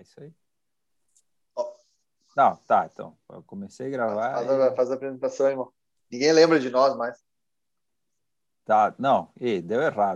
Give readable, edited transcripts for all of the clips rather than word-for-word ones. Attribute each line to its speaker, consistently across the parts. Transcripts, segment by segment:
Speaker 1: isso aí.
Speaker 2: Ó.
Speaker 1: Não, tá, então. Eu comecei a gravar.
Speaker 2: Faz a apresentação, irmão. Ninguém lembra de nós mais.
Speaker 1: Tá, não, deu errado.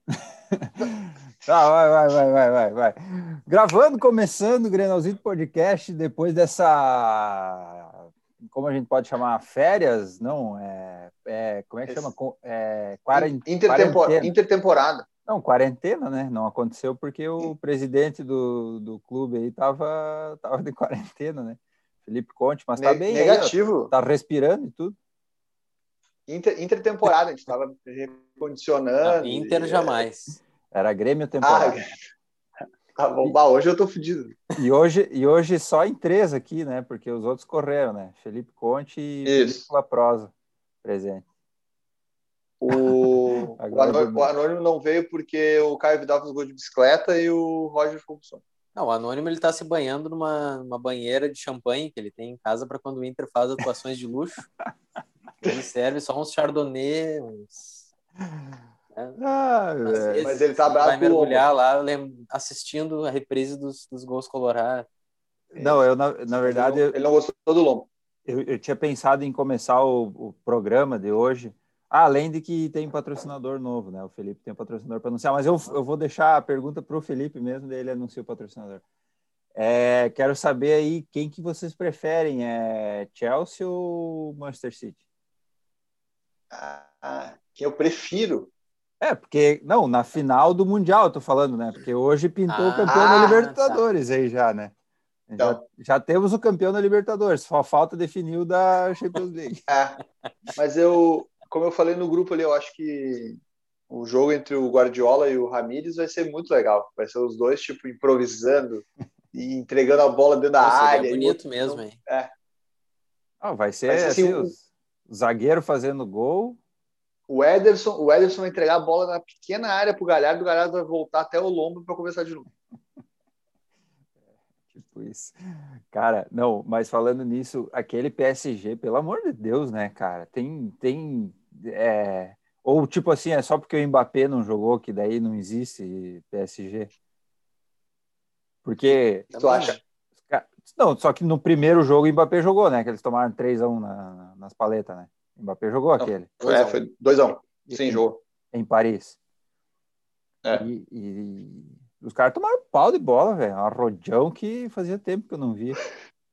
Speaker 1: Tá, vai. Gravando, começando o Grenalzito Podcast, depois dessa, como a gente pode chamar, férias? Não, como é que chama? Quarentena.
Speaker 2: Intertemporada.
Speaker 1: Não, quarentena, né? Não aconteceu porque o presidente do clube aí tava de quarentena, né? Felipe Conte, mas tá bem
Speaker 2: negativo.
Speaker 1: Aí, ó, tá respirando e tudo.
Speaker 2: Intertemporada, a gente estava recondicionando.
Speaker 3: Inter jamais.
Speaker 1: Era Grêmio temporada.
Speaker 2: Tá bom, hoje eu tô fodido.
Speaker 1: E hoje só em 3 aqui, né? Porque os outros correram, né? Felipe Conte e Felipe Laprosa presente.
Speaker 2: O Anônimo não veio porque o Caio Vidal fez gol de bicicleta e o Roger ficou com sono.
Speaker 3: Não, o Anônimo ele tá se banhando numa banheira de champanhe que ele tem em casa para quando o Inter faz atuações de luxo. Ele serve só uns chardonnay, uns...
Speaker 2: Mas ele tá bravo.
Speaker 3: Vai mergulhar lá assistindo a reprise dos gols colorados.
Speaker 1: Não, eu na verdade...
Speaker 2: Ele não gostou do lombo.
Speaker 1: Eu tinha pensado em começar o programa de hoje, além de que tem patrocinador novo, né? O Felipe tem um patrocinador para anunciar, mas eu vou deixar a pergunta para o Felipe mesmo, daí ele anuncia o patrocinador. Quero saber aí quem que vocês preferem, Chelsea ou Manchester City?
Speaker 2: Quem eu prefiro?
Speaker 1: Porque, não, na final do Mundial eu tô falando, né? Porque hoje pintou o campeão da Libertadores aí já, né?
Speaker 2: Então,
Speaker 1: já temos o campeão da Libertadores, só falta definir o da Champions League.
Speaker 2: Mas como eu falei no grupo ali, eu acho que o jogo entre o Guardiola e o Ramires vai ser muito legal. Vai ser os dois, tipo, improvisando e entregando a bola dentro da área.
Speaker 3: É bonito mesmo, hein?
Speaker 1: Vai ser assim, o zagueiro fazendo gol.
Speaker 2: O Ederson vai entregar a bola na pequena área pro Galhardo, o Galhardo vai voltar até o lombo para começar de novo.
Speaker 1: Tipo isso. Cara, não, mas falando nisso, aquele PSG, pelo amor de Deus, né, cara? Ou tipo assim, é só porque o Mbappé não jogou que daí não existe PSG? Porque...
Speaker 2: O que tu acha?
Speaker 1: Não, só que no primeiro jogo o Mbappé jogou, né? Que eles tomaram 3-1 nas paletas, né? O Mbappé jogou aquele.
Speaker 2: Foi 2-1. Sem jogo.
Speaker 1: Em Paris. E os caras tomaram pau de bola, velho. Um arrojão que fazia tempo que eu não via.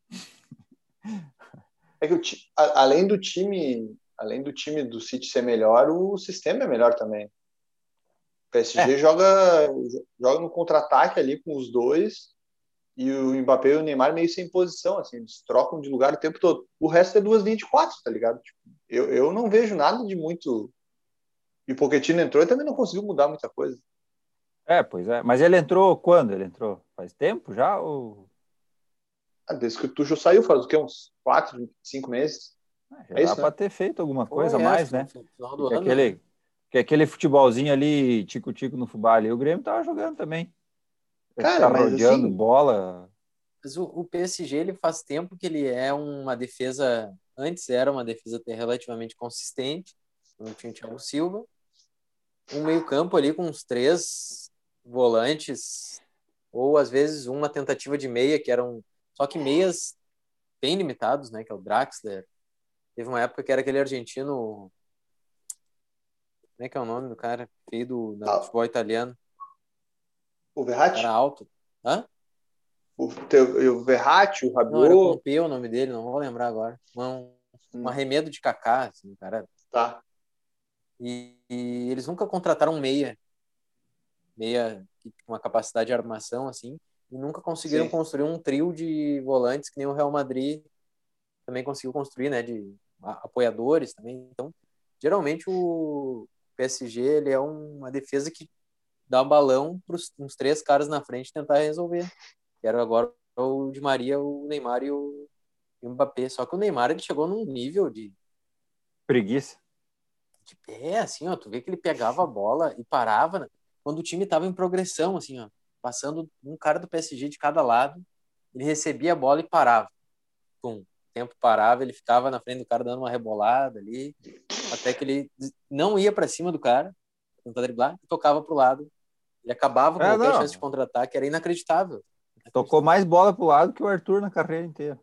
Speaker 2: Que além do time do City ser melhor, o sistema é melhor também. O PSG joga no contra-ataque ali com os dois e o Mbappé e o Neymar meio sem posição, assim, eles trocam de lugar o tempo todo. O resto é 2 linhas de 4, tá ligado? Tipo, eu não vejo nada de muito... E o Pochettino entrou e também não conseguiu mudar muita coisa.
Speaker 1: Pois é. Mas ele entrou quando? Ele entrou? Faz tempo já? Ou...
Speaker 2: Desde que o Tuchel saiu, faz o quê? Uns 4, 5 meses?
Speaker 1: Já dá pra ter feito alguma coisa a mais, né? Porque aquele futebolzinho ali, tico-tico no fubá ali, o Grêmio tava jogando também.
Speaker 2: Cara, mas
Speaker 1: rodeando
Speaker 2: assim...
Speaker 1: bola.
Speaker 3: Mas o PSG, ele faz tempo que ele é uma defesa... Antes era uma defesa relativamente consistente. Não tinha o Thiago Silva. Um meio-campo ali com uns 3 volantes, ou às vezes uma tentativa de meia, que eram só que meias bem limitados, né? Que é o Draxler. Teve uma época que era aquele argentino. Como é que é o nome do cara? Filho do futebol italiano.
Speaker 2: O Verratti?
Speaker 3: Cara alto. Hã?
Speaker 2: O Verratti, o Rabiot.
Speaker 3: Não, era Pompeu o nome dele, não vou lembrar agora. Um arremedo de Kaká, assim, cara.
Speaker 2: Tá.
Speaker 3: E eles nunca contrataram um meia com uma capacidade de armação, assim, e nunca conseguiram construir um trio de volantes que nem o Real Madrid também conseguiu construir, né, de apoiadores também. Então, geralmente o PSG, ele é uma defesa que dá balão para uns 3 caras na frente tentar resolver. Que era agora o Di Maria, o Neymar e o Mbappé. Só que o Neymar, ele chegou num nível de...
Speaker 1: Preguiça.
Speaker 3: Assim, ó, tu vê que ele pegava a bola e parava, né? Quando o time tava em progressão, assim, ó, passando um cara do PSG de cada lado, ele recebia a bola e parava. Pum. O tempo parava, ele ficava na frente do cara dando uma rebolada ali, até que ele não ia para cima do cara, tentar driblar, e tocava pro lado. Ele acabava com qualquer chance de contra-ataque, era inacreditável.
Speaker 1: Tocou mais bola pro lado que o Arthur na carreira inteira.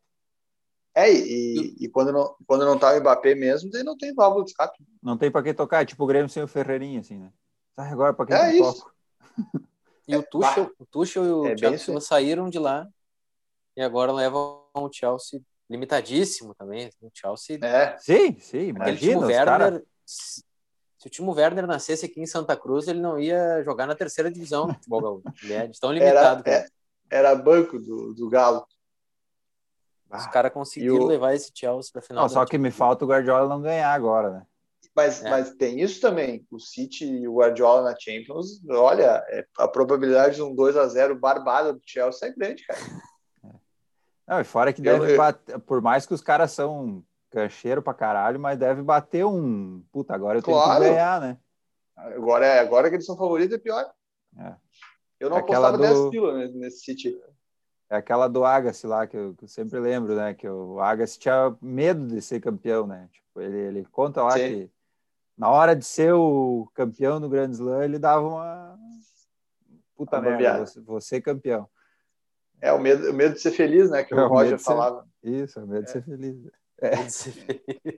Speaker 2: E quando não tá o Mbappé mesmo, daí não tem válvula de escape.
Speaker 1: Não tem pra quem tocar, é tipo o Grêmio sem o Ferreirinha, assim, né? Sai agora pra quem
Speaker 2: É
Speaker 1: que eu
Speaker 2: isso.
Speaker 1: toco.
Speaker 3: E o Tuchel e o
Speaker 2: É bem
Speaker 3: Thiago
Speaker 2: isso
Speaker 3: Silva
Speaker 2: aí.
Speaker 3: saíram de lá e agora levam o Chelsea limitadíssimo também. O Chelsea,
Speaker 2: É,
Speaker 1: Sim,
Speaker 3: aquele Timo
Speaker 1: imagina, os caras.
Speaker 3: Werner, se o Timo Werner nascesse aqui em Santa Cruz, ele não ia jogar na terceira divisão do futebol gaúcho. Ele é de tão limitado que é.
Speaker 2: era banco do Galo.
Speaker 3: Os caras
Speaker 2: E
Speaker 3: conseguiram
Speaker 2: o,
Speaker 3: levar esse Chelsea pra final
Speaker 1: Não,
Speaker 3: da
Speaker 1: só que me
Speaker 3: Champions League.
Speaker 1: falta o Guardiola não ganhar agora, né?
Speaker 2: mas tem isso também. O City e o Guardiola na Champions, olha, a probabilidade de um 2-0 barbada do Chelsea é grande, cara.
Speaker 1: Não, e fora que deve bater, por mais que os caras são cancheiro pra caralho, mas deve bater um. Puta, agora eu tenho que
Speaker 2: Claro.
Speaker 1: ganhar, né?
Speaker 2: Agora que eles são favoritos é pior.
Speaker 1: É.
Speaker 2: Eu não
Speaker 1: Aquela
Speaker 2: apostava 10 pila nesse City.
Speaker 1: É aquela do Agassi lá, que eu sempre lembro, né? Que o Agassi tinha medo de ser campeão, né? Tipo, ele conta lá
Speaker 2: Sim.
Speaker 1: que na hora de ser o campeão do Grand Slam, ele dava uma puta merda, vou ser campeão.
Speaker 2: É o medo de ser feliz, né? Que o Roger falava.
Speaker 1: Isso, é o medo de ser feliz.
Speaker 3: Medo de ser feliz.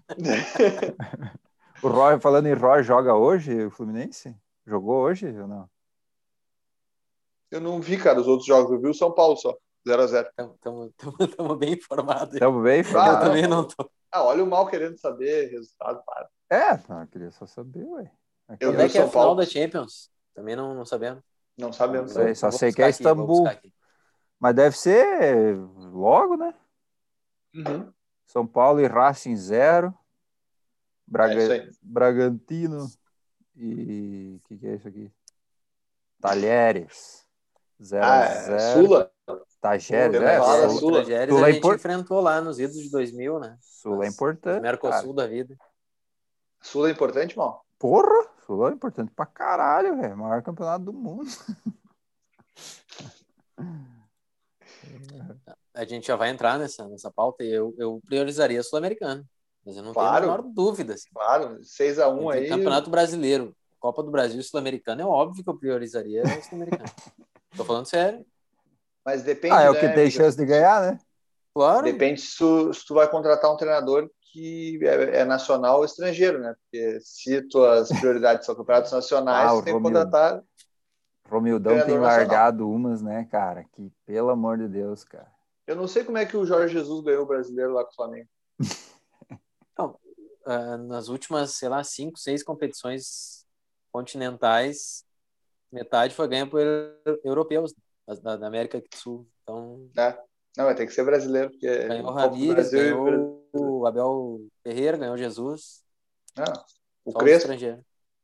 Speaker 1: O Roy, falando em Roy, joga hoje o Fluminense? Jogou hoje ou não?
Speaker 2: Eu não vi, cara, os outros jogos. Eu vi o São Paulo só. 0-0.
Speaker 3: Estamos bem informados.
Speaker 1: Estamos bem informados.
Speaker 3: Eu também não tô.
Speaker 2: Olha o mal querendo saber resultado. Para.
Speaker 1: Eu queria só saber, ué.
Speaker 2: Eu
Speaker 3: Quando é
Speaker 2: vi
Speaker 3: que é a
Speaker 2: São
Speaker 3: final
Speaker 2: Paulo.
Speaker 3: da Champions? Também não sabemos.
Speaker 2: Não sabemos.
Speaker 1: Só sei que é Istambul. Mas deve ser logo, né?
Speaker 2: Uhum.
Speaker 1: São Paulo e Racing 0. Bragantino e... O que é isso aqui? Talheres 0-0.
Speaker 2: Sula.
Speaker 1: Tajeres,
Speaker 2: Sula.
Speaker 3: Tajeres a gente enfrentou lá nos idos de 2000, né?
Speaker 1: Sula é importante.
Speaker 3: Mercosul da vida.
Speaker 2: Sula é importante, mal?
Speaker 1: Porra, Sula é importante pra caralho, velho. Maior campeonato do mundo.
Speaker 3: A gente já vai entrar nessa pauta e eu priorizaria a Sul-Americana. Mas eu não tenho a menor dúvida. Assim.
Speaker 2: Claro, 6-1 aí.
Speaker 3: Campeonato Brasileiro, Copa do Brasil e Sul-Americana, é óbvio que eu priorizaria a Sul-Americana. Tô falando sério.
Speaker 2: Mas depende,
Speaker 1: é o que tem chance de ganhar, né?
Speaker 3: Claro.
Speaker 2: Depende se tu vai contratar um treinador que é nacional ou estrangeiro, né? Porque se tuas prioridades são campeonatos nacionais, tu tem que contratar.
Speaker 1: Romildão tem largado umas, né, cara? Que, pelo amor de Deus, cara.
Speaker 2: Eu não sei como é que o Jorge Jesus ganhou o brasileiro lá com o Flamengo.
Speaker 3: Não, nas últimas, sei lá, 5, 6 competições continentais, metade foi ganha por europeus da América do Sul. Então,
Speaker 2: não, vai ter que ser brasileiro, porque
Speaker 3: ganhou o Ramírez, ganhou o Abel Ferreira, ganhou o Jesus.
Speaker 2: O
Speaker 3: só
Speaker 2: Crespo.
Speaker 3: Estrangeiro.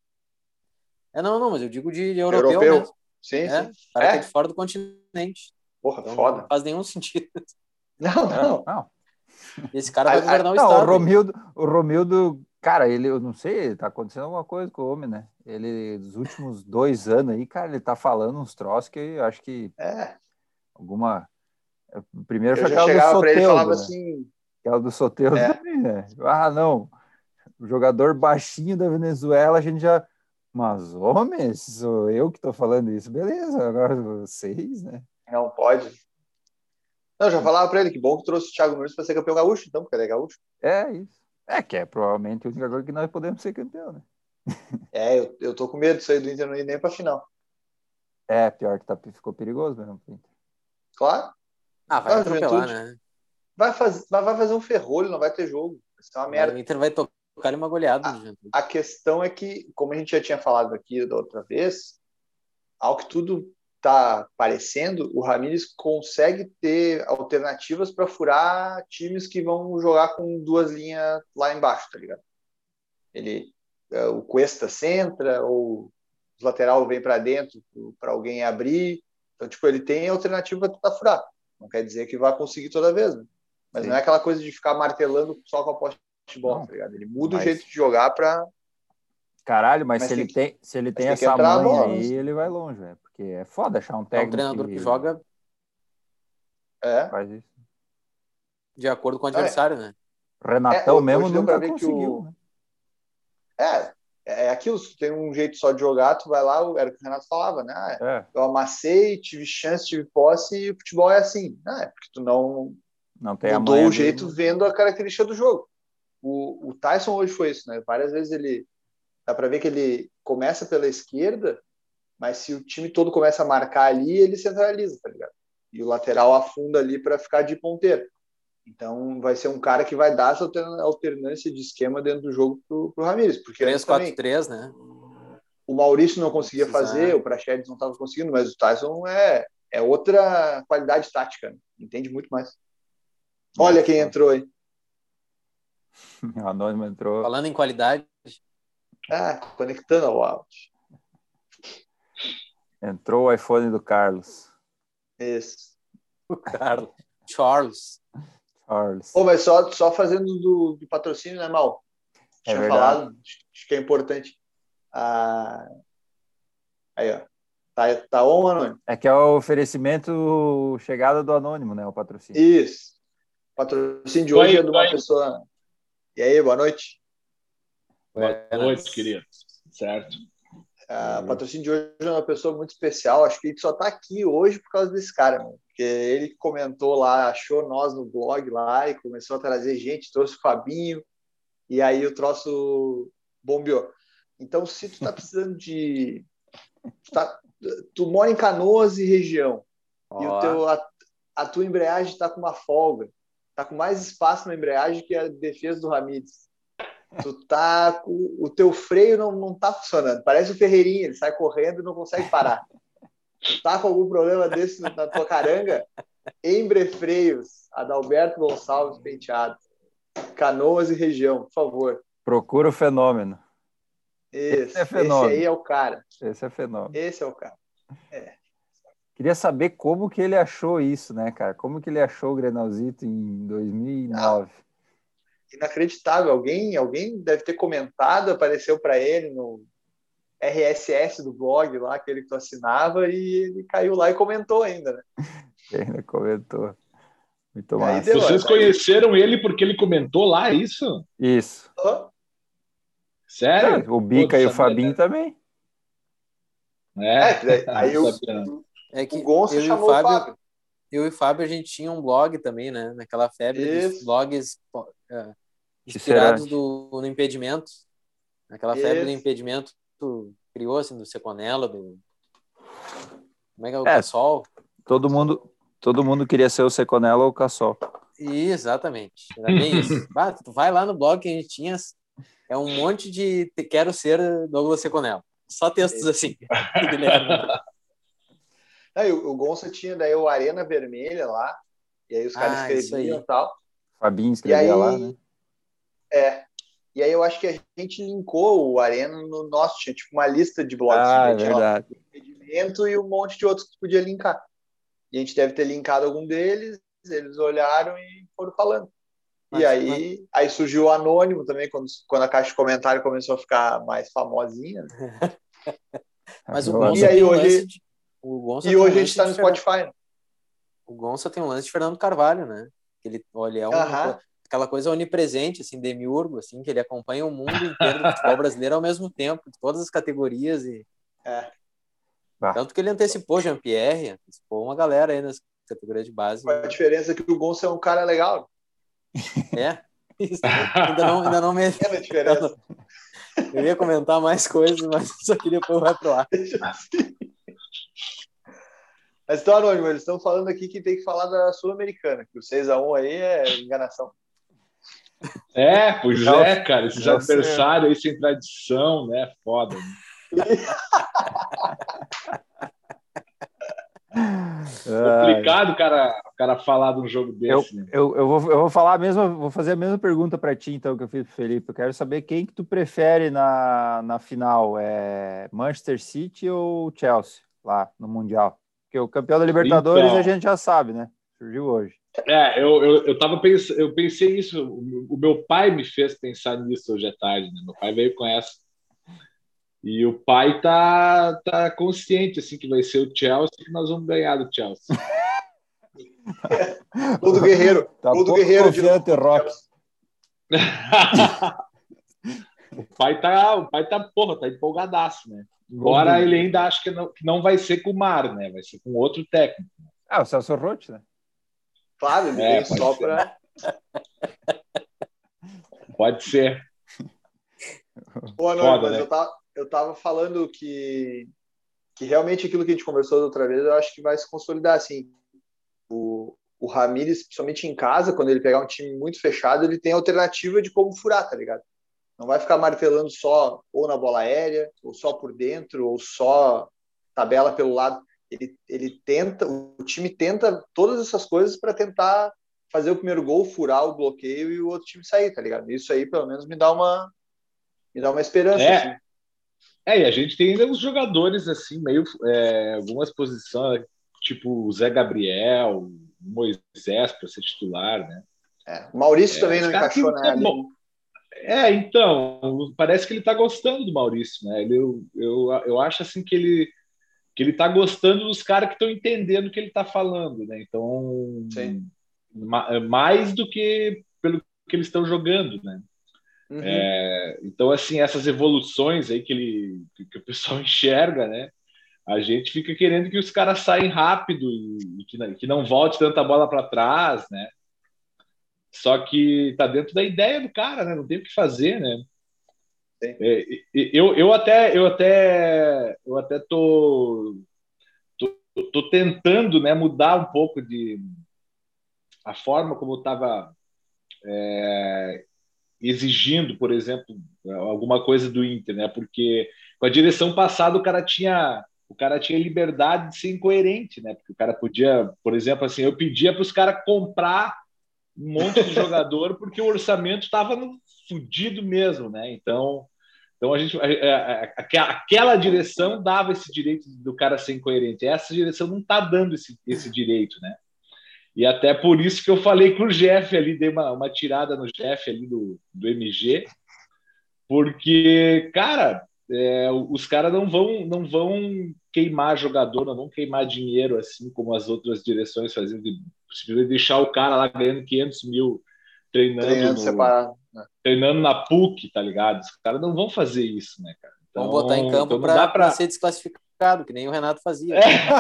Speaker 3: Não, mas eu digo de europeu mesmo.
Speaker 2: Sim.
Speaker 3: O cara que é de fora do continente.
Speaker 2: Porra,
Speaker 3: então,
Speaker 2: foda.
Speaker 3: Não faz nenhum sentido.
Speaker 2: Não.
Speaker 3: E esse cara vai governar o estado.
Speaker 1: O Romildo, cara, eu não sei, tá acontecendo alguma coisa com o homem, né? Ele, nos últimos 2 anos aí, cara, ele tá falando uns troços que eu acho que alguma... Primeiro foi aquela do Soteldo,
Speaker 2: ele falava
Speaker 1: né?
Speaker 2: assim...
Speaker 1: Aquela do Soteldo também, né? Não, o jogador baixinho da Venezuela, a gente já... Mas, homens, sou eu que tô falando isso. Beleza, agora vocês, né?
Speaker 2: Não pode. Não, eu já falava pra ele que bom que trouxe o Thiago Nunes pra ser campeão gaúcho, então, porque ele é gaúcho.
Speaker 1: É isso. Que é provavelmente a única coisa que nós podemos ser campeão, né?
Speaker 2: Eu tô com medo disso aí do Inter não ir nem pra final.
Speaker 1: Pior que ficou perigoso mesmo.
Speaker 2: Claro.
Speaker 3: Vai atropelar, né?
Speaker 2: Vai fazer um ferrolho, não vai ter jogo. Vai ser uma merda.
Speaker 3: O Inter vai tocar uma goleada.
Speaker 2: A questão é que, como a gente já tinha falado aqui da outra vez, ao que tudo tá parecendo, o Ramírez consegue ter alternativas para furar times que vão jogar com 2 linhas lá embaixo, tá ligado? O Cuesta centra, ou os lateral vem para dentro para alguém abrir. Então, tipo, ele tem alternativa para tentar furar. Não quer dizer que vai conseguir toda vez, né? Mas não é aquela coisa de ficar martelando só com a poste de bola, tá ligado? Ele muda o jeito de jogar para...
Speaker 1: Caralho, mas se ele tem essa manha aí, ele vai longe, velho. Porque é foda achar um técnico.
Speaker 3: É um treinador que joga
Speaker 1: faz isso.
Speaker 3: De acordo com o adversário, né?
Speaker 1: Renatão mesmo nunca conseguiu, né?
Speaker 2: É aquilo, se tu tem um jeito só de jogar, tu vai lá, era o que o Renato falava, né? Eu amassei, tive chance, tive posse, e o futebol é assim. É porque tu não
Speaker 1: tem
Speaker 2: mudou o jeito vendo a característica do jogo. O Tyson hoje foi isso, né? Várias vezes dá pra ver que ele começa pela esquerda, mas se o time todo começa a marcar ali, ele centraliza, tá ligado? E o lateral afunda ali para ficar de ponteiro. Então vai ser um cara que vai dar essa alternância de esquema dentro do jogo pro Ramires. Porque
Speaker 3: 3-4-3, né?
Speaker 2: O Maurício não conseguia fazer, o Praxedes não estava conseguindo, mas o Tyson é outra qualidade tática, né? Entende muito mais. Olha quem entrou aí.
Speaker 1: O Anônimo entrou.
Speaker 3: Falando em qualidade.
Speaker 2: Conectando ao áudio.
Speaker 1: Entrou o iPhone do Carlos.
Speaker 2: Isso.
Speaker 3: O Carlos. Charles.
Speaker 2: Mas só fazendo do patrocínio, né, Mal? Tinha falado, acho que é importante. Aí, ó. Tá on, Anônimo?
Speaker 1: É que é o oferecimento chegada do Anônimo, né? O patrocínio.
Speaker 2: Isso. O patrocínio de hoje é de uma pessoa. E aí, boa noite.
Speaker 4: Boa noite, querido. Certo.
Speaker 2: O patrocínio de hoje é uma pessoa muito especial. Acho que a gente só tá aqui hoje por causa desse cara, mano. Porque ele comentou lá, achou nós no blog lá e começou a trazer gente, trouxe o Fabinho, e aí o troço bombeou. Então, se tu tá precisando de... Tu mora em Canoas e região, e a tua embreagem tá com uma folga, tá com mais espaço na embreagem que a defesa do Ramires. O teu freio não tá funcionando. Parece o Ferreirinha, ele sai correndo e não consegue parar. Tu tá com algum problema desse na tua caranga? EmbreFreios, Adalberto Gonçalves Penteado. Canoas e região, por favor.
Speaker 1: Procura o fenômeno.
Speaker 2: Esse aí é o cara.
Speaker 1: Esse é fenômeno.
Speaker 2: Esse é o cara.
Speaker 1: Queria saber como que ele achou isso, né, cara? Como que ele achou o Grenalzito em 2009?
Speaker 2: Inacreditável. Alguém deve ter comentado, apareceu para ele no RSS do blog lá, aquele que tu assinava, e ele caiu lá e comentou ainda, né?
Speaker 1: Ele ainda comentou. Muito
Speaker 4: massa. Vocês conheceram ele porque ele comentou lá, isso?
Speaker 1: Isso.
Speaker 4: Sério?
Speaker 1: O Bica e o Fabinho também.
Speaker 2: Aí
Speaker 3: o
Speaker 2: Gonça chamou o Fábio.
Speaker 3: Eu e o Fábio, a gente tinha um blog também, né? Naquela febre dos blogs inspirados no impedimento. Naquela febre do impedimento, tu criou, assim, do Seconello, como é que é o Cassol?
Speaker 1: Todo mundo queria ser o Seconello ou o Cassol.
Speaker 3: Exatamente. Era bem isso. Tu vai lá no blog que a gente tinha, é um monte de quero ser Douglas Seconello. Só textos assim.
Speaker 2: O Gonça tinha daí o Arena Vermelha lá, e aí os caras escreviam e tal.
Speaker 1: Fabinho escrevia lá, né?
Speaker 2: E aí eu acho que a gente linkou o Arena no nosso, tinha tipo uma lista de blogs.
Speaker 1: É verdade.
Speaker 2: Tinha o impedimento e um monte de outros que tu podia linkar. E a gente deve ter linkado algum deles, eles olharam e foram falando. E aí surgiu o Anônimo também, quando a caixa de comentário começou a ficar mais famosinha.
Speaker 3: Mas o Gonça tem
Speaker 2: hoje a gente está no Spotify. Né?
Speaker 3: O Gonça tem um lance de Fernando Carvalho, né? Ele aquela coisa onipresente, assim, demiurgo, assim, que ele acompanha o mundo inteiro do futebol brasileiro ao mesmo tempo, de todas as categorias. Tanto que ele antecipou Jean-Pierre, antecipou uma galera aí nas categorias de base.
Speaker 2: A diferença é que o Gonça é um cara legal.
Speaker 3: Isso. Ainda não me...
Speaker 2: É a diferença.
Speaker 3: Eu ia comentar mais coisas, mas só queria pôr vai pro ar.
Speaker 2: Mas então, Anônimo, eles estão falando aqui que tem que falar da Sul-Americana, que o 6-1 aí é enganação.
Speaker 4: Pois cara, esses adversários aí sem tradição, né? Foda. Né? Complicado o cara falar de um jogo desse.
Speaker 1: Eu vou falar vou fazer a mesma pergunta para ti, então, que eu fiz pro Felipe. Eu quero saber quem que tu prefere na final, Manchester City ou Chelsea, lá no Mundial? Porque o campeão da Libertadores então, a gente já sabe, né? Surgiu hoje.
Speaker 4: Eu pensei isso. O meu pai me fez pensar nisso hoje à tarde, né? Meu pai veio com essa. E o pai tá consciente assim que vai ser o Chelsea, que nós vamos ganhar do Chelsea.
Speaker 2: Todo guerreiro.
Speaker 1: Tá
Speaker 2: todo guerreiro
Speaker 1: de Rock.
Speaker 4: porra, tá empolgadaço, né? Embora ele ainda ache que não vai ser com o Mar, né? Vai ser com outro técnico.
Speaker 1: O Celso Roth, né?
Speaker 2: Claro, ele vem só para...
Speaker 4: Pode ser.
Speaker 2: Boa noite, mas né? eu tava falando que realmente aquilo que a gente conversou da outra vez, eu acho que vai se consolidar, assim. O Ramires, principalmente em casa, quando ele pegar um time muito fechado, ele tem alternativa de como furar, tá ligado? Não vai ficar martelando só ou na bola aérea, ou só por dentro, ou só tabela pelo lado. Ele tenta, o time tenta todas essas coisas para tentar fazer o primeiro gol, furar o bloqueio e o outro time sair, tá ligado? Isso aí, pelo menos, me dá uma esperança. Assim.
Speaker 4: E a gente tem ainda uns jogadores, assim, meio... algumas posições, tipo o Zé Gabriel, Moisés, para ser titular, né?
Speaker 2: O Maurício também não encaixou na área.
Speaker 4: Então, parece que ele tá gostando do Maurício, né? Eu acho, assim, que ele tá gostando dos caras que estão entendendo o que ele tá falando, né? Então... Sim. Mais do que pelo que eles estão jogando, né? Uhum. Então, assim, essas evoluções aí que o pessoal enxerga, né? A gente fica querendo que os caras saiam rápido e que não volte tanta bola para trás, né? Só que tá dentro da ideia do cara, né? Não tem o que fazer, né? Eu até tô tentando, né, mudar um pouco a forma como eu estava exigindo, por exemplo, alguma coisa do Inter, né? Porque com a direção passada o cara tinha liberdade de ser incoerente, né? Porque o cara podia, por exemplo, assim, eu pedia para os caras comprar um monte de jogador porque o orçamento estava fudido mesmo, né? Então aquela direção dava esse direito do cara ser incoerente. Essa direção não está dando esse direito, né? E até por isso que eu falei com o Jeff ali, dei uma tirada no Jeff ali do MG, porque, cara, os caras não vão queimar jogador, não vão queimar dinheiro assim como as outras direções faziam, de deixar o cara lá ganhando 500 mil treinando na PUC, tá ligado? Os caras não vão fazer isso, né, cara?
Speaker 3: Então, vão botar em campo para ser desclassificado, que nem o Renato fazia.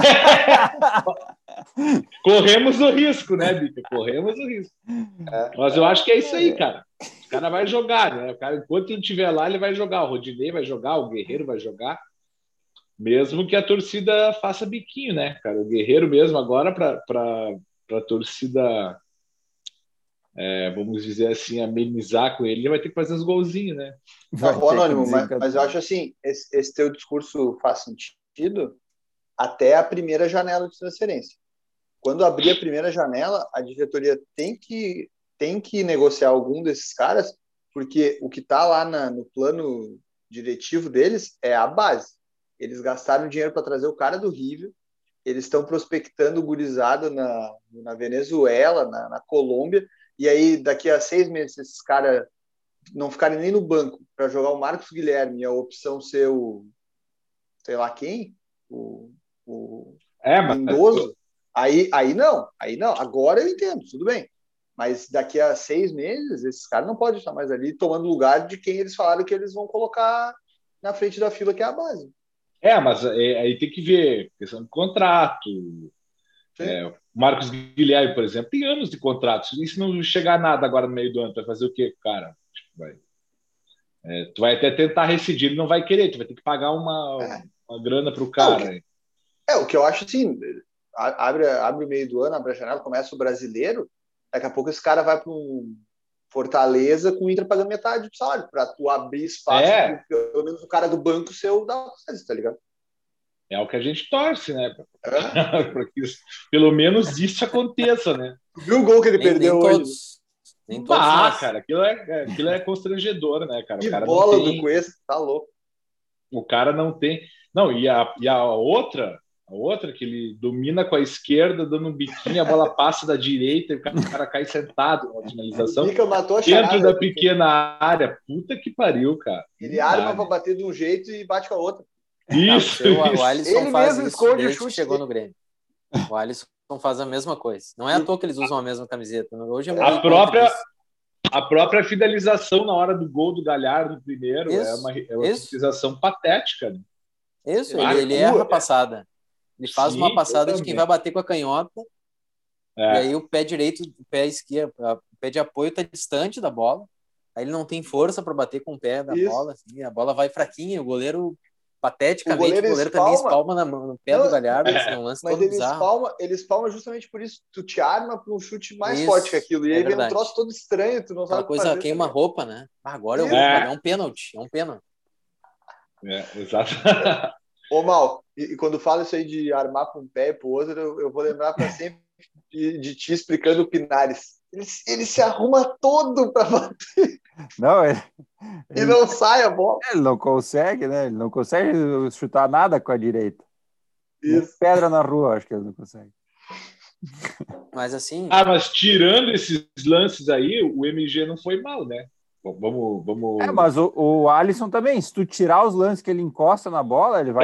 Speaker 4: Corremos o risco, né, Bica? Corremos o risco. Mas eu acho que é isso aí, cara. O cara vai jogar, né? O cara, enquanto ele estiver lá, ele vai jogar. O Rodinei vai jogar, o Guerreiro vai jogar. Mesmo que a torcida faça biquinho, né, cara? O Guerreiro mesmo agora para a torcida, vamos dizer assim, amenizar com ele vai ter que fazer uns golzinhos, né?
Speaker 2: Anônimo, mas eu acho assim, esse teu discurso faz sentido até a primeira janela de transferência. Quando abrir a primeira janela, a diretoria tem que negociar algum desses caras, porque o que está lá no plano diretivo deles é a base. Eles gastaram dinheiro para trazer o cara do River, eles estão prospectando gurizada na Venezuela, na Colômbia, e aí daqui a 6 meses esses caras não ficarem nem no banco para jogar o Marcos Guilherme e a opção ser o sei lá quem, o Mendoza, aí não, agora eu entendo, tudo bem, mas daqui a 6 meses esses caras não podem estar mais ali tomando lugar de quem eles falaram que eles vão colocar na frente da fila, que é a base.
Speaker 4: Mas aí tem que ver questão de contrato. O Marcos Guilherme, por exemplo, tem anos de contrato. E se não chegar nada agora no meio do ano, vai fazer o quê, cara? Tu vai até tentar rescindir, ele não vai querer, tu vai ter que pagar uma grana pro cara.
Speaker 2: O que eu acho assim, abre o meio do ano, abre a janela, começa o brasileiro, daqui a pouco esse cara vai para um Fortaleza com o Inter pagando metade do salário, para tu abrir espaço pro, pelo menos o cara do banco seu da base, tá ligado?
Speaker 4: É o que a gente torce, né? Para que pelo menos isso aconteça, né?
Speaker 2: Tu viu o gol que ele perdeu hoje?
Speaker 3: Nem todos
Speaker 4: cara, aquilo é constrangedor, né, cara?
Speaker 2: Que bola do Cuesta, tá louco.
Speaker 4: O cara não tem... Não, e a outra que ele domina com a esquerda, dando um biquinho, a bola passa da direita e o cara cai sentado na finalização. Dentro da pequena área. Puta que pariu, cara.
Speaker 2: Ele arma pra bater de um jeito e bate com a outra.
Speaker 4: Isso.
Speaker 3: O Alisson
Speaker 2: ele
Speaker 3: faz
Speaker 2: mesmo
Speaker 3: isso
Speaker 2: esconde
Speaker 3: desde
Speaker 2: o chute
Speaker 3: que chegou no Grêmio. O Alisson faz a mesma coisa. Não é à toa que eles usam a mesma camiseta. Hoje é muito
Speaker 4: A própria finalização na hora do gol do Galhardo no primeiro é uma
Speaker 3: Isso.
Speaker 4: finalização patética. Né?
Speaker 3: Isso,
Speaker 2: Ele
Speaker 3: ele erra a passada. Ele faz uma passada de quem vai bater com a canhota, e aí o pé direito, o pé esquerdo, o pé de apoio tá distante da bola, aí ele não tem força para bater com o pé da bola, assim, a bola vai fraquinha, o goleiro, pateticamente, o goleiro também espalma no pé do Galhardo, assim, um lance todo bizarro.
Speaker 2: Ele espalma justamente por isso, tu te arma para um chute mais forte que aquilo, e aí vem um troço todo estranho, tu não sabe o que fazer.
Speaker 3: Aquela coisa queima roupa, né? Agora é um pênalti,
Speaker 4: Exato.
Speaker 2: Ô, Mal, e quando fala isso aí de armar para um pé e para o outro, eu vou lembrar para sempre de ti explicando o Pinares. Ele se arruma todo para bater.
Speaker 1: Não,
Speaker 2: e não sai a bola.
Speaker 1: Ele não consegue, né? Ele não consegue chutar nada com a direita.
Speaker 2: Isso.
Speaker 1: Pedra na rua, acho que ele não consegue.
Speaker 3: Mas assim...
Speaker 4: mas tirando esses lances aí, o MG não foi mal, né? Vamos...
Speaker 1: mas o Alisson também, se tu tirar os lances que ele encosta na bola, ele vai...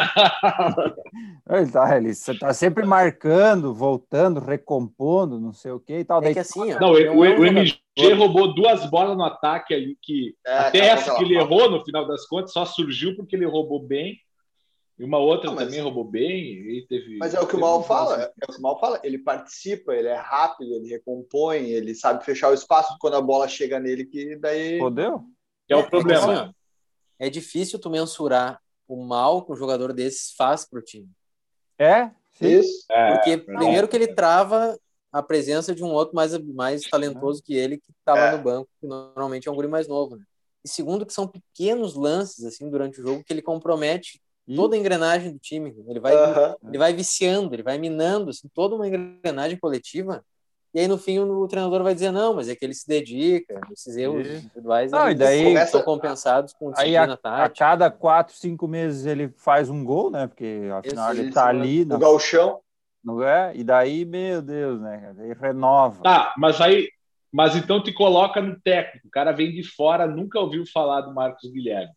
Speaker 1: ele tá sempre marcando, voltando, recompondo, não sei o que e tal.
Speaker 3: É que assim,
Speaker 4: não, o MG roubou 2 bolas no ataque aí, que até essa que ele errou, no final das contas, só surgiu porque ele roubou bem. E uma outra também roubou bem. E teve,
Speaker 2: mas é o que o Mal fala. Ele participa, ele é rápido, ele recompõe, ele sabe fechar o espaço quando a bola chega nele, que daí...
Speaker 1: Fodeu.
Speaker 4: Que é o problema.
Speaker 3: Assim, é difícil tu mensurar o mal que um jogador desses faz pro time.
Speaker 1: Sim.
Speaker 2: Isso.
Speaker 3: Porque primeiro que ele trava a presença de um outro mais talentoso que ele, que tá lá no banco, que normalmente é um guri mais novo, né? E segundo que são pequenos lances, assim, durante o jogo, que ele compromete toda a engrenagem do time. Ele vai viciando, ele vai minando, assim, toda uma engrenagem coletiva. E aí, no fim, o treinador vai dizer, não, mas é que ele se dedica, esses erros individuais são compensados com disciplina tática.
Speaker 1: A cada 4, 5 meses ele faz um gol, né? Porque, afinal, ele tá ali...
Speaker 2: No gauchão.
Speaker 1: E daí, meu Deus, né? Aí renova.
Speaker 4: Mas então te coloca no técnico. O cara vem de fora, nunca ouviu falar do Marcos Guilherme.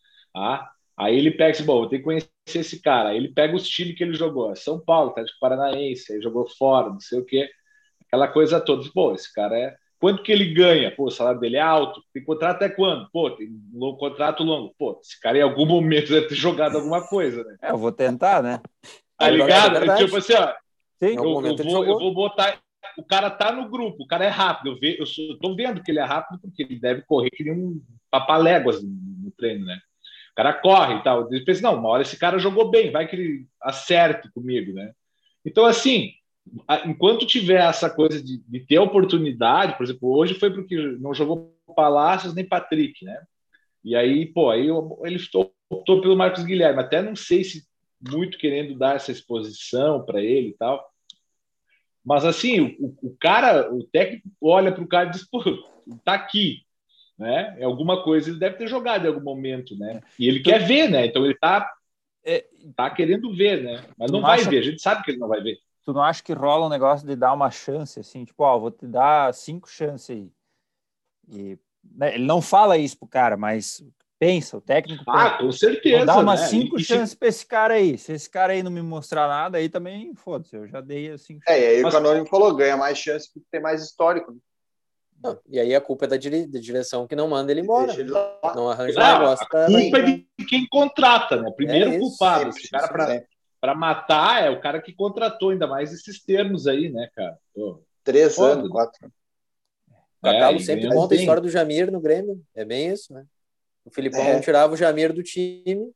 Speaker 4: Aí ele pega assim, vou ter que conhecer esse cara. Aí ele pega os times que ele jogou. São Paulo, Atlético Paranaense, aí jogou fora, não sei o quê. Aquela coisa toda. Esse cara é... Quanto que ele ganha? O salário dele é alto. Tem contrato até quando? Tem um contrato longo. Esse cara em algum momento deve ter jogado alguma coisa, né?
Speaker 1: Eu vou tentar, né?
Speaker 4: Tá ligado? Tipo assim,
Speaker 1: Sim,
Speaker 4: eu vou botar... O cara tá no grupo, o cara é rápido. Eu tô vendo que ele é rápido porque ele deve correr que nem um papaléguas no treino, né? O cara corre e tal. Ele pensa, não, uma hora esse cara jogou bem, vai que ele acerte comigo, né? Então, assim, enquanto tiver essa coisa de ter oportunidade, por exemplo, hoje foi porque não jogou Palácios nem Patrick, né? E aí, ele optou pelo Marcos Guilherme. Até não sei se muito querendo dar essa exposição para ele e tal. Mas, assim, o técnico olha para o cara e diz, tá aqui. Né? É alguma coisa ele deve ter jogado em algum momento, né? E ele quer ver, né? Então ele tá querendo ver, né? Mas não vai ver, a gente sabe que ele não vai ver.
Speaker 1: Tu não acha que rola um negócio de dar uma chance, assim, tipo, vou te dar 5 chances aí. E, né, ele não fala isso pro cara, mas pensa, o técnico pensa.
Speaker 4: Com certeza.
Speaker 1: Vou dar umas 5 chances para esse cara aí. Se esse cara aí não me mostrar nada, aí também, foda-se, eu já dei as 5 chances.
Speaker 2: E aí o Canônico falou, ganha mais chance porque tem mais histórico, né?
Speaker 3: Não, e aí a culpa é da direção que não manda ele embora.
Speaker 2: Ele
Speaker 3: não arranja um negócio.
Speaker 4: A culpa é de quem contrata, né? O primeiro culpado. Esse cara para matar é o cara que contratou, ainda mais esses termos aí, né, cara?
Speaker 2: 3 anos, 4.
Speaker 3: O Cacalo sempre conta a história do Jamir no Grêmio. É bem isso, né? O Filipão não tirava o Jamir do time.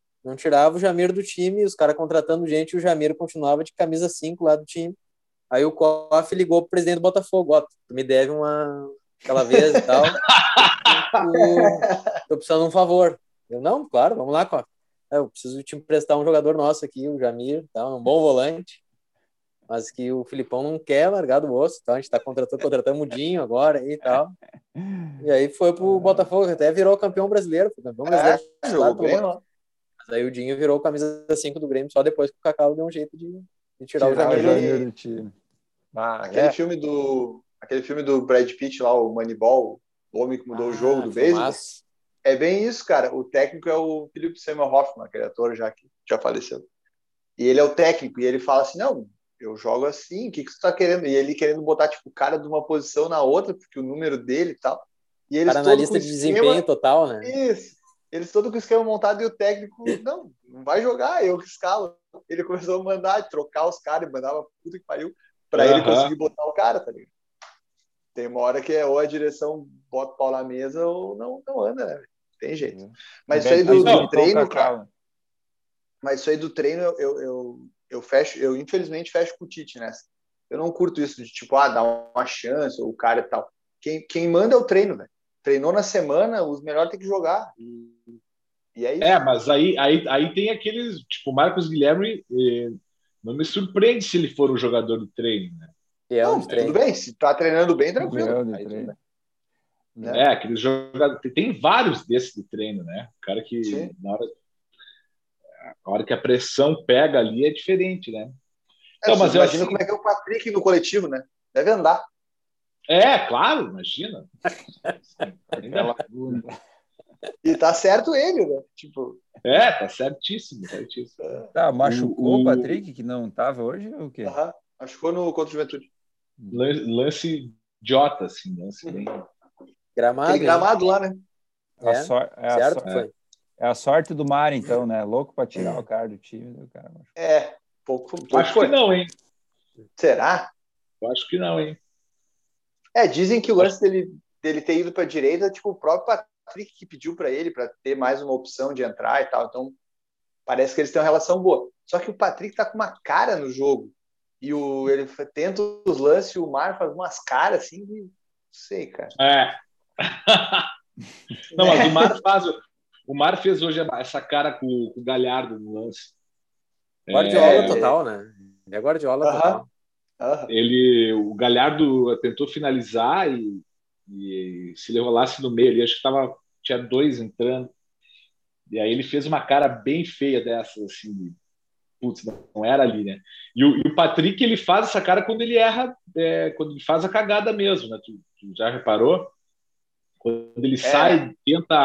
Speaker 3: E os caras contratando gente e o Jamir continuava de camisa 5 lá do time. Aí o Koff ligou pro presidente do Botafogo, tu me deve aquela vez e tal. Tô precisando de um favor. Eu, não, claro, vamos lá, Koff. Eu preciso te emprestar um jogador nosso aqui, o Jamir, tá? Um bom volante, mas que o Filipão não quer largar do osso, tá? A gente tá contratando o Dinho agora e tal. E aí foi pro Botafogo, até virou campeão brasileiro. Foi campeão brasileiro.
Speaker 2: Jogou bem,
Speaker 3: mas aí o Dinho virou camisa 5 do Grêmio só depois que o Cacau deu um jeito de tirar o Jamir
Speaker 1: do time.
Speaker 2: Aquele filme do Brad Pitt lá, o Moneyball, o homem que mudou o jogo do beisebol. É bem isso, cara. O técnico é o Philip Seymour Hoffman, aquele ator que já faleceu. E ele é o técnico, e ele fala assim, não, eu jogo assim, o que tu tá querendo? E ele querendo botar, tipo, o cara de uma posição na outra, porque o número dele e tal. E eles
Speaker 3: Para
Speaker 2: todos
Speaker 3: analista
Speaker 2: com
Speaker 3: de
Speaker 2: esquema,
Speaker 3: desempenho total, né?
Speaker 2: isso. Eles todos com o esquema montado e o técnico, não vai jogar, eu que escalo. Ele começou a mandar, trocar os caras, e mandava puta que pariu, pra ele conseguir botar o cara, tá ligado? Tem uma hora que ou a direção bota o pau na mesa ou não anda, né? Tem jeito. Mas isso aí do treino, cara. Mas isso aí do treino, eu fecho, eu infelizmente fecho com o Tite, né? Eu não curto isso de tipo, dar uma chance, ou o cara e tal. Quem manda é o treino, velho. Treinou na semana, os melhores tem que jogar. E é isso.
Speaker 4: Mas aí tem aqueles, tipo, Marcos Guilherme, não me surpreende se ele for um jogador de treino, né?
Speaker 2: Não, tudo bem, se tá treinando bem, tranquilo. Aí,
Speaker 1: treino.
Speaker 2: Né?
Speaker 4: Aqueles jogadores, tem vários desses de treino, né? O cara que na hora que a pressão pega ali é diferente, né?
Speaker 2: Então, mas imagina como é que é o Patrick no coletivo, né? Deve andar.
Speaker 4: Claro, imagina.
Speaker 2: E tá certo ele, né? Tipo...
Speaker 4: tá certíssimo.
Speaker 1: Tá, machucou o Patrick, que não tava hoje, ou o quê?
Speaker 2: Machucou contra o Juventude.
Speaker 4: Lance idiota, assim, lance bem...
Speaker 3: Gramado.
Speaker 2: Aquele gramado lá, né?
Speaker 1: É a sorte do Mar, então, né? Louco pra tirar o cara do time. O cara
Speaker 2: pouco
Speaker 4: acho que não, hein?
Speaker 2: Será?
Speaker 4: Eu acho que não, hein?
Speaker 2: Dizem que o lance dele ter ido pra direita, tipo, o próprio Patrick que pediu pra ele, pra ter mais uma opção de entrar e tal. Então, parece que eles têm uma relação boa. Só que o Patrick tá com uma cara no jogo. E ele tenta os lances e o Mar faz umas caras assim de... Não sei, cara.
Speaker 4: Não, mas o Mar fez hoje essa cara com o Galhardo no lance.
Speaker 3: Guardiola total, né? Ele é Guardiola total.
Speaker 4: O Galhardo tentou finalizar e se ele rolasse no meio ali, acho que tinha 2 entrando. E aí ele fez uma cara bem feia dessas, assim, putz, não era ali, né? E o Patrick, ele faz essa cara quando ele erra, quando ele faz a cagada mesmo, né? Tu já reparou? Quando ele sai,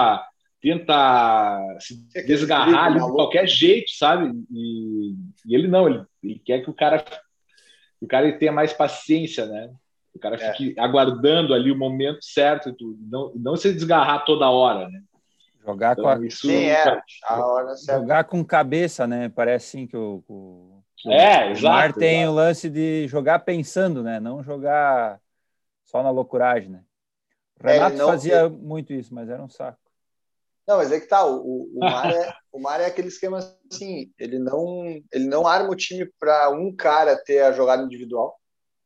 Speaker 4: tenta se desgarrar ali de qualquer jeito, sabe? E ele não, ele quer que o cara ele tenha mais paciência, né? O cara fique aguardando ali o momento certo, não se desgarrar toda hora, né?
Speaker 1: Jogar
Speaker 4: então,
Speaker 1: com
Speaker 2: a hora certa.
Speaker 1: Jogar com cabeça, né? Parece sim que o
Speaker 4: Mar
Speaker 1: tem o lance de jogar pensando, né? Não jogar só na loucuragem, né? O Renato fazia muito isso, mas era um saco.
Speaker 2: Não, mas é que tá, o Mar é aquele esquema assim, ele não arma o time para um cara ter a jogada individual.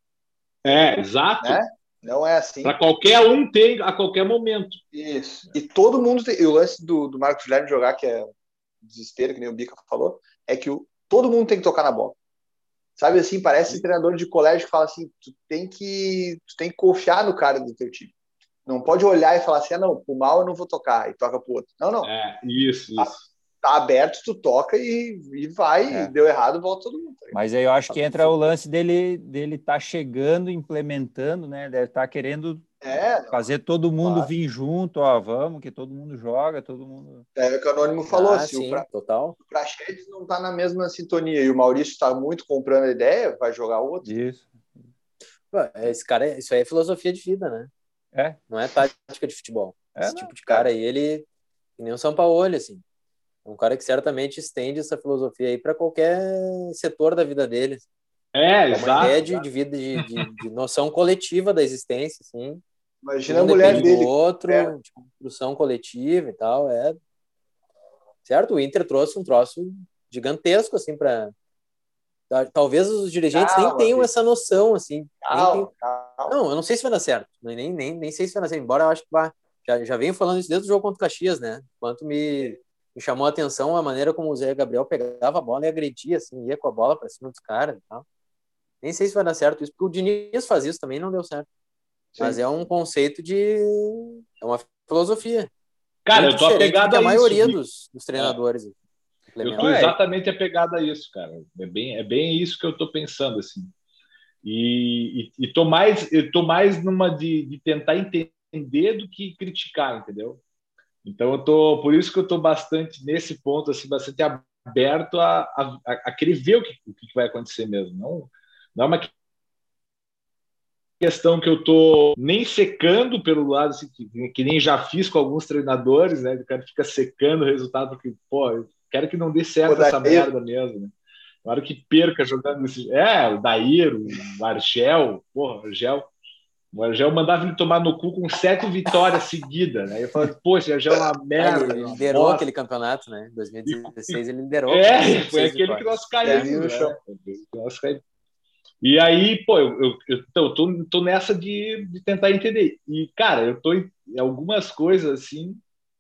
Speaker 4: Exato.
Speaker 2: Né? Não é assim.
Speaker 4: Para qualquer um ter a qualquer momento.
Speaker 2: Isso. E todo mundo tem. E o lance do Marcos Guilherme jogar, que é desespero, que nem o Bica falou, é que todo mundo tem que tocar na bola. Sabe assim, parece treinador de colégio que fala assim, tu tem que confiar no cara do teu time. Não pode olhar e falar assim, não, pro mal eu não vou tocar, e toca pro outro. Não.
Speaker 4: Isso.
Speaker 2: Tá aberto, tu toca e vai, e deu errado, volta todo mundo.
Speaker 1: Mas aí eu acho que entra o lance dele tá chegando, implementando, né? Deve estar querendo fazer todo mundo vir junto, vamos, que todo mundo joga, todo mundo...
Speaker 2: É o que o Anônimo falou,
Speaker 3: total.
Speaker 2: O Praxedes não tá na mesma sintonia, e o Maurício tá muito comprando a ideia, vai jogar outro.
Speaker 1: Isso.
Speaker 3: Esse cara, isso aí é filosofia de vida, né? Não é tática de futebol. Esse tipo de cara aí, ele... Que nem o Sampaoli, assim. É um cara que certamente estende essa filosofia aí para qualquer setor da vida dele.
Speaker 4: Exato.
Speaker 3: Uma ideia de vida, de noção coletiva da existência, assim.
Speaker 2: Imagina a mulher dele.
Speaker 3: Do outro, de construção coletiva e tal, certo? O Inter trouxe um troço gigantesco, assim, para... Talvez os dirigentes nem tenham essa noção, assim. Não, eu não sei se vai dar certo. Nem sei se vai dar certo. Embora eu acho que já venho falando isso desde o jogo contra o Caxias, né? Quanto me chamou a atenção a maneira como o Zé Gabriel pegava a bola e agredia, assim, ia com a bola para cima dos caras e tal. Nem sei se vai dar certo isso, porque o Diniz faz isso também, não deu certo. Sim. Mas é um conceito é uma filosofia.
Speaker 4: Cara, eu tô apegado a isso.
Speaker 3: A maioria dos treinadores.
Speaker 4: Eu tô exatamente apegado a isso, cara. É bem isso que eu tô pensando, assim. E tô mais numa de tentar entender do que criticar, entendeu? Então por isso que eu tô bastante nesse ponto, assim, bastante aberto a querer ver o que vai acontecer mesmo. Não é uma questão que eu tô nem secando pelo lado, assim, que nem já fiz com alguns treinadores, né? O cara fica secando o resultado, porque, pô, eu quero que não dê certo essa merda mesmo, né? Na hora que perca jogando esse. O Daír, o Argel, porra, o Argel mandava ele tomar no cu com 7 vitórias seguidas, né? Eu falava, poxa, o Argel é uma merda.
Speaker 3: Ele liderou aquele campeonato, né? Em 2016 ele liderou.
Speaker 4: Foi aquele que nós caímos, né? Nós caímos. E aí, pô, eu tô nessa de tentar entender. E, cara, eu tô em algumas coisas assim.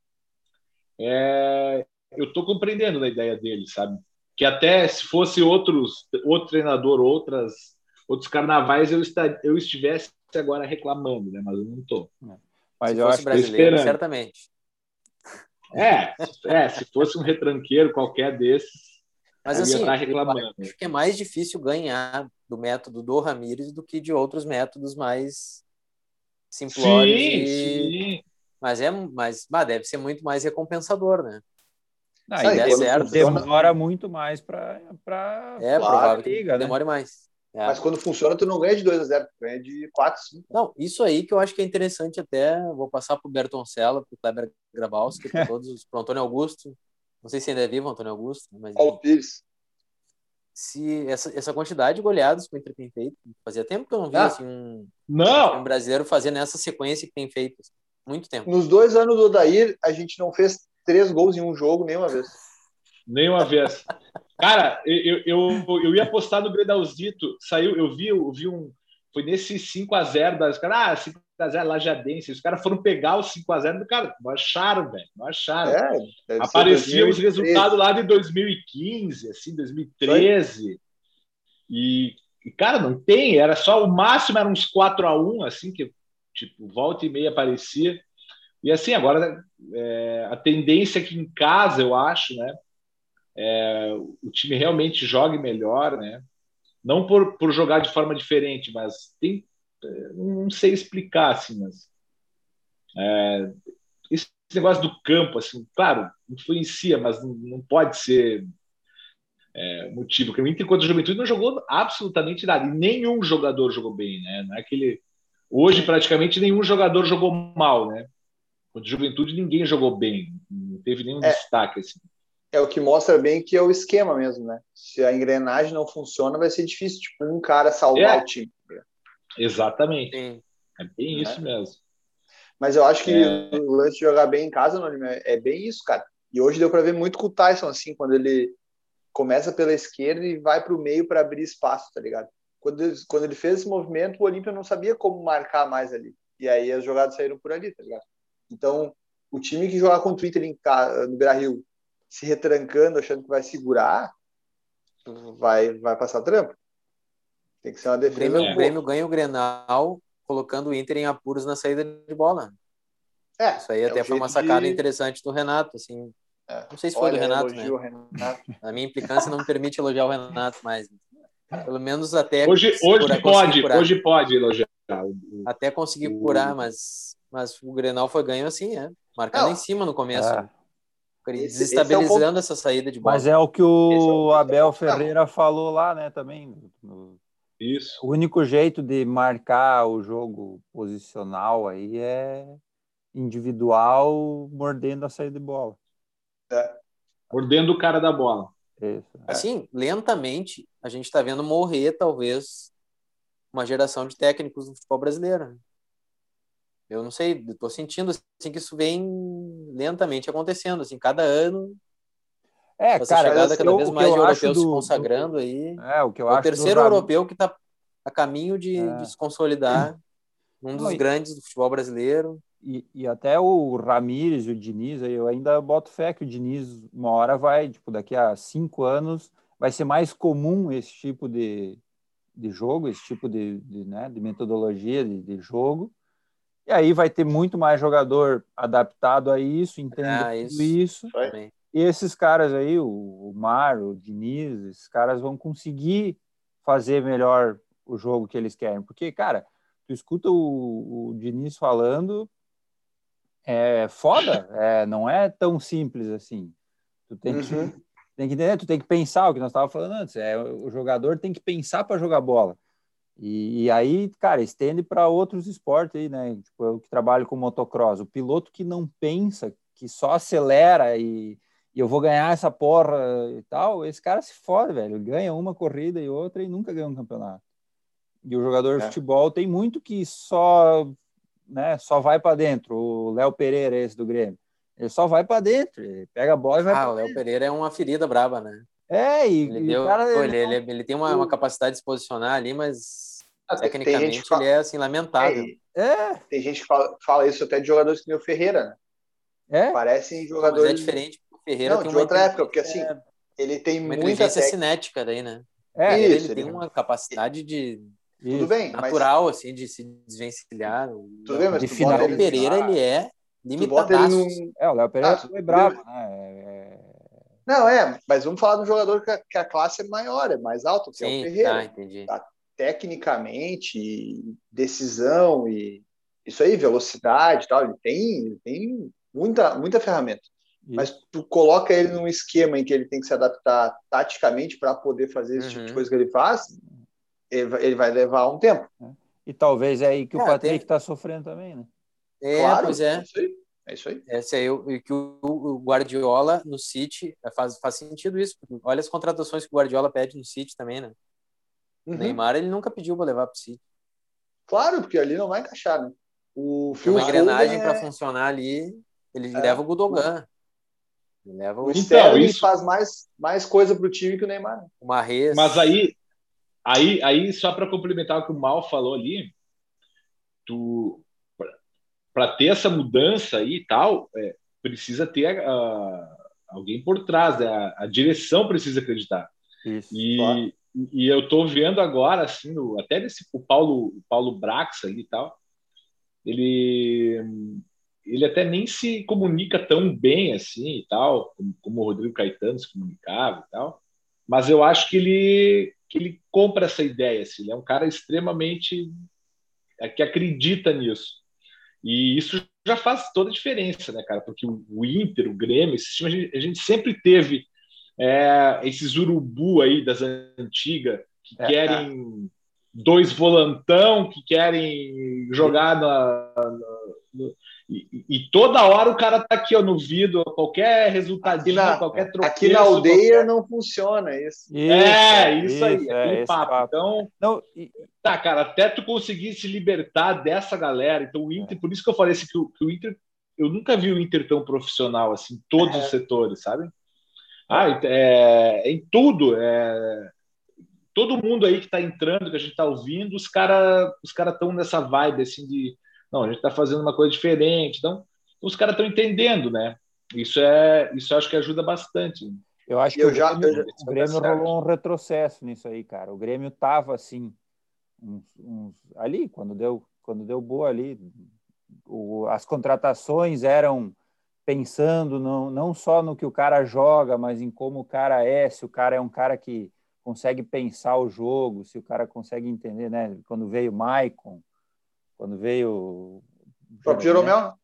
Speaker 4: Eu tô compreendendo a ideia dele, sabe? Que até se fosse outro treinador, outros carnavais, eu estivesse agora reclamando, né? Mas eu não tô.
Speaker 1: Mas
Speaker 3: se
Speaker 1: eu
Speaker 3: fosse
Speaker 1: acho
Speaker 3: brasileiro, certamente.
Speaker 4: Se fosse um retranqueiro qualquer desses,
Speaker 3: mas
Speaker 4: eu
Speaker 3: assim,
Speaker 4: ia estar reclamando.
Speaker 3: Eu acho que é mais difícil ganhar do método do Ramírez do que de outros métodos mais simplórios.
Speaker 4: Sim.
Speaker 3: Mas deve ser muito mais recompensador, né?
Speaker 1: Certo, demora muito mais para
Speaker 3: provável
Speaker 1: liga,
Speaker 3: que demore mais.
Speaker 2: Mas quando funciona, tu não ganha de 2-0, tu ganha de 4-5.
Speaker 3: Não, isso aí que eu acho que é interessante até. Vou passar para o Bertoncello, para o Kleber Grabowski, para todos, para o Antônio Augusto. Não sei se ainda é vivo o Antônio Augusto, mas.
Speaker 2: Paulo Pires.
Speaker 3: Se essa quantidade de goleadas que o Inter tem feito, fazia tempo que eu não via assim, um brasileiro fazer nessa sequência que tem feito. Assim, muito tempo.
Speaker 2: Nos 2 anos do Odair, a gente não fez 3 gols em um jogo nenhuma vez.
Speaker 4: Nenhuma vez. Cara, eu ia apostar no Grenalzito, saiu, eu vi foi nesse 5-0 das caras, 5-0 Lajadense, os caras foram pegar o 5-0 do cara, não acharam, velho, não acharam. Apareciam os resultados lá de 2015, assim, 2013. E, cara, não tem, era só o máximo, eram uns 4-1, assim, que tipo, volta e meia aparecia. E assim, agora a tendência aqui em casa, eu acho, né? O time realmente jogue melhor, né? Não por jogar de forma diferente, mas não sei explicar, assim, mas esse negócio do campo, assim, claro, influencia, mas não pode ser motivo, porque o Inter contra a Juventude não jogou absolutamente nada, e nenhum jogador jogou bem, né? Não é aquele... Hoje, praticamente, nenhum jogador jogou mal, né? Contra a Juventude, ninguém jogou bem, não teve nenhum destaque, assim.
Speaker 2: É o que mostra bem que é o esquema mesmo, né? Se a engrenagem não funciona, vai ser difícil, tipo, um cara salvar o time.
Speaker 4: Exatamente.
Speaker 3: Sim.
Speaker 4: É bem isso mesmo.
Speaker 2: Mas eu acho que o lance de jogar bem em casa, é bem isso, cara. E hoje deu pra ver muito com o Tyson, assim, quando ele começa pela esquerda e vai pro meio para abrir espaço, tá ligado? Quando ele fez esse movimento, o Olímpia não sabia como marcar mais ali. E aí as jogadas saíram por ali, tá ligado? Então, o time que jogar contra o Inter no Beira-Rio, se retrancando, achando que vai segurar, vai passar trampo. Tem que ser uma defesa.
Speaker 3: O Grêmio ganha o Grenal colocando o Inter em apuros na saída de bola. Isso aí até foi uma sacada interessante do Renato, assim. Não sei se foi do Renato, né?
Speaker 2: Renato.
Speaker 3: A minha implicância não me permite elogiar o Renato, mas pelo menos até
Speaker 4: hoje pode elogiar.
Speaker 3: Até conseguir curar, mas o Grenal foi ganho assim, marcando em cima no começo. Desestabilizando essa saída de bola.
Speaker 1: Mas é o que o Abel Ferreira falou lá, né, também.
Speaker 4: Isso.
Speaker 1: O único jeito de marcar o jogo posicional aí é individual, mordendo a saída de bola.
Speaker 4: Mordendo o cara da bola.
Speaker 1: Isso,
Speaker 3: Assim, lentamente, a gente está vendo morrer, talvez, uma geração de técnicos do futebol brasileiro. Eu não sei, estou sentindo assim, que isso vem lentamente acontecendo, assim, cada ano. Essa chegada cada vez mais de europeus se consagrando aí.
Speaker 1: O que eu acho
Speaker 3: o terceiro europeu que está a caminho de se consolidar num dos grandes do futebol brasileiro.
Speaker 1: E até o Ramírez e o Diniz, eu ainda boto fé que o Diniz uma hora vai, tipo, daqui a 5 anos, vai ser mais comum esse tipo de jogo, esse tipo de metodologia de jogo. E aí vai ter muito mais jogador adaptado a isso, entendendo isso. E esses caras aí, o Mar, o Diniz, esses caras vão conseguir fazer melhor o jogo que eles querem. Porque, cara, tu escuta o Diniz falando, é foda, não é tão simples assim. Tu tem que entender, tu tem que pensar o que nós estávamos falando antes. O jogador tem que pensar para jogar bola. E aí, cara, estende para outros esportes aí, né? Tipo, eu que trabalho com motocross, o piloto que não pensa, que só acelera e eu vou ganhar essa porra e tal, esse cara se fode, velho. Ele ganha uma corrida e outra e nunca ganha um campeonato. E o jogador de futebol tem muito que só, né, só vai para dentro. O Léo Pereira, esse do Grêmio, ele só vai para dentro, ele pega a bola e vai para
Speaker 3: o Léo
Speaker 1: dentro.
Speaker 3: Pereira é uma ferida braba, né?
Speaker 1: E o cara...
Speaker 3: Ele tem uma capacidade de se posicionar ali, mas tecnicamente
Speaker 2: fala,
Speaker 3: ele é assim, lamentável.
Speaker 2: Tem gente que fala isso até de jogadores que nem o Ferreira, né? Parecem jogadores...
Speaker 3: Mas é diferente, o Ferreira tem
Speaker 2: de outra época, porque assim, ele tem
Speaker 3: uma
Speaker 2: muita
Speaker 3: inteligência cinética daí, né?
Speaker 2: Isso,
Speaker 3: ele tem uma capacidade de
Speaker 2: tudo bem,
Speaker 3: natural, assim, de se desvencilhar.
Speaker 2: Tudo bem, mas
Speaker 3: o Léo Pereira, ele é limitadaço.
Speaker 1: O Léo Pereira foi bravo, né?
Speaker 2: Não, mas vamos falar do jogador que a classe é maior, é mais alto, que é o Ferreira.
Speaker 3: Entendi.
Speaker 2: Tecnicamente, decisão e isso aí, velocidade e tal, ele tem muita ferramenta. Isso. Mas tu coloca ele num esquema em que ele tem que se adaptar taticamente para poder fazer esse tipo de coisa que ele faz, ele vai levar um tempo.
Speaker 1: E talvez é aí que o Patrick está sofrendo também, né?
Speaker 2: Claro,
Speaker 3: pois é.
Speaker 2: É isso aí.
Speaker 3: Esse aí, que o Guardiola no City faz sentido isso. Olha as contratações que o Guardiola pede no City também, né? O Neymar, ele nunca pediu para levar para o City.
Speaker 2: Claro, porque ali não vai encaixar, né?
Speaker 3: Uma engrenagem para funcionar ali, ele leva o Gundogan.
Speaker 2: O Sterling faz mais coisa para o time que o Neymar. Né?
Speaker 3: O Mahrez.
Speaker 4: Mas aí só para complementar o que o Mal falou ali, para ter essa mudança aí e tal, precisa ter alguém por trás, né? A direção precisa acreditar.
Speaker 1: Isso,
Speaker 4: e eu estou vendo agora, assim, até o Paulo Brax ali e tal, ele até nem se comunica tão bem assim e tal, como o Rodrigo Caetano se comunicava e tal, mas eu acho que ele compra essa ideia, assim, ele é um cara extremamente que acredita nisso. E isso já faz toda a diferença, né, cara? Porque o Inter, o Grêmio, esse time, a gente sempre teve esses urubu aí das antigas que querem dois volantão, que querem jogar e toda hora o cara tá aqui no vidro, qualquer resultadinho, qualquer tropeço.
Speaker 2: Aqui na aldeia não funciona isso.
Speaker 4: Isso aí, aquele papo. Então, tá, cara, até tu conseguir se libertar dessa galera. Então, o Inter, por isso que eu falei assim, que o Inter, eu nunca vi o Inter tão profissional assim, em todos os setores, sabe? Em tudo, todo mundo aí que está entrando, que a gente está ouvindo, os caras estão nessa vibe assim de não, a gente está fazendo uma coisa diferente, então os caras estão entendendo, né? Isso acho que ajuda bastante.
Speaker 1: Eu acho que o Grêmio rolou um retrocesso nisso aí, cara. O Grêmio tava assim, ali quando deu boa ali, as contratações eram pensando não só no que o cara joga, mas em como o cara se o cara é um cara que consegue pensar o jogo, se o cara consegue entender, né? Quando veio o Maicon, quando veio o
Speaker 2: próprio Jeromel.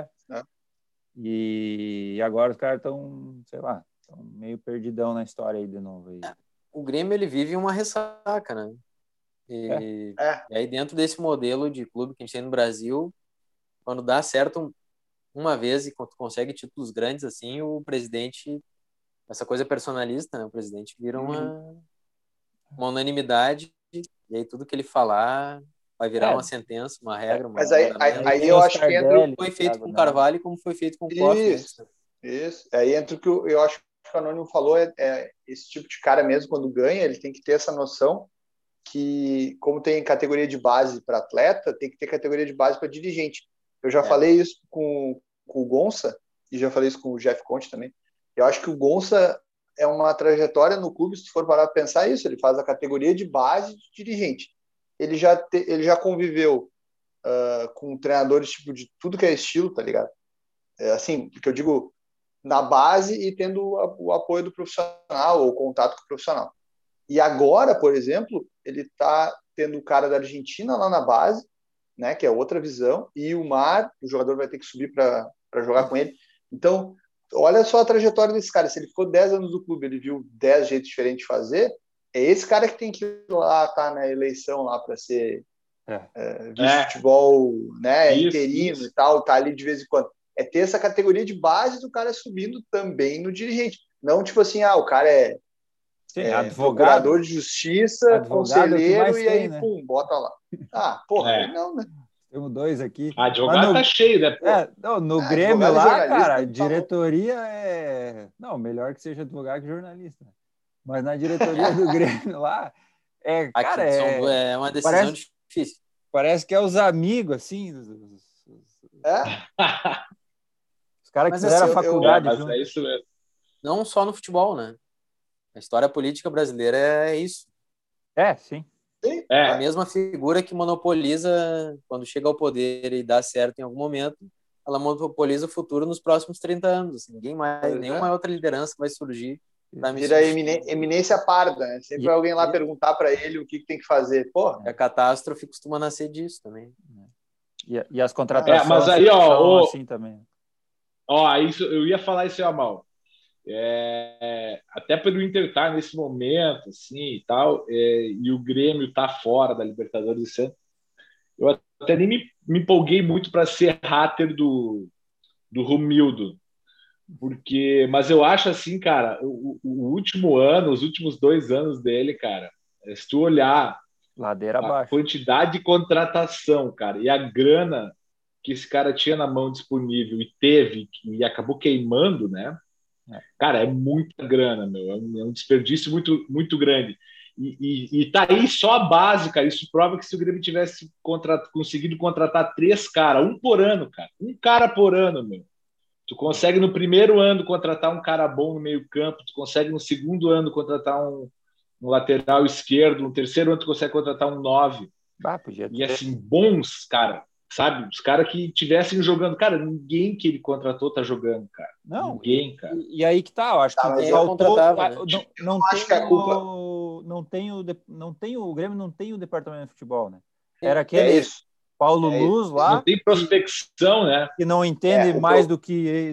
Speaker 1: E agora os caras estão, sei lá, meio perdidão na história aí de novo. Aí.
Speaker 3: O Grêmio, ele vive uma ressaca, né? E aí dentro desse modelo de clube que a gente tem no Brasil, quando dá certo uma vez e quando consegue títulos grandes assim, o presidente, essa coisa personalista, né? O presidente vira uma unanimidade e aí tudo que ele falar vai virar uma sentença, uma regra,
Speaker 2: mas aí eu acho que entra...
Speaker 3: Como foi feito com o Carvalho e como foi feito com o Koff.
Speaker 2: Isso. Aí entra o que eu acho que o Anônimo falou, esse tipo de cara mesmo, quando ganha, ele tem que ter essa noção que, como tem categoria de base para atleta, tem que ter categoria de base para dirigente. Eu já falei isso com o Gonça, e já falei isso com o Jeff Conte também. Eu acho que o Gonça é uma trajetória no clube, se for parar para pensar isso, ele faz a categoria de base de dirigente. Ele já conviveu com treinadores tipo de tudo que é estilo, tá ligado? Assim, porque eu digo na base e tendo o apoio do profissional ou o contato com o profissional. E agora, por exemplo, ele está tendo o cara da Argentina lá na base, né, que é outra visão, e o o jogador vai ter que subir para jogar com ele. Então, olha só a trajetória desse cara. Se ele ficou 10 anos no clube, ele viu 10 jeitos diferentes de fazer, É esse cara que tem que ir lá, tá na eleição lá para ser vice-futebol, né, interino e tal, tá ali de vez em quando. É ter essa categoria de base do cara subindo também no dirigente. Não tipo assim, o cara é procurador de justiça, conselheiro, e aí, pum, bota lá. Aí não, né?
Speaker 1: Temos 2 aqui.
Speaker 4: Advogado tá cheio, né?
Speaker 1: No Grêmio lá, cara, a diretoria é... Não, melhor que seja advogado que jornalista. Mas na diretoria do Grêmio lá, cara,
Speaker 3: é uma decisão difícil.
Speaker 1: Parece que é os amigos, assim. Os caras que fizeram a faculdade junto.
Speaker 4: É isso mesmo.
Speaker 3: Não só no futebol, né? A história política brasileira é isso.
Speaker 1: Sim.
Speaker 3: A mesma figura que monopoliza, quando chega ao poder e dá certo em algum momento, ela monopoliza o futuro nos próximos 30 anos. Ninguém mais, nenhuma outra liderança vai surgir.
Speaker 2: Vira eminência parda, né? Sempre alguém lá perguntar para ele o que tem que fazer.
Speaker 3: A catástrofe costuma nascer disso também.
Speaker 1: E as contratações
Speaker 4: mas aí,
Speaker 1: são assim também.
Speaker 4: Isso, eu ia falar isso, Amal. Até pelo Inter estar nesse momento, assim, e tal, e o Grêmio tá fora da Libertadores esse ano, eu até nem me empolguei muito para ser hater do Romildo, mas eu acho assim, cara, o último ano, os últimos 2 anos dele, cara, se tu olhar
Speaker 1: ladeira abaixo,
Speaker 4: quantidade de contratação, cara, e a grana que esse cara tinha na mão disponível e teve, e acabou queimando, né? Cara, é muita grana, meu. É um desperdício muito, muito grande. E tá aí só a base, cara. Isso prova que se o Grêmio tivesse conseguido contratar 3 caras, um por ano, cara. Um cara por ano, meu. Tu consegue no primeiro ano contratar um cara bom no meio-campo, tu consegue no segundo ano contratar um lateral esquerdo, no terceiro ano tu consegue contratar um 9. E assim, bons, cara. Sabe? Os caras que estivessem jogando. Cara, ninguém que ele contratou tá jogando, cara.
Speaker 1: Não.
Speaker 4: Ninguém, cara.
Speaker 1: E aí que tá, eu acho que
Speaker 3: faltou...
Speaker 1: O Grêmio não tem o departamento de futebol, né? Era aquele Paulo Luz lá.
Speaker 4: Não tem prospecção, né?
Speaker 1: Que não entende mais do que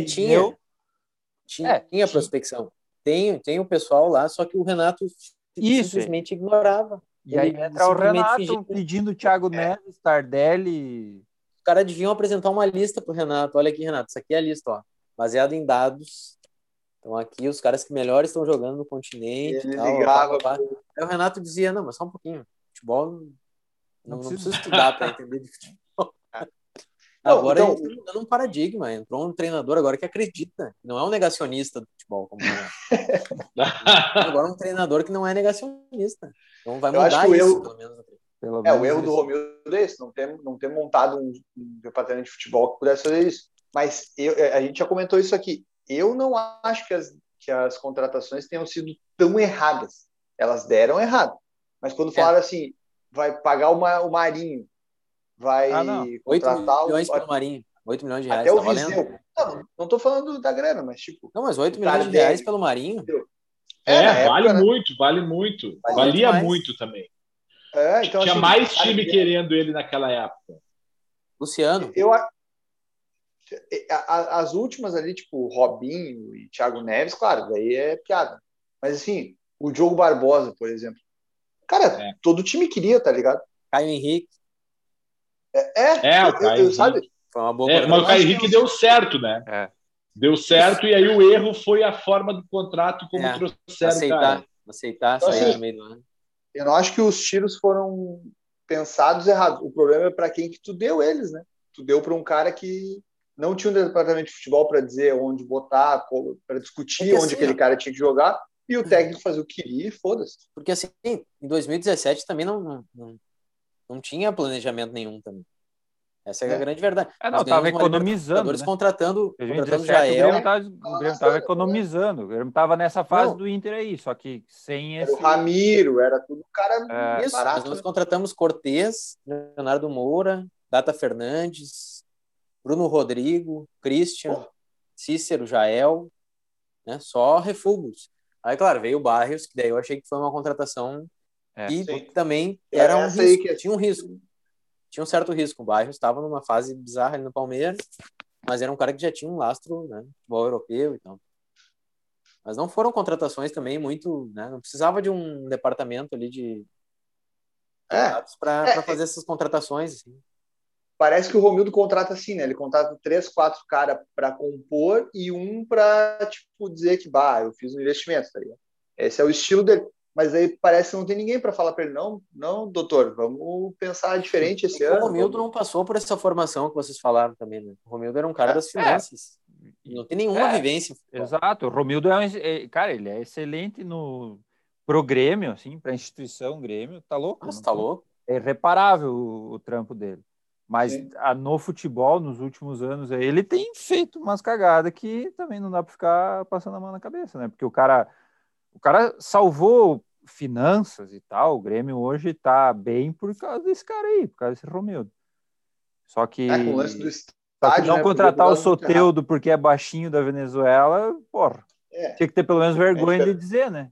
Speaker 3: Tinha prospecção. Tem o pessoal lá, só que o Renato simplesmente ignorava.
Speaker 1: E aí entra o Renato pedindo o Thiago Neves, Tardelli.
Speaker 3: Os caras deviam apresentar uma lista pro Renato. Olha aqui, Renato, isso aqui é a lista, ó. Baseado em dados. Então aqui os caras que melhor estão jogando no continente.
Speaker 2: Ele
Speaker 3: tal,
Speaker 2: ligava.
Speaker 3: Aí o Renato dizia, não, mas só um pouquinho. Futebol não precisa estudar para entender de futebol. Agora ele está mudando um paradigma. Entrou um treinador agora que acredita. Não é um negacionista do futebol. Agora um treinador que não é negacionista. Então vai mudar isso, pelo menos.
Speaker 2: O erro do Romildo é esse, não ter montado um departamento de futebol que pudesse fazer isso. Mas a gente já comentou isso aqui. Eu não acho que as contratações tenham sido tão erradas. Elas deram errado. Mas quando falaram assim, vai pagar o Marinho, vai contratar...
Speaker 3: 8 milhões pelo Marinho. 8 milhões de reais.
Speaker 2: Até o Viseu. Não tô falando da grana, mas tipo...
Speaker 3: Não, mas 8 milhões de reais pelo Marinho...
Speaker 4: vale muito. Valia muito também.
Speaker 2: Então,
Speaker 4: tinha
Speaker 2: assim,
Speaker 4: mais time querendo ele naquela época.
Speaker 3: Luciano.
Speaker 2: As últimas ali, tipo Robinho e Thiago Neves, claro, daí é piada. Mas assim, o Diogo Barbosa, por exemplo. Cara, todo time queria, tá ligado?
Speaker 3: Caio Henrique.
Speaker 4: O Caio Henrique.
Speaker 2: Sabe?
Speaker 3: Foi uma boa
Speaker 4: mas o Caio Henrique deu certo, né? Deu certo, e aí o erro foi a forma do contrato como trouxeram o cara.
Speaker 3: Aceitar,
Speaker 2: então,
Speaker 3: sair no meio do ano.
Speaker 2: Eu não acho que os tiros foram pensados errados. O problema é para quem que tu deu eles, né? Tu deu para um cara que não tinha um departamento de futebol para dizer onde botar, para discutir onde aquele cara tinha que jogar, e o técnico fazia o que queria e foda-se.
Speaker 3: Porque assim, em 2017 também não tinha planejamento nenhum também. Essa é a grande verdade.
Speaker 1: Estava economizando. Né?
Speaker 3: Contratando Jael.
Speaker 1: O Grêmio estava economizando. O Grêmio estava nessa fase do Inter aí, só que sem esse...
Speaker 2: Era o Ramiro, era tudo cara barato.
Speaker 3: Mas nós contratamos Cortez, Leonardo Moura, Data Fernandes, Bruno Rodrigo, Christian, Cícero, Jael, né? Só refugos. Aí, claro, veio o Barrios, que daí eu achei que foi uma contratação que também era um risco, tinha um risco. Tinha um certo risco. O Barrios estava numa fase bizarra ali no Palmeiras, mas era um cara que já tinha um lastro, né? Futebol europeu e tal. Mas não foram contratações também muito, né? Não precisava de um departamento ali de para fazer essas contratações, assim.
Speaker 2: Parece que o Romildo contrata assim, né? Ele contrata 3, 4 caras para compor e um para, tipo, dizer que, eu fiz um investimento, tá ligado? Esse é o estilo dele. Mas aí parece que não tem ninguém para falar para ele, não, doutor, vamos pensar diferente esse ano.
Speaker 3: O Romildo não passou por essa formação que vocês falaram também, né? O Romildo era um cara das finanças. Não tem nenhuma vivência.
Speaker 1: Exato. O Romildo cara, ele é excelente pro Grêmio, assim, pra instituição Grêmio, tá louco?
Speaker 3: Nossa, tá louco.
Speaker 1: É irreparável o trampo dele. Mas no futebol, nos últimos anos, ele tem feito umas cagadas que também não dá para ficar passando a mão na cabeça, né? Porque o cara salvou finanças e tal. O Grêmio hoje tá bem por causa desse cara aí, por causa desse Romildo. Só que,
Speaker 2: com o lance do estádio,
Speaker 1: não contratar o Soteldo porque é baixinho da Venezuela, porra. Tinha que ter pelo menos vergonha de dizer, né?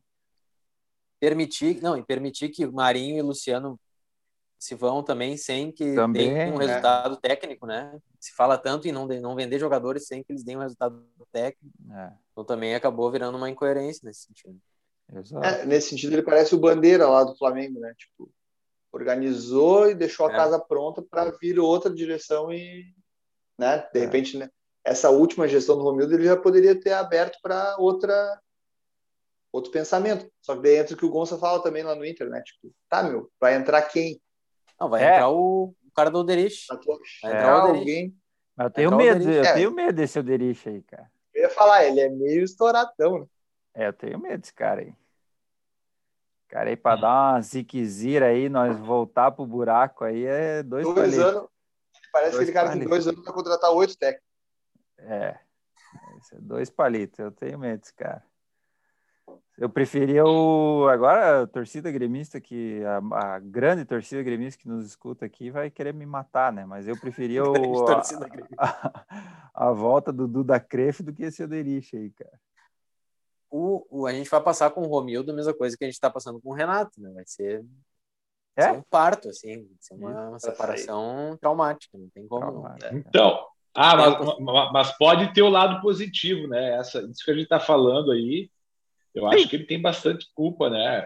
Speaker 3: Permitir que Marinho e Luciano se vão também sem que tenham um resultado técnico, né? Se fala tanto em não vender jogadores sem que eles deem um resultado técnico. Então também acabou virando uma incoerência nesse sentido.
Speaker 1: Exato.
Speaker 2: Nesse sentido, ele parece o Bandeira lá do Flamengo, né? Tipo, organizou e deixou a casa pronta para vir outra direção e, né? De repente, né? Essa última gestão do Romildo ele já poderia ter aberto para outro pensamento. Só que daí entra o que o Gonça fala também lá no Inter, né? Tipo, vai entrar quem?
Speaker 3: Não, vai entrar o cara do Oderich.
Speaker 2: Vai entrar alguém.
Speaker 1: Mas eu tenho medo desse Oderich aí, cara.
Speaker 2: Eu ia falar, ele é meio estouradão, né?
Speaker 1: Eu tenho medo desse cara aí. Cara aí, pra dar uma ziquezira aí, nós voltar pro buraco aí, é 2
Speaker 2: palitos. 2 anos. Parece aquele cara com 2 anos pra contratar 8 técnicos.
Speaker 1: Esse é 2 palitos. Eu tenho medo desse cara. Eu preferia agora a torcida gremista, a grande torcida gremista que nos escuta aqui vai querer me matar, né? Mas eu preferia a volta do Duda Cref do que esse Oderich aí, cara.
Speaker 3: A gente vai passar com o Romildo a mesma coisa que a gente está passando com o Renato, né? Vai ser um parto, assim, vai ser uma separação traumática, não tem como.
Speaker 4: Então, mas pode ter o lado positivo, né? Isso que a gente está falando aí. Eu acho que ele tem bastante culpa, né?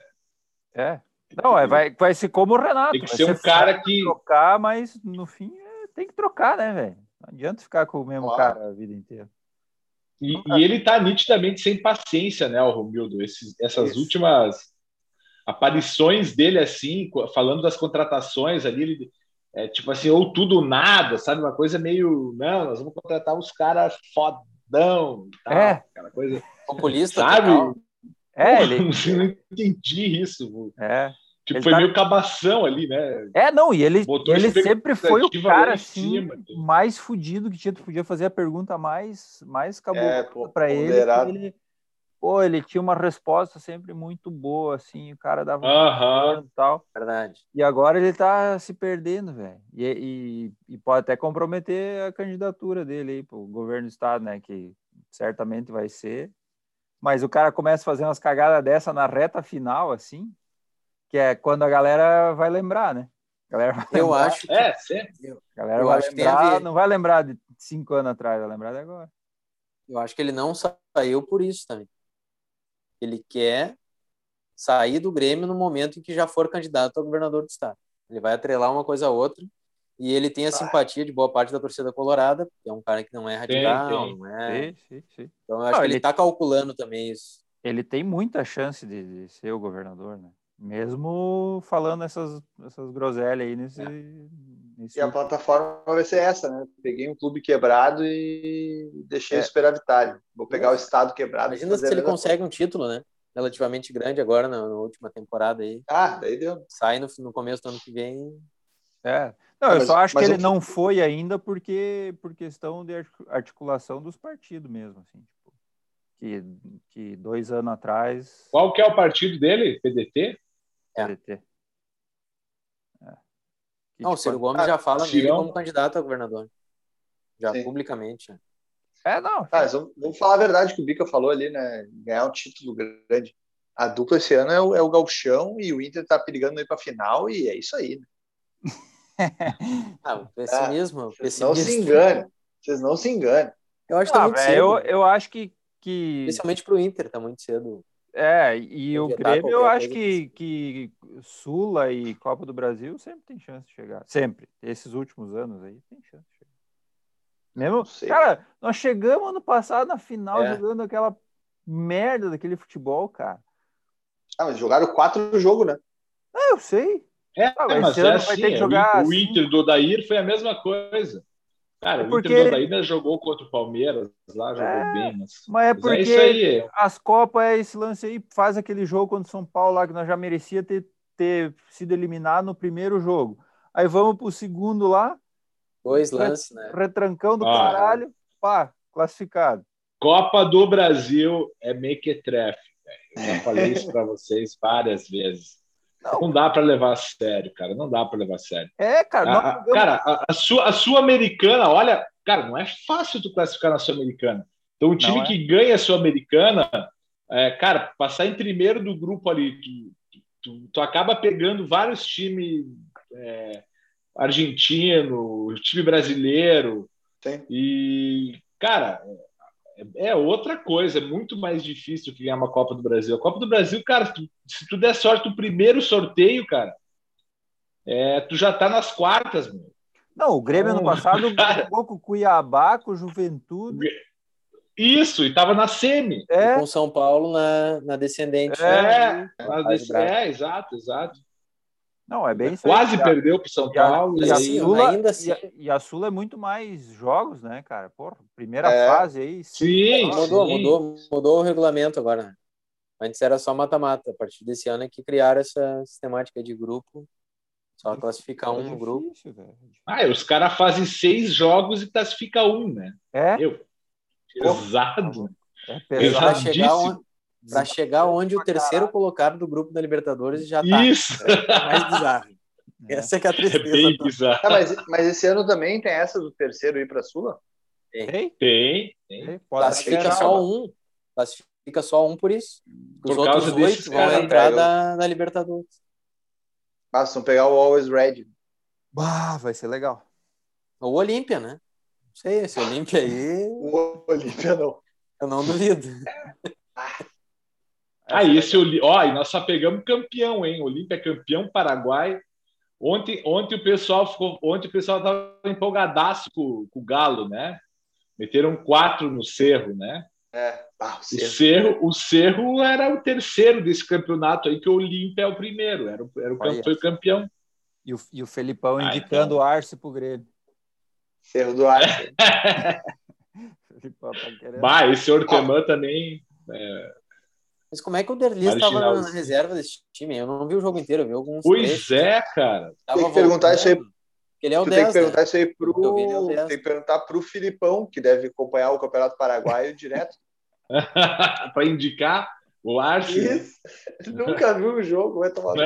Speaker 1: Não, vai ser como o Renato.
Speaker 4: Tem que ser um cara que
Speaker 1: trocar, mas no fim tem que trocar, né, velho? Não adianta ficar com o mesmo cara a vida inteira.
Speaker 4: E ele tá nitidamente sem paciência, né, o Romildo? Essas últimas aparições dele, assim, falando das contratações ali, tipo assim, ou tudo ou nada, sabe? Uma coisa meio, não, nós vamos contratar uns caras fodão e tal, aquela coisa
Speaker 3: populista,
Speaker 4: sabe?
Speaker 3: Total.
Speaker 4: Eu não entendi isso. Tipo, foi meio cabação ali, né?
Speaker 1: Não, e ele sempre foi o cara assim, mais fudido que podia fazer a pergunta mais cabulosa para ele. Ele tinha uma resposta sempre muito boa, assim, o cara dava um e tal.
Speaker 3: Verdade.
Speaker 1: E agora ele tá se perdendo, velho. E pode até comprometer a candidatura dele aí pro governo do estado, né? Que certamente vai ser. Mas o cara começa a fazer umas cagadas dessa na reta final, assim, que é quando a galera vai lembrar, né? A galera vai
Speaker 3: eu
Speaker 1: lembrar,
Speaker 3: acho que...
Speaker 1: A galera vai lembrar, não vai lembrar de 5 anos atrás, vai lembrar de agora.
Speaker 3: Eu acho que ele não saiu por isso também. Ele quer sair do Grêmio no momento em que já for candidato a governador do estado. Ele vai atrelar uma coisa a outra e ele tem a simpatia de boa parte da torcida colorada, que é um cara que não é radical, não é...
Speaker 1: Sim.
Speaker 3: Então eu acho que ele tá calculando também isso.
Speaker 1: Ele tem muita chance de ser o governador, né? Mesmo falando essas groselhas aí nesse...
Speaker 2: E a plataforma vai ser essa, né? Peguei um clube quebrado e deixei superavitário. Vou pegar o estado quebrado.
Speaker 3: Imagina se ele consegue um título, né? Relativamente grande agora na última temporada aí.
Speaker 2: Daí deu.
Speaker 3: Sai no começo do ano que vem.
Speaker 1: Não, eu só acho que ele não foi ainda por questão de articulação dos partidos mesmo, assim, tipo, que 2 anos atrás...
Speaker 4: Qual que é o partido dele? PDT?
Speaker 1: PDT.
Speaker 3: Não, o Ciro Gomes já fala nele como candidato a governador. Já publicamente.
Speaker 1: Não.
Speaker 2: Vamos falar a verdade que o Bica falou ali, né? Ganhar um título grande. A dupla esse ano é o Gauchão e o Inter tá perigando ir pra final e é isso aí, né?
Speaker 3: O pessimismo.
Speaker 2: Vocês não se enganem. Eu acho que tá muito
Speaker 1: cedo. Eu acho que
Speaker 3: Especialmente pro Inter, tá muito cedo.
Speaker 1: E o
Speaker 3: Injetar
Speaker 1: Grêmio, eu
Speaker 3: qualquer
Speaker 1: acho
Speaker 3: coisa
Speaker 1: que Sula e Copa do Brasil sempre tem chance de chegar. Sempre. Esses últimos anos aí tem chance de chegar. Mesmo,
Speaker 2: Não sei.
Speaker 1: cara, nós chegamos ano passado na final
Speaker 3: É.
Speaker 1: jogando aquela merda daquele futebol, cara.
Speaker 2: Mas jogaram 4 jogos, né?
Speaker 1: Eu sei.
Speaker 4: Mas
Speaker 1: esse
Speaker 4: é
Speaker 1: ano vai
Speaker 4: assim,
Speaker 1: ter que jogar
Speaker 4: o
Speaker 1: assim.
Speaker 4: Inter do Odair foi a mesma coisa. Cara,
Speaker 1: É
Speaker 4: o Inter
Speaker 1: porque
Speaker 4: do Odair jogou contra o Palmeiras, lá jogou bem,
Speaker 1: Mas é
Speaker 4: é
Speaker 1: porque
Speaker 4: isso aí.
Speaker 1: as Copas é esse lance aí, faz aquele jogo contra o São Paulo lá que nós já merecia ter sido eliminado no primeiro jogo. Aí vamos pro segundo lá,
Speaker 3: 2 lances, né?
Speaker 1: retrancão do caralho, pá, classificado.
Speaker 4: Copa do Brasil é mequetrefe. Eu já falei isso para vocês várias vezes. Não dá para levar a sério, cara. Não dá para levar a sério.
Speaker 1: Cara,
Speaker 4: Cara, a Sul-Americana, olha, cara, não é fácil tu classificar na Sul-Americana. Então, o time que ganha a Sul-Americana, cara, passar em primeiro do grupo ali, tu acaba pegando vários times argentino, time brasileiro.
Speaker 2: Sim.
Speaker 4: E, cara, é outra coisa, é muito mais difícil que ganhar uma Copa do Brasil. A Copa do Brasil, cara, se tu der sorte no primeiro sorteio, cara, tu já tá nas quartas, meu.
Speaker 1: Não, o Grêmio ano passado jogou com o Cuiabá, com o Juventude.
Speaker 4: Isso, e tava na semi.
Speaker 3: E com o São Paulo na descendente.
Speaker 4: Exato.
Speaker 1: Não, é bem isso aí.
Speaker 4: Quase perdeu pro São Paulo.
Speaker 3: Ainda assim.
Speaker 1: E a Sula é muito mais jogos, né, cara? Porra, primeira fase aí.
Speaker 4: Sim,
Speaker 3: mudou o regulamento agora, né? Antes era só mata-mata. A partir desse ano é que criaram essa sistemática de grupo. Só classificar um no grupo.
Speaker 4: Os caras fazem 6 jogos e classifica um, né? Pesado.
Speaker 1: Pesadíssimo.
Speaker 3: Para chegar onde o terceiro colocado do grupo da Libertadores já tá.
Speaker 4: Isso.
Speaker 3: É mais bizarro. Essa é que é a tristeza.
Speaker 4: É bem bizarro.
Speaker 2: Mas esse ano também tem essa do terceiro ir para a Sula?
Speaker 4: Tem.
Speaker 3: Classifica só um. Classifica só um por isso. Os
Speaker 4: por
Speaker 3: outros 8 vão entrar na Libertadores.
Speaker 2: Vão pegar o Always Red.
Speaker 1: Vai ser legal.
Speaker 3: O Olímpia, né? Não sei, esse Olímpia aí.
Speaker 2: O Olímpia não.
Speaker 3: Eu não duvido.
Speaker 4: E nós só pegamos campeão, hein? Olímpia é campeão Paraguai. Ontem o pessoal estava empolgadaço com o Galo, né? Meteram 4 no Cerro, né? O Cerro era o terceiro desse campeonato aí, que o Olímpia é o primeiro, foi o campeão.
Speaker 1: E o Felipão indicando o Arce pro Grêmio.
Speaker 2: Cerro do Arce.
Speaker 4: Esse Ortemã também.
Speaker 3: Mas como é que o Derlis estava na reserva desse time? Eu não vi o jogo inteiro, eu vi alguns
Speaker 4: cara.
Speaker 2: Tem que perguntar isso aí.
Speaker 3: Ele é o 10,
Speaker 2: tem que perguntar isso aí
Speaker 3: tem
Speaker 2: que perguntar pro Filipão, que deve acompanhar o Campeonato Paraguaio direto.
Speaker 4: Para indicar o Arce.
Speaker 2: Isso. Nunca viu o jogo, vai tomar.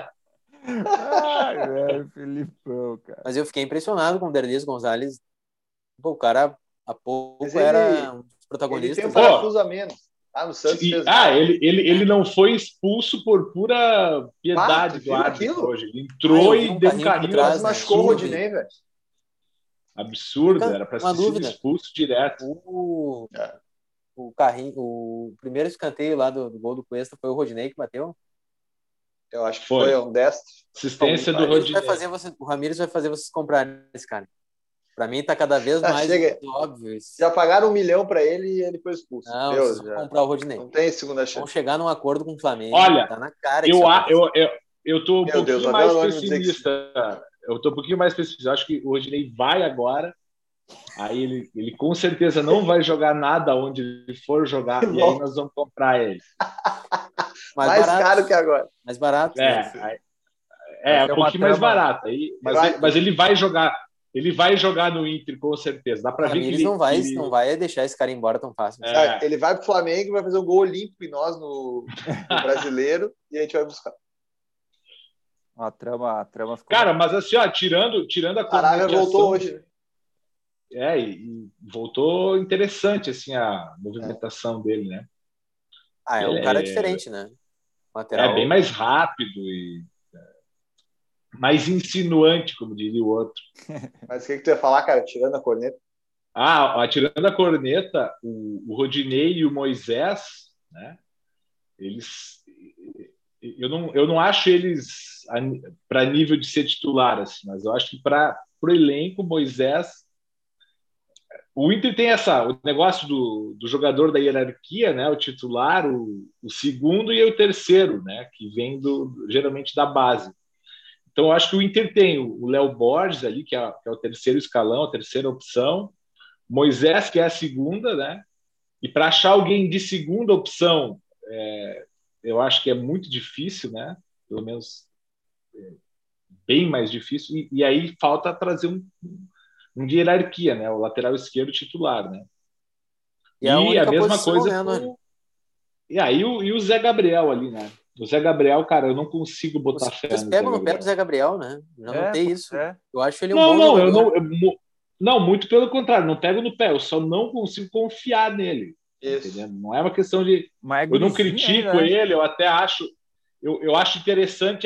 Speaker 1: Filipão, cara.
Speaker 3: Mas eu fiquei impressionado com o Derlis Gonzalez. O cara há pouco
Speaker 2: Mas
Speaker 3: era um dos protagonistas.
Speaker 2: Ele tem um parafuso a menos. No Santos
Speaker 4: ele não foi expulso por pura piedade do árbitro hoje. Ele entrou e deu um carrinho.
Speaker 2: Quase machucou o Rodinei, velho.
Speaker 4: Absurdo, era para ser sido expulso direto.
Speaker 3: O carrinho, o primeiro escanteio lá do gol do Cuesta foi o Rodinei que bateu?
Speaker 2: Eu acho que foi um destro.
Speaker 4: Assistência do Rodinei.
Speaker 3: O Ramires vai fazer vocês comprarem esse cara. Para mim tá cada vez mais óbvio isso.
Speaker 2: Já pagaram 1 milhão para ele e ele foi expulso.
Speaker 3: Não, Deus, vou comprar o Rodinei.
Speaker 2: Não tem segunda chance.
Speaker 3: Vamos chegar num acordo com o Flamengo.
Speaker 4: Olha,
Speaker 3: tá na cara.
Speaker 4: Eu tô um pouquinho mais pessimista. Eu tô um pouquinho mais pessimista. Acho que o Rodinei vai agora. Aí ele com certeza não vai jogar nada onde ele for jogar. E aí nós vamos comprar ele.
Speaker 2: Mais caro que agora.
Speaker 3: Mais barato.
Speaker 4: Um pouquinho mais barato. Mas ele vai jogar. Ele vai jogar no Inter, com certeza. Dá para ver que ele
Speaker 3: não vai deixar esse cara embora tão fácil.
Speaker 2: Ele vai pro Flamengo e vai fazer um gol olímpico em nós no Brasileiro e a gente vai buscar.
Speaker 1: A trama ficou...
Speaker 4: Cara, mas assim, tirando a
Speaker 2: Arábia voltou hoje, né?
Speaker 4: E voltou interessante, assim, a movimentação dele, né?
Speaker 3: É um cara diferente, né? Lateral.
Speaker 4: Bem mais rápido e mais insinuante, como diria o outro.
Speaker 2: Mas o que tu ia falar, cara? Tirando a corneta?
Speaker 4: Atirando a corneta, o Rodinei e o Moisés, né? Eles, eu não acho eles para nível de ser titular, assim, mas eu acho que para o elenco, Moisés. O Inter tem o negócio do jogador da hierarquia, né? O titular, o segundo e o terceiro, né? Que vem geralmente da base. Então, eu acho que o Inter tem o Léo Borges ali, que é o terceiro escalão, a terceira opção, Moisés, que é a segunda, né? E para achar alguém de segunda opção, eu acho que é muito difícil, né? Pelo menos bem mais difícil. E aí falta trazer um de hierarquia, né? O lateral esquerdo titular, né?
Speaker 3: E a única
Speaker 4: mesma
Speaker 3: posição,
Speaker 4: coisa
Speaker 3: né, mano?
Speaker 4: E aí o Zé Gabriel ali, né? O Zé Gabriel, cara, eu não consigo botar fé
Speaker 3: Vocês
Speaker 4: no Zé
Speaker 3: pegam no pé
Speaker 4: Gabriel.
Speaker 3: do Zé Gabriel, né? Já notei isso. Eu acho ele um
Speaker 4: Não,
Speaker 3: bom
Speaker 4: não,
Speaker 3: jogador.
Speaker 4: não, muito pelo contrário, não pego no pé, eu só não consigo confiar nele.
Speaker 2: Isso.
Speaker 4: Entendendo? Não é uma questão de.
Speaker 1: Mas é
Speaker 4: Eu não
Speaker 1: gurizinho
Speaker 4: critico
Speaker 1: ainda, né?
Speaker 4: ele, eu até acho. Eu acho interessante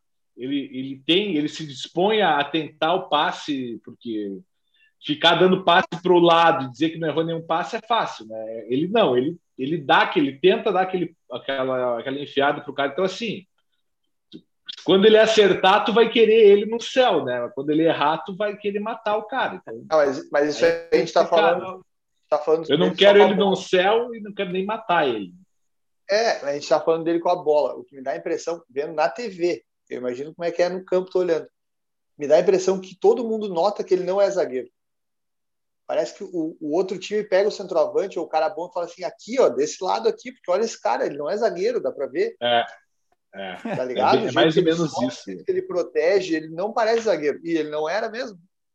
Speaker 4: ele se dispõe a tentar o passe, porque ficar dando passe para o lado e dizer que não errou nenhum passe é fácil, né? Ele não, ele tenta dar aquela enfiada pro cara. Então, assim, quando ele acertar, tu vai querer ele no céu, né? Quando ele errar, tu vai querer matar o cara. Então,
Speaker 2: mas isso aí a gente está falando
Speaker 4: eu não
Speaker 2: dele só
Speaker 4: quero
Speaker 2: com a
Speaker 4: ele no
Speaker 2: bola.
Speaker 4: céu e não quero nem matar ele.
Speaker 2: A gente está falando dele com a bola. O que me dá a impressão, vendo na TV, eu imagino como é que é no campo, tô olhando. Me dá a impressão que todo mundo nota que ele não é zagueiro. Parece que o outro time pega o centroavante ou o cara bom e fala assim, aqui, ó, desse lado aqui, porque olha esse cara, ele não é zagueiro, dá para ver. Tá ligado?
Speaker 4: É mais ou menos
Speaker 2: sobe,
Speaker 4: isso.
Speaker 2: O jeito que ele protege, ele não parece zagueiro. E ele não era mesmo.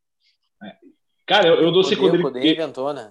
Speaker 4: Cara, eu não sei quando
Speaker 3: O Codê inventou, né?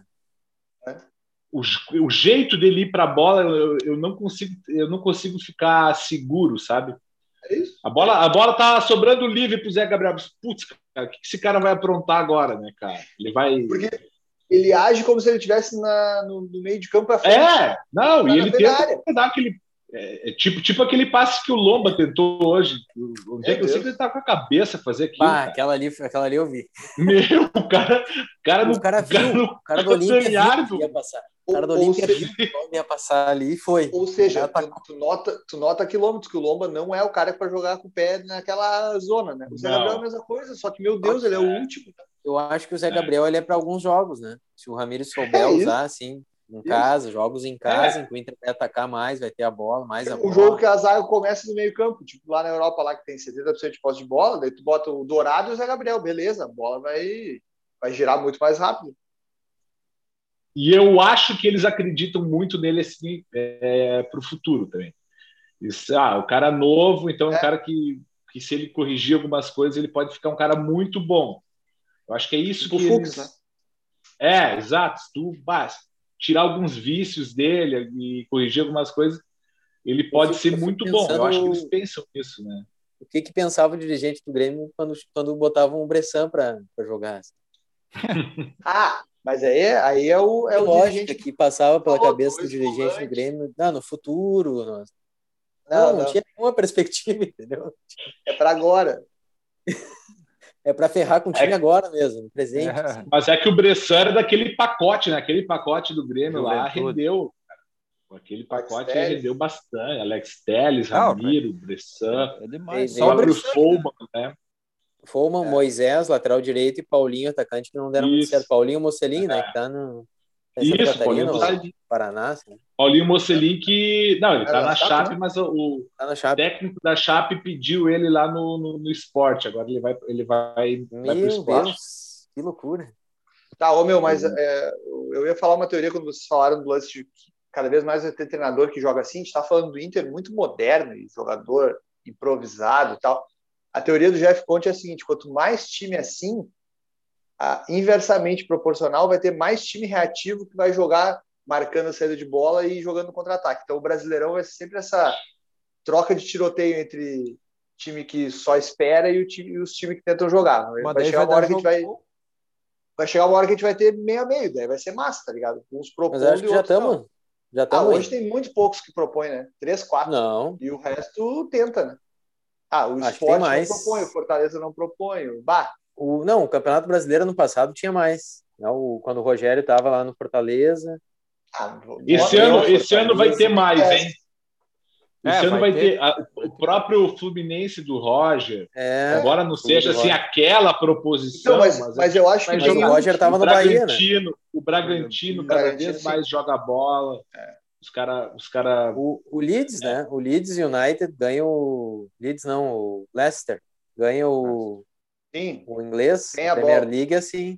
Speaker 4: O jeito dele ir para a bola, eu não consigo ficar seguro, sabe?
Speaker 2: É isso.
Speaker 4: A bola tá sobrando livre pro Zé Gabriel. Putz, cara, o que esse cara vai aprontar agora, né, cara? Ele vai.
Speaker 2: Porque ele age como se ele estivesse no meio de campo para frente.
Speaker 4: Não, e ele tenta dar aquele. Tipo aquele passe que o Lomba tentou hoje. O dia que eu sei que ele tá com a cabeça fazer aquilo.
Speaker 3: Aquela ali eu vi.
Speaker 4: Meu, o cara
Speaker 3: o cara viu. O cara do Olímpia viu que ia passar. O cara do Olímpia viu que ia passar ali e foi.
Speaker 2: Ou seja, tu nota quilômetros que o Lomba não é o cara para jogar com o pé naquela zona, né? O Zé Gabriel é a mesma coisa, só que, meu Deus, ele é o último.
Speaker 3: Eu acho que o Zé Gabriel ele é para alguns jogos, né? Se o Ramires souber usar, assim, em casa, jogos em casa, em que o Inter vai atacar mais, vai ter a bola, mais a bola.
Speaker 2: Um jogo que a zaga começa no meio campo, tipo lá na Europa, lá que tem 70% de posse de bola, daí tu bota o Dourado e o Zé Gabriel, beleza, a bola vai girar muito mais rápido.
Speaker 4: E eu acho que eles acreditam muito nele assim, para o futuro também. O cara novo, então é um cara que se ele corrigir algumas coisas, ele pode ficar um cara muito bom. Eu acho que é isso
Speaker 2: tipo
Speaker 4: que
Speaker 2: Fux,
Speaker 4: eles...
Speaker 2: né?
Speaker 4: Exato. Tu tirar alguns vícios dele e corrigir algumas coisas, ele pode ser muito bom. Eu acho que eles pensam nisso, né?
Speaker 3: O que pensava o dirigente do Grêmio quando botavam o Bressan para jogar?
Speaker 2: Mas aí é o
Speaker 3: dirigente que passava pela cabeça do dirigente do Grêmio. No futuro. Não tinha nenhuma perspectiva, entendeu?
Speaker 2: É para agora.
Speaker 3: É para ferrar com o time agora mesmo, no presente. Assim.
Speaker 4: Mas é que o Bressan era daquele pacote, né? Aquele pacote do Grêmio lá rendeu. Aquele pacote rendeu bastante. Alex Telles, Ramiro, Bressan.
Speaker 1: É demais.
Speaker 4: Só o próprio Follman, né?
Speaker 3: Follman, Moisés, lateral direito, e Paulinho, atacante, que não deram muito certo. Paulinho Mocelin, né? Que tá no Santa Catarina, Paraná. Assim.
Speaker 4: Paulinho Mocelin que... Não, ele tá na Chape, né? Mas o técnico da Chape pediu ele lá no esporte. Agora ele vai pro esporte.
Speaker 3: Deus, que loucura.
Speaker 2: Tá, mas eu ia falar uma teoria quando vocês falaram do lance de que cada vez mais vai ter treinador que joga assim. A gente tá falando do Inter muito moderno e jogador improvisado e tal. A teoria do Jeff Conte é a seguinte: quanto mais time assim, inversamente proporcional, vai ter mais time reativo que vai jogar marcando a saída de bola e jogando contra-ataque. Então o Brasileirão vai ser sempre essa troca de tiroteio entre time que só espera e os times que tentam jogar. Vai chegar uma hora que a gente vai chegar uma hora que a gente vai ter meio a meio, daí vai ser massa, tá ligado? Uns propondo.
Speaker 3: Mas acho que já estamos.
Speaker 2: Hoje tem muito poucos que propõem, né? 3, 4.
Speaker 3: Não.
Speaker 2: E o resto tenta, né? O
Speaker 3: acho
Speaker 2: Sport não propõe, o Fortaleza não propõe.
Speaker 3: O Campeonato Brasileiro no passado tinha mais. Quando o Rogério estava lá no Fortaleza.
Speaker 4: Esse ano vai ter mais, hein? Esse ano vai ter o próprio Fluminense do Roger. Embora não seja assim aquela proposição,
Speaker 2: mas eu acho que
Speaker 3: o Roger estava no Bahia, né?
Speaker 4: O Bragantino cada vez mais joga bola. Os cara...
Speaker 3: O Leeds, né? O Leeds United ganha o Leicester ganha o inglês, a Premier League, assim.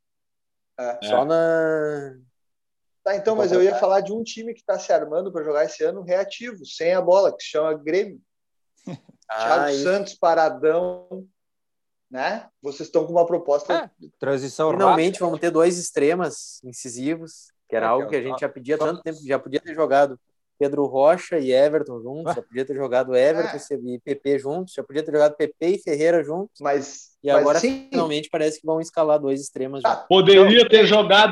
Speaker 3: Só na...
Speaker 2: Tá, então, mas eu ia falar de um time que está se armando para jogar esse ano reativo, sem a bola, que se chama Grêmio. Thiago Santos, paradão, né? Vocês estão com uma proposta...
Speaker 1: transição
Speaker 3: Finalmente
Speaker 1: rápida.
Speaker 3: vamos ter 2 extremas incisivos, que era algo que a gente já pedia tanto tempo, já podia ter jogado Pedro Rocha e Everton juntos, já podia ter jogado Everton e PP juntos, já podia ter jogado PP e Ferreira juntos, e agora finalmente parece que vão escalar 2 extremas.
Speaker 4: Poderia ter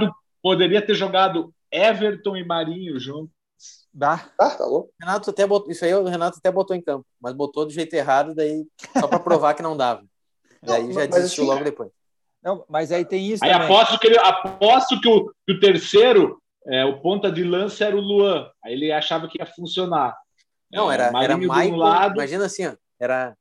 Speaker 4: jogado Everton e Marinho juntos.
Speaker 2: Tá louco.
Speaker 3: Isso aí o Renato até botou em campo, mas botou do jeito errado, daí só para provar que não dava. E aí já desistiu logo depois.
Speaker 1: Não, mas aí tem isso
Speaker 4: aí
Speaker 1: também.
Speaker 4: Aposto que o terceiro, o ponta de lança era o Luan. Aí ele achava que ia funcionar.
Speaker 3: Não, era Maicon, lado, imagina assim, ó, era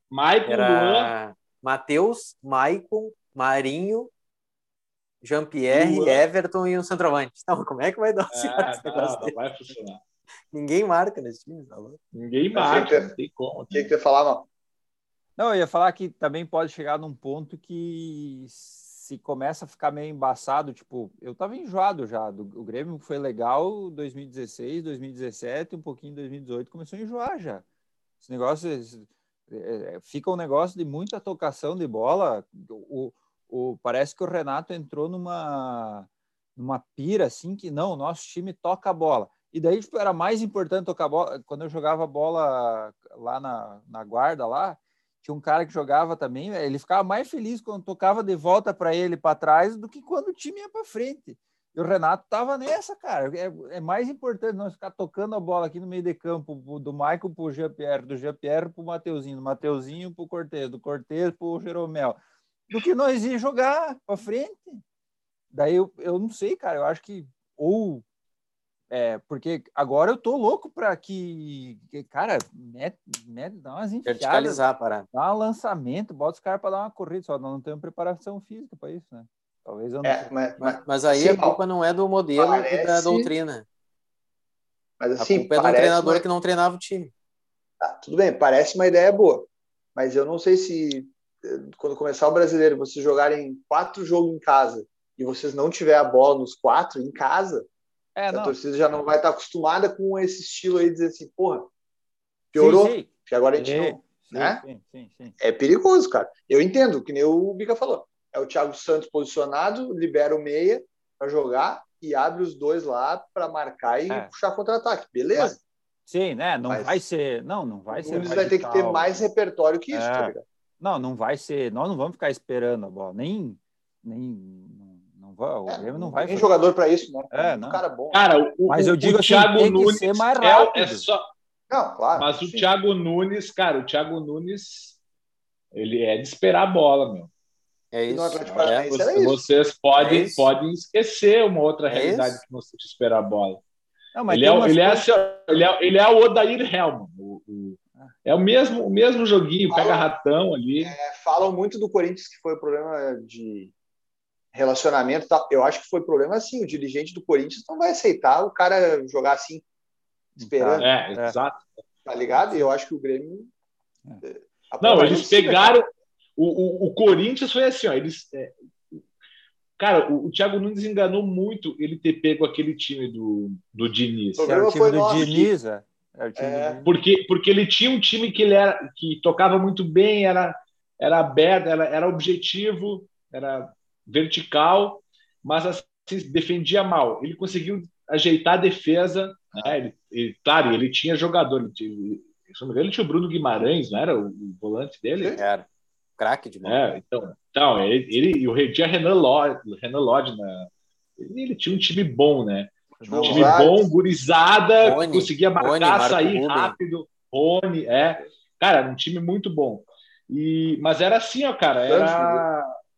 Speaker 4: Luan,
Speaker 3: Matheus, Maicon, Marinho, Jean-Pierre, Everton e um centroavante. Então, como é que vai dar certo?
Speaker 4: Não vai funcionar.
Speaker 3: Ninguém marca nesse time, tá louco?
Speaker 4: Ninguém marca, não tem como.
Speaker 2: O que você falava?
Speaker 1: Não, eu ia falar que também pode chegar num ponto que se começa a ficar meio embaçado, tipo, eu tava enjoado já, o Grêmio foi legal 2016, 2017, um pouquinho em 2018, começou a enjoar já. Esse negócio, fica um negócio de muita tocação de bola, parece que o Renato entrou numa pira, assim, que não, o nosso time toca a bola. E daí, tipo, era mais importante tocar a bola. Quando eu jogava bola lá na guarda, lá, tinha um cara que jogava também, ele ficava mais feliz quando tocava de volta para ele, para trás, do que quando o time ia para frente. E o Renato tava nessa, cara. É mais importante nós ficar tocando a bola aqui no meio de campo, do Maicon pro Jean-Pierre, do Jean-Pierre pro Mateuzinho, do Mateuzinho pro Cortez, do Cortez pro Jeromel, do que nós ir jogar para frente. Daí eu não sei, cara, eu acho que porque agora eu tô louco para que cara, dá umas enfiadas,
Speaker 3: verticalizar, parar.
Speaker 1: Dá um lançamento, bota os caras para dar uma corrida, só não tem preparação física para isso, né? Talvez eu não
Speaker 3: mas aí a culpa não é do modelo e da doutrina.
Speaker 2: Mas assim,
Speaker 3: a culpa é do treinador que não treinava o time.
Speaker 2: Tudo bem, parece uma ideia boa, mas eu não sei se quando começar o Brasileiro, vocês jogarem 4 jogos em casa e vocês não tiver a bola nos 4 em casa, a torcida já não vai estar acostumada com esse estilo aí, dizer assim, porra, piorou, porque agora a gente não... Né? Sim. É perigoso, cara. Eu entendo, que nem o Bica falou. É o Thiago Santos posicionado, libera o meia para jogar e abre os 2 lá para marcar e puxar contra-ataque. Beleza.
Speaker 1: Sim, né? Não vai ser.
Speaker 2: Eles vai ter que ter mais repertório que isso, tá ligado?
Speaker 1: Não vai ser. Nós não vamos ficar esperando a bola. Nem não vai, o Grêmio não vai.
Speaker 2: Tem jogador para isso, né?
Speaker 1: Não.
Speaker 2: Cara bom.
Speaker 4: Cara,
Speaker 1: mas eu digo
Speaker 4: o Thiago
Speaker 1: tem
Speaker 4: Nunes
Speaker 1: que ser mais rápido.
Speaker 2: Não, claro.
Speaker 4: Mas o Thiago Nunes, cara, ele é de esperar a bola, meu.
Speaker 3: É isso.
Speaker 4: Vocês podem esquecer uma outra realidade que não seja esperar a bola. Não, ele é o Odair Helman. É o mesmo joguinho, pega ratão ali.
Speaker 2: Falam muito do Corinthians que foi o problema de relacionamento. Tá? Eu acho que foi problema assim. O dirigente do Corinthians não vai aceitar o cara jogar assim, esperando.
Speaker 4: Exato.
Speaker 2: Tá ligado? E eu acho que o Grêmio...
Speaker 4: Não, eles pegaram... O Corinthians foi assim, ó. Cara, o Thiago Nunes enganou muito ele ter pego aquele time do Diniz.
Speaker 1: Era o time do Diniz,
Speaker 4: Porque ele tinha um time que tocava muito bem, era aberto, era objetivo, era vertical, mas assim, defendia mal. Ele conseguiu ajeitar a defesa, né? Claro, ele tinha jogador. Ele tinha o Bruno Guimarães, não era o volante dele?
Speaker 3: Era. Craque de bola.
Speaker 4: Então ele tinha Renan Lodge ele tinha um time bom, né? Um time bom, gurizada, conseguia marcar, sair rápido. Rony, cara, um time muito bom. Mas era assim, ó, cara,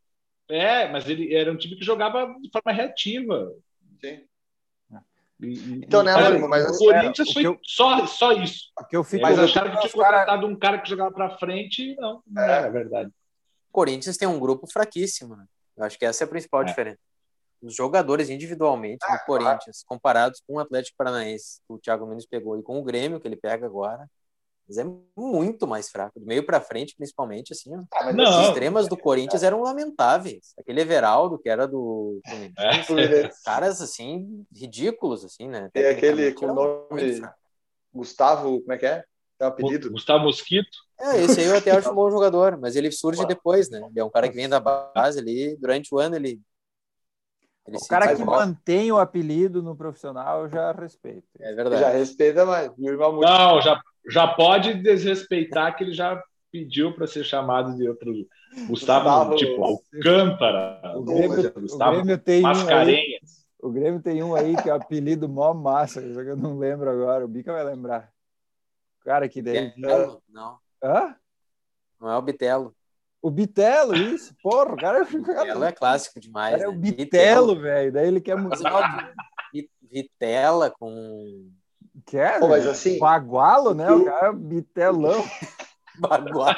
Speaker 4: Mas ele era um time que jogava de forma reativa.
Speaker 2: Sim.
Speaker 4: Então,
Speaker 2: né,
Speaker 4: Anônimo,
Speaker 2: mas
Speaker 4: o Corinthians foi só isso.
Speaker 1: Que eu fico,
Speaker 4: Eles acharam que tinha contratado um cara que jogava para frente e não era verdade.
Speaker 3: O Corinthians tem um grupo fraquíssimo, né? Eu acho que essa é a principal diferença. Os jogadores individualmente do Corinthians, comparados com o Atlético Paranaense, que o Thiago Nunes pegou, e com o Grêmio, que ele pega agora, mas é muito mais fraco. Do meio para frente, principalmente, assim, ó. As extremas do Corinthians eram lamentáveis. Aquele Everaldo, que era do Fluminense, caras, assim, ridículos, assim, né?
Speaker 2: E aquele com o nome Gustavo, como é que é? Tem um apelido?
Speaker 4: Gustavo Mosquito.
Speaker 3: Esse aí eu até acho um bom jogador, mas ele surge depois, né? Ele é um cara que vem da base ali, durante o ano ele
Speaker 1: o cara que mantém o apelido no profissional, eu já respeito.
Speaker 3: É verdade.
Speaker 2: Já respeita, mas...
Speaker 4: Não, já pode desrespeitar que ele já pediu para ser chamado de outro... Gustavo tipo, Alcântara. Gustavo Mascarenhas.
Speaker 1: O Grêmio tem um aí que é o apelido mó massa, só que eu não lembro agora. O Bica vai lembrar. Cara, que daí...
Speaker 3: Bitelo? Não.
Speaker 1: Hã?
Speaker 3: Não é o Bitelo.
Speaker 1: O Bitelo, isso. Porra, o cara...
Speaker 3: Bitelo é clássico demais,
Speaker 1: cara, né? É o Bitelo, velho. Daí ele quer mudar...
Speaker 3: Vitela com...
Speaker 1: Quer?
Speaker 2: Pô, mas assim...
Speaker 1: Bagualo, né? O cara é Bitelão.
Speaker 3: Bagualo.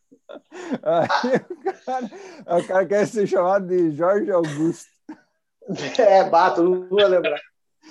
Speaker 1: Aí, o cara quer ser chamado de Jorge Augusto.
Speaker 2: Bato, não vou lembrar.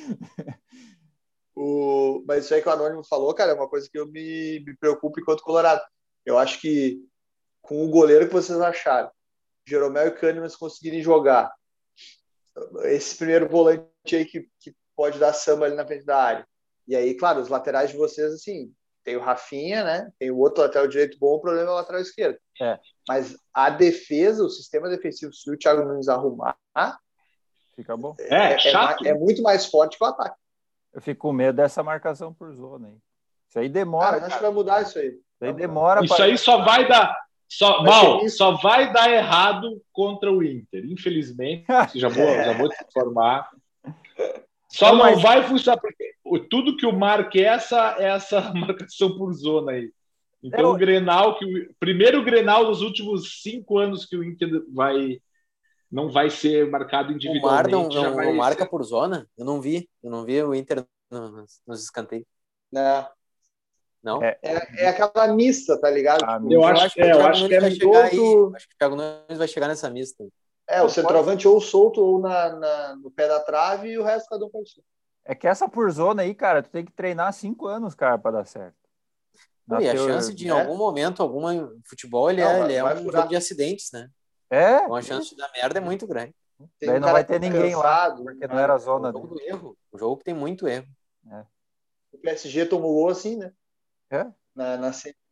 Speaker 2: Mas isso aí que o Anônimo falou, cara, é uma coisa que eu me preocupo enquanto colorado. Eu acho que com o goleiro que vocês acharam, Jeromel e Kahneman conseguirem jogar, esse primeiro volante aí que pode dar samba ali na frente da área. E aí, claro, os laterais de vocês, assim, tem o Rafinha, né? Tem o outro lateral direito bom, o problema é o lateral esquerdo. Mas a defesa, o sistema defensivo, se o Thiago Nunes arrumar,
Speaker 1: fica bom.
Speaker 4: Chato.
Speaker 2: É muito mais forte que o ataque.
Speaker 1: Eu fico com medo dessa marcação por zona aí. Isso aí demora.
Speaker 2: Cara, acho que vai mudar isso aí.
Speaker 1: Isso aí demora.
Speaker 4: Isso aí só vai dar. Só vai dar errado contra o Inter. Infelizmente, já vou te informar. Só não vai funcionar, porque tudo que o Mar quer é essa marcação por zona aí. Então, o Grenal, primeiro Grenal dos últimos 5 anos que o Inter não vai ser marcado individualmente.
Speaker 3: O Mar não marca por zona? Eu não vi o Inter nos escanteios. Não?
Speaker 2: É aquela mista, tá ligado?
Speaker 4: Eu acho que é
Speaker 3: Acho que o Thiago Nunes vai chegar nessa mista.
Speaker 2: O centroavante ou solto ou no pé da trave e o resto cada um pode ser.
Speaker 1: É que essa por zona aí, cara, tu tem que treinar 5 anos, cara, para dar certo.
Speaker 3: A chance de, em algum momento, futebol, ele é um jogo de acidentes, né? Então a chance de dar merda é muito grande.
Speaker 1: Daí não vai ter ninguém lá, porque não era a zona.
Speaker 3: O jogo do erro. O jogo que tem muito erro.
Speaker 2: O PSG tomou gol assim, né? Na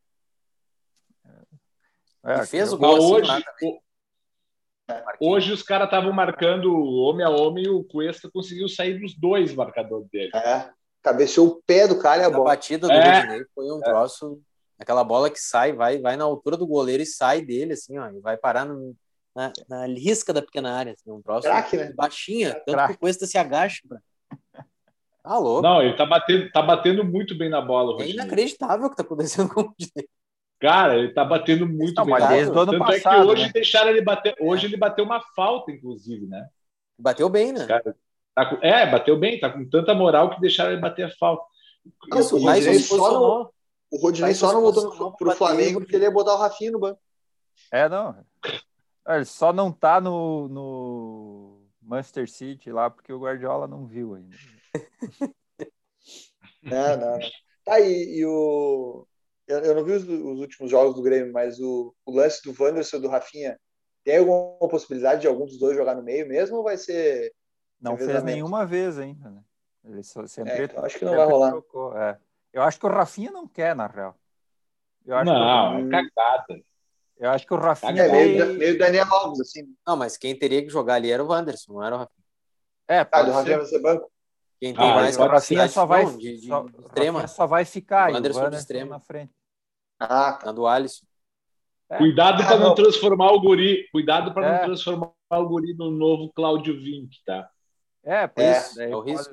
Speaker 3: e fez o gol
Speaker 4: hoje,
Speaker 3: assim lá também.
Speaker 4: Hoje os caras estavam marcando homem a homem e o Cuesta conseguiu sair dos 2 marcadores dele.
Speaker 2: Cabeceou o pé do cara e a bola.
Speaker 3: A batida do Rodinei foi um troço, aquela bola que sai, vai na altura do goleiro e sai dele, assim, ó, e vai parar na risca da pequena área. Assim, um troço
Speaker 2: né?
Speaker 3: baixinha, tanto que o Cuesta se agacha. Louco.
Speaker 4: Não, ele tá batendo muito bem na bola.
Speaker 3: É inacreditável o que tá acontecendo com o Rodinei.
Speaker 4: Cara, ele tá batendo muito bem.
Speaker 1: Desde o ano
Speaker 4: Tanto
Speaker 1: passado,
Speaker 4: é que hoje deixaram ele bater. Hoje ele bateu uma falta, inclusive, né?
Speaker 3: Bateu bem, né?
Speaker 4: Bateu bem, tá com tanta moral que deixaram ele bater a falta.
Speaker 2: Isso, o Rodinei só não voltou pro Flamengo porque ele ia botar o Rafinha no banco.
Speaker 1: Não. Ele só não tá no Manchester City lá porque o Guardiola não viu ainda.
Speaker 2: Não. Tá, eu não vi os últimos jogos do Grêmio, mas o lance do Wanderson e do Rafinha, tem alguma possibilidade de algum dos dois jogar no meio mesmo ou vai ser...
Speaker 1: Não fez nenhuma vez ainda, né? Ele sempre...
Speaker 2: então acho que não vai rolar.
Speaker 1: Trocou, Eu acho que o Rafinha não quer, na real.
Speaker 4: É cagada.
Speaker 1: Eu acho que o Rafinha...
Speaker 2: meio Daniel Alves, assim.
Speaker 3: Não, mas quem teria que jogar ali era o Wanderson, não era o Rafinha.
Speaker 2: O Rafinha vai ser banco?
Speaker 3: Quem tem mais
Speaker 1: o Rafinha só vai
Speaker 3: extrema.
Speaker 1: Só vai ficar.
Speaker 3: O Wanderson de extrema
Speaker 1: na frente.
Speaker 3: Tá do Alisson.
Speaker 4: Cuidado para não transformar o guri. Cuidado para não transformar o guri no novo Cláudio Vinck, tá?
Speaker 3: Isso. É o risco.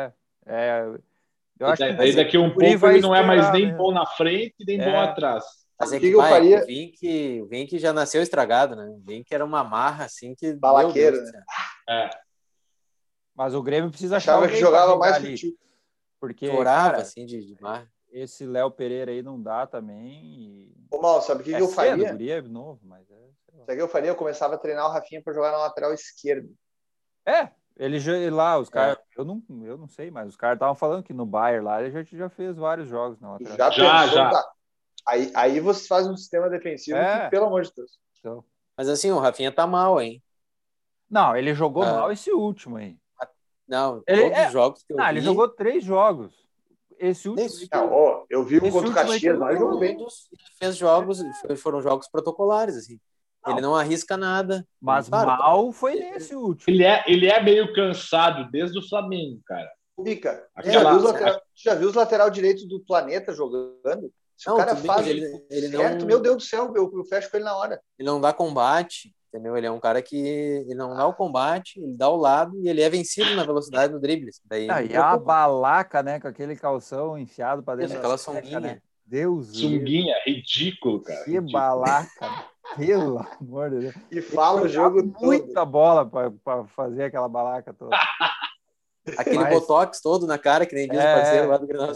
Speaker 1: Eu acho que
Speaker 4: daqui a um pouco ele não é mais nem bom na frente, nem bom atrás.
Speaker 3: Mas é
Speaker 2: O que
Speaker 3: que,
Speaker 2: que eu
Speaker 3: vai,
Speaker 2: faria?
Speaker 3: o Vink já nasceu estragado, né? O Vink era uma marra, assim, que... Meu
Speaker 2: Balaqueiro,
Speaker 3: Deus do
Speaker 2: né?
Speaker 3: céu.
Speaker 1: Mas o Grêmio precisa achar
Speaker 2: Achava que
Speaker 1: alguém para
Speaker 2: jogava
Speaker 1: brigar
Speaker 2: mais
Speaker 1: ali.
Speaker 2: contigo.
Speaker 1: Porque,
Speaker 3: Chorava,
Speaker 1: cara,
Speaker 3: assim, de marra.
Speaker 1: esse Léo Pereira aí não dá também.
Speaker 2: Ô, Mal, sabe o que
Speaker 1: É
Speaker 2: que eu
Speaker 1: cedo, o
Speaker 2: faria?
Speaker 1: guri é novo, mas é... sei lá.
Speaker 2: Sabe o que eu faria? Eu começava a treinar o Rafinha para jogar na lateral esquerda.
Speaker 1: Ele já lá, os
Speaker 3: É.
Speaker 1: caras, eu não sei, mas os caras estavam falando que no Bayern lá ele já fez vários jogos na lateral.
Speaker 2: Já
Speaker 4: Já,
Speaker 2: pensou?
Speaker 4: já.
Speaker 2: Tá. Aí você faz um sistema defensivo que, pelo amor de Deus.
Speaker 1: Então,
Speaker 3: Mas assim, o Rafinha tá mal, hein?
Speaker 1: não, ele jogou
Speaker 3: Ah.
Speaker 1: mal esse último aí.
Speaker 3: Não,
Speaker 1: Ele,
Speaker 3: todos os jogos que eu
Speaker 1: não,
Speaker 3: vi...
Speaker 1: ele jogou 3 jogos. Esse último
Speaker 3: Isso.
Speaker 1: aí que
Speaker 2: Não, ó, eu vi
Speaker 1: Esse
Speaker 2: contra o
Speaker 1: último aí que
Speaker 2: Caxias,
Speaker 1: ele
Speaker 2: mas jogou bem.
Speaker 3: Todos ele fez jogos, foram jogos protocolares, assim.
Speaker 1: Não.
Speaker 3: Ele não arrisca nada.
Speaker 1: Mas
Speaker 3: Claro,
Speaker 1: mal foi nesse último.
Speaker 4: Ele é meio cansado desde o Flamengo, cara.
Speaker 2: Fica.
Speaker 4: Aquela-
Speaker 2: Já viu os lateral direitos do Planeta jogando? Se
Speaker 3: Não,
Speaker 2: o cara
Speaker 3: tudo bem,
Speaker 2: faz
Speaker 3: mas ele
Speaker 2: certo,
Speaker 3: não...
Speaker 2: meu Deus do céu, eu fecho com ele na hora.
Speaker 3: Ele não dá combate, entendeu? Ele é um cara que ele não dá o combate, ele dá o lado e ele é vencido na velocidade no drible. Daí
Speaker 1: Ah,
Speaker 3: me
Speaker 1: e a
Speaker 3: preocupa.
Speaker 1: balaca, né? Com aquele calção enfiado pra dentro
Speaker 3: Isso,
Speaker 1: da
Speaker 3: aquela
Speaker 1: sueca,
Speaker 3: sunguinha.
Speaker 1: né? Deus livre.
Speaker 4: Sunguinha, ridículo, cara.
Speaker 1: Que
Speaker 4: ridículo.
Speaker 1: balaca. Pelo amor de Deus.
Speaker 2: E fala o
Speaker 1: Ele
Speaker 2: jogo
Speaker 1: jogava
Speaker 2: todo.
Speaker 1: muita bola pra fazer aquela balaca toda.
Speaker 3: Aquele
Speaker 1: Mas-
Speaker 3: botox todo na cara, que nem diz o parceiro lá do Grenal.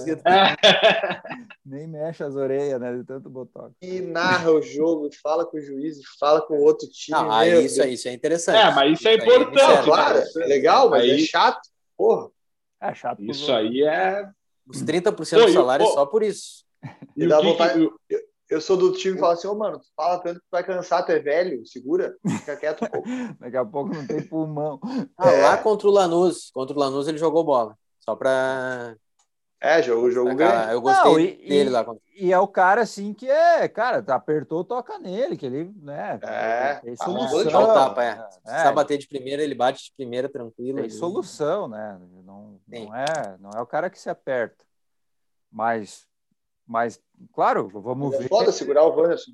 Speaker 1: Nem mexe as orelhas, né? De tanto botox.
Speaker 2: E narra o jogo, fala com o juiz, fala com o outro time.
Speaker 3: Não,
Speaker 2: meu
Speaker 3: aí
Speaker 2: Deus.
Speaker 3: isso é interessante.
Speaker 4: Mas isso é
Speaker 3: aí
Speaker 4: importante.
Speaker 3: me serve.
Speaker 2: Claro, é legal, mas é
Speaker 4: Aí-
Speaker 2: chato. Porra.
Speaker 1: É chato. pro
Speaker 4: Isso
Speaker 1: jogo.
Speaker 4: aí é.
Speaker 3: Os 30% do salário é só por isso.
Speaker 4: E
Speaker 2: E
Speaker 4: o
Speaker 2: dá
Speaker 4: que
Speaker 2: vontade- Eu sou do time e falo assim, ô mano, tu fala tanto que tu vai cansar, tu é velho, segura, fica quieto um pouco.
Speaker 1: Daqui a pouco não tem pulmão.
Speaker 3: Lá contra o Lanús ele jogou bola. Só pra...
Speaker 2: O jogo ganha.
Speaker 3: Eu gostei
Speaker 1: Não,
Speaker 3: dele lá.
Speaker 1: E é o cara assim que cara, apertou, toca nele, que ele, né? Tem
Speaker 2: passou
Speaker 1: solução.
Speaker 2: de
Speaker 3: Dá o tapa, Se
Speaker 1: né?
Speaker 3: precisar bater de primeira, ele bate de primeira tranquilo.
Speaker 1: Tem
Speaker 3: ali.
Speaker 1: solução, né? Não é o cara que se aperta. Mas claro, vamos
Speaker 2: Mas
Speaker 1: ver.
Speaker 2: é foda segurar o Wanderson.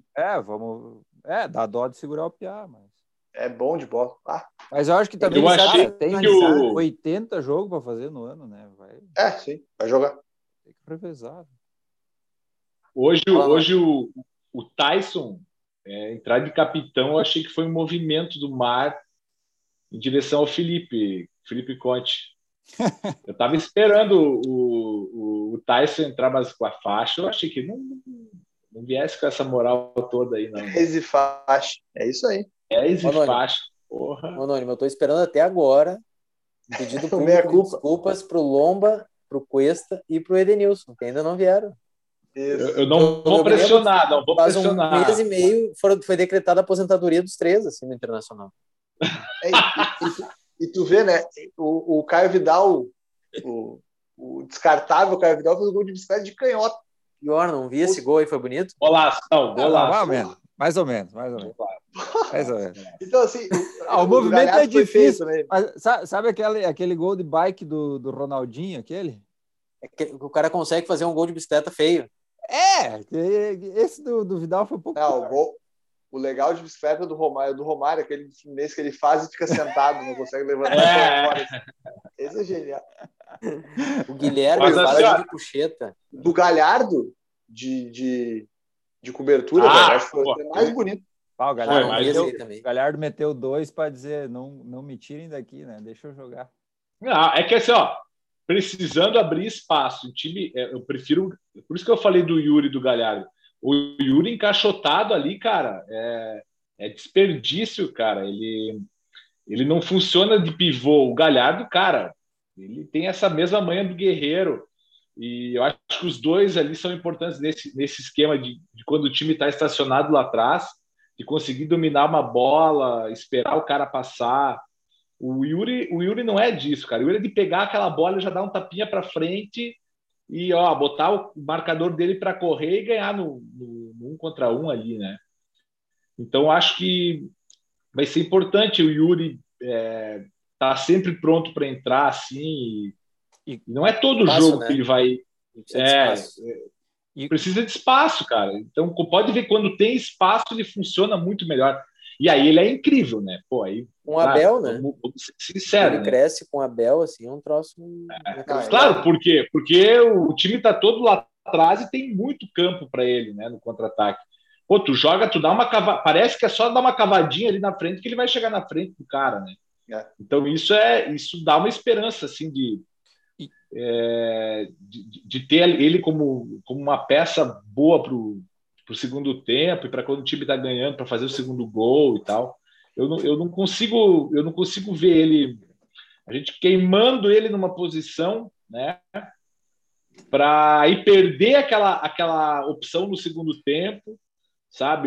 Speaker 1: Dá dó de segurar o Piá, mas.
Speaker 2: É bom de bola.
Speaker 1: Mas eu acho que também
Speaker 4: Eu achei
Speaker 1: tem
Speaker 4: que o-
Speaker 1: 80 jogos para fazer no ano, né? Vai
Speaker 2: Sim, vai jogar.
Speaker 1: ter que revezar.
Speaker 4: Hoje o Tyson entrar de capitão, eu achei que foi um movimento do Mar em direção ao Felipe Conte. Eu estava esperando o Tyson entrar mais com a faixa, eu achei que não viesse com essa moral toda aí, não.
Speaker 2: Esse faixa. É isso aí.
Speaker 4: E
Speaker 3: Ô,
Speaker 4: faixa. Porra.
Speaker 3: Anônimo, eu tô esperando até agora um pedido
Speaker 2: Meia
Speaker 3: público de
Speaker 2: culpa.
Speaker 3: desculpas pro Lomba, pro Cuesta e pro Edenilson, que ainda não vieram.
Speaker 2: Isso.
Speaker 4: Eu não vou
Speaker 3: Eu me lembro
Speaker 4: pressionar, não vou
Speaker 3: Faz
Speaker 4: pressionar.
Speaker 3: um mês e meio foi decretada a aposentadoria dos três, assim, no Internacional.
Speaker 2: E tu vê, né? O Caio Vidal, o descartável Caio Vidal, fez um gol de bicicleta de canhota.
Speaker 3: Pior, não vi esse gol aí, foi bonito?
Speaker 4: Golaço.
Speaker 1: Mais ou menos.
Speaker 2: Então, assim,
Speaker 1: O movimento
Speaker 2: Galhardo
Speaker 1: é
Speaker 2: foi feio
Speaker 1: difícil.
Speaker 2: também.
Speaker 1: Mas sabe aquele gol de bike do Ronaldinho, aquele?
Speaker 3: O cara consegue fazer um gol de bicicleta feio.
Speaker 1: Esse do Vidal foi um pouco.
Speaker 2: Não, o legal de bicicleta é do Romário, aquele Fluminense que ele faz e fica sentado, não consegue levantar. Esse é genial.
Speaker 3: O Guilherme
Speaker 4: Mas,
Speaker 3: faz
Speaker 4: assim,
Speaker 3: de puxeta.
Speaker 2: Do Galhardo, de cobertura, velho, acho que foi mais bonito.
Speaker 1: O
Speaker 3: Galhardo
Speaker 1: meteu 2 para dizer não me tirem daqui, né? Deixa eu jogar.
Speaker 4: Não, é que assim, precisando abrir espaço. O time, eu prefiro. Por isso que eu falei do Yuri e do Galhardo. O Yuri encaixotado ali, cara, é desperdício, cara. Ele não funciona de pivô. O Galhardo, cara, ele tem essa mesma manha do Guerreiro. E eu acho que os dois ali são importantes nesse esquema de quando o time está estacionado lá atrás, de conseguir dominar uma bola, esperar o cara passar. O Yuri não é disso, cara. O Yuri é de pegar aquela bola e já dar um tapinha para frente e botar o marcador dele para correr e ganhar no 1 contra 1 ali, né? Então, acho que vai ser importante o Yuri tá sempre pronto para entrar assim. E não é todo jogo, né, que ele vai. Precisa de espaço, cara. Então, pode ver, quando tem espaço, ele funciona muito melhor. E aí ele é incrível, né? Pô, aí,
Speaker 3: com o Abel, né?
Speaker 4: Vamos ser sincero,
Speaker 3: ele cresce com o Abel, assim, é um troço.
Speaker 4: Claro, por quê? Porque o time tá todo lá atrás e tem muito campo para ele, né? No contra-ataque. Pô, tu joga, tu dá uma parece que é só dar uma cavadinha ali na frente que ele vai chegar na frente do cara, né? Então isso dá uma esperança assim de ter ele como uma peça boa pro segundo tempo e para quando o time está ganhando para fazer o segundo gol e tal. Eu não consigo ver ele, a gente queimando ele numa posição, né, para ir perder aquela opção no segundo tempo, sabe?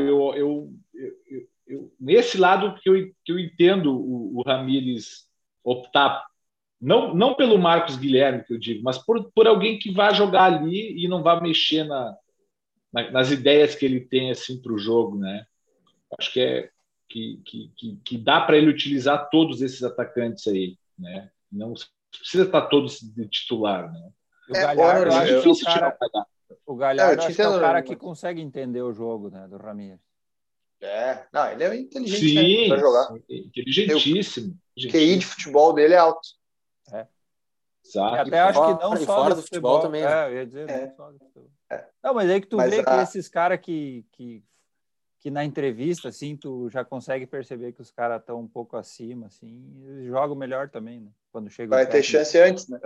Speaker 4: Nesse lado que eu entendo o Ramírez optar não pelo Marcos Guilherme, que eu digo, mas por alguém que vai jogar ali e não vai mexer nas ideias que ele tem assim para o jogo, né? Acho que dá para ele utilizar todos esses atacantes aí, né? Não precisa estar todos de titular, né?
Speaker 1: O Galhardo,
Speaker 4: é difícil tirar
Speaker 1: o Galhardo acho que é o cara que consegue entender o jogo, né, do Ramírez.
Speaker 2: Não, ele é inteligente,
Speaker 4: sim,
Speaker 2: né, para jogar.
Speaker 4: Sim, inteligentíssimo.
Speaker 2: O QI de futebol dele é alto.
Speaker 1: E até acho que não só
Speaker 3: fora
Speaker 1: do
Speaker 3: do futebol também.
Speaker 1: Eu ia dizer, não só do futebol. Não, mas aí que tu vê que esses caras que na entrevista, assim, tu já consegue perceber que os caras estão um pouco acima, assim, eles jogam melhor também, né? Quando chega
Speaker 2: vai ter chance antes, né?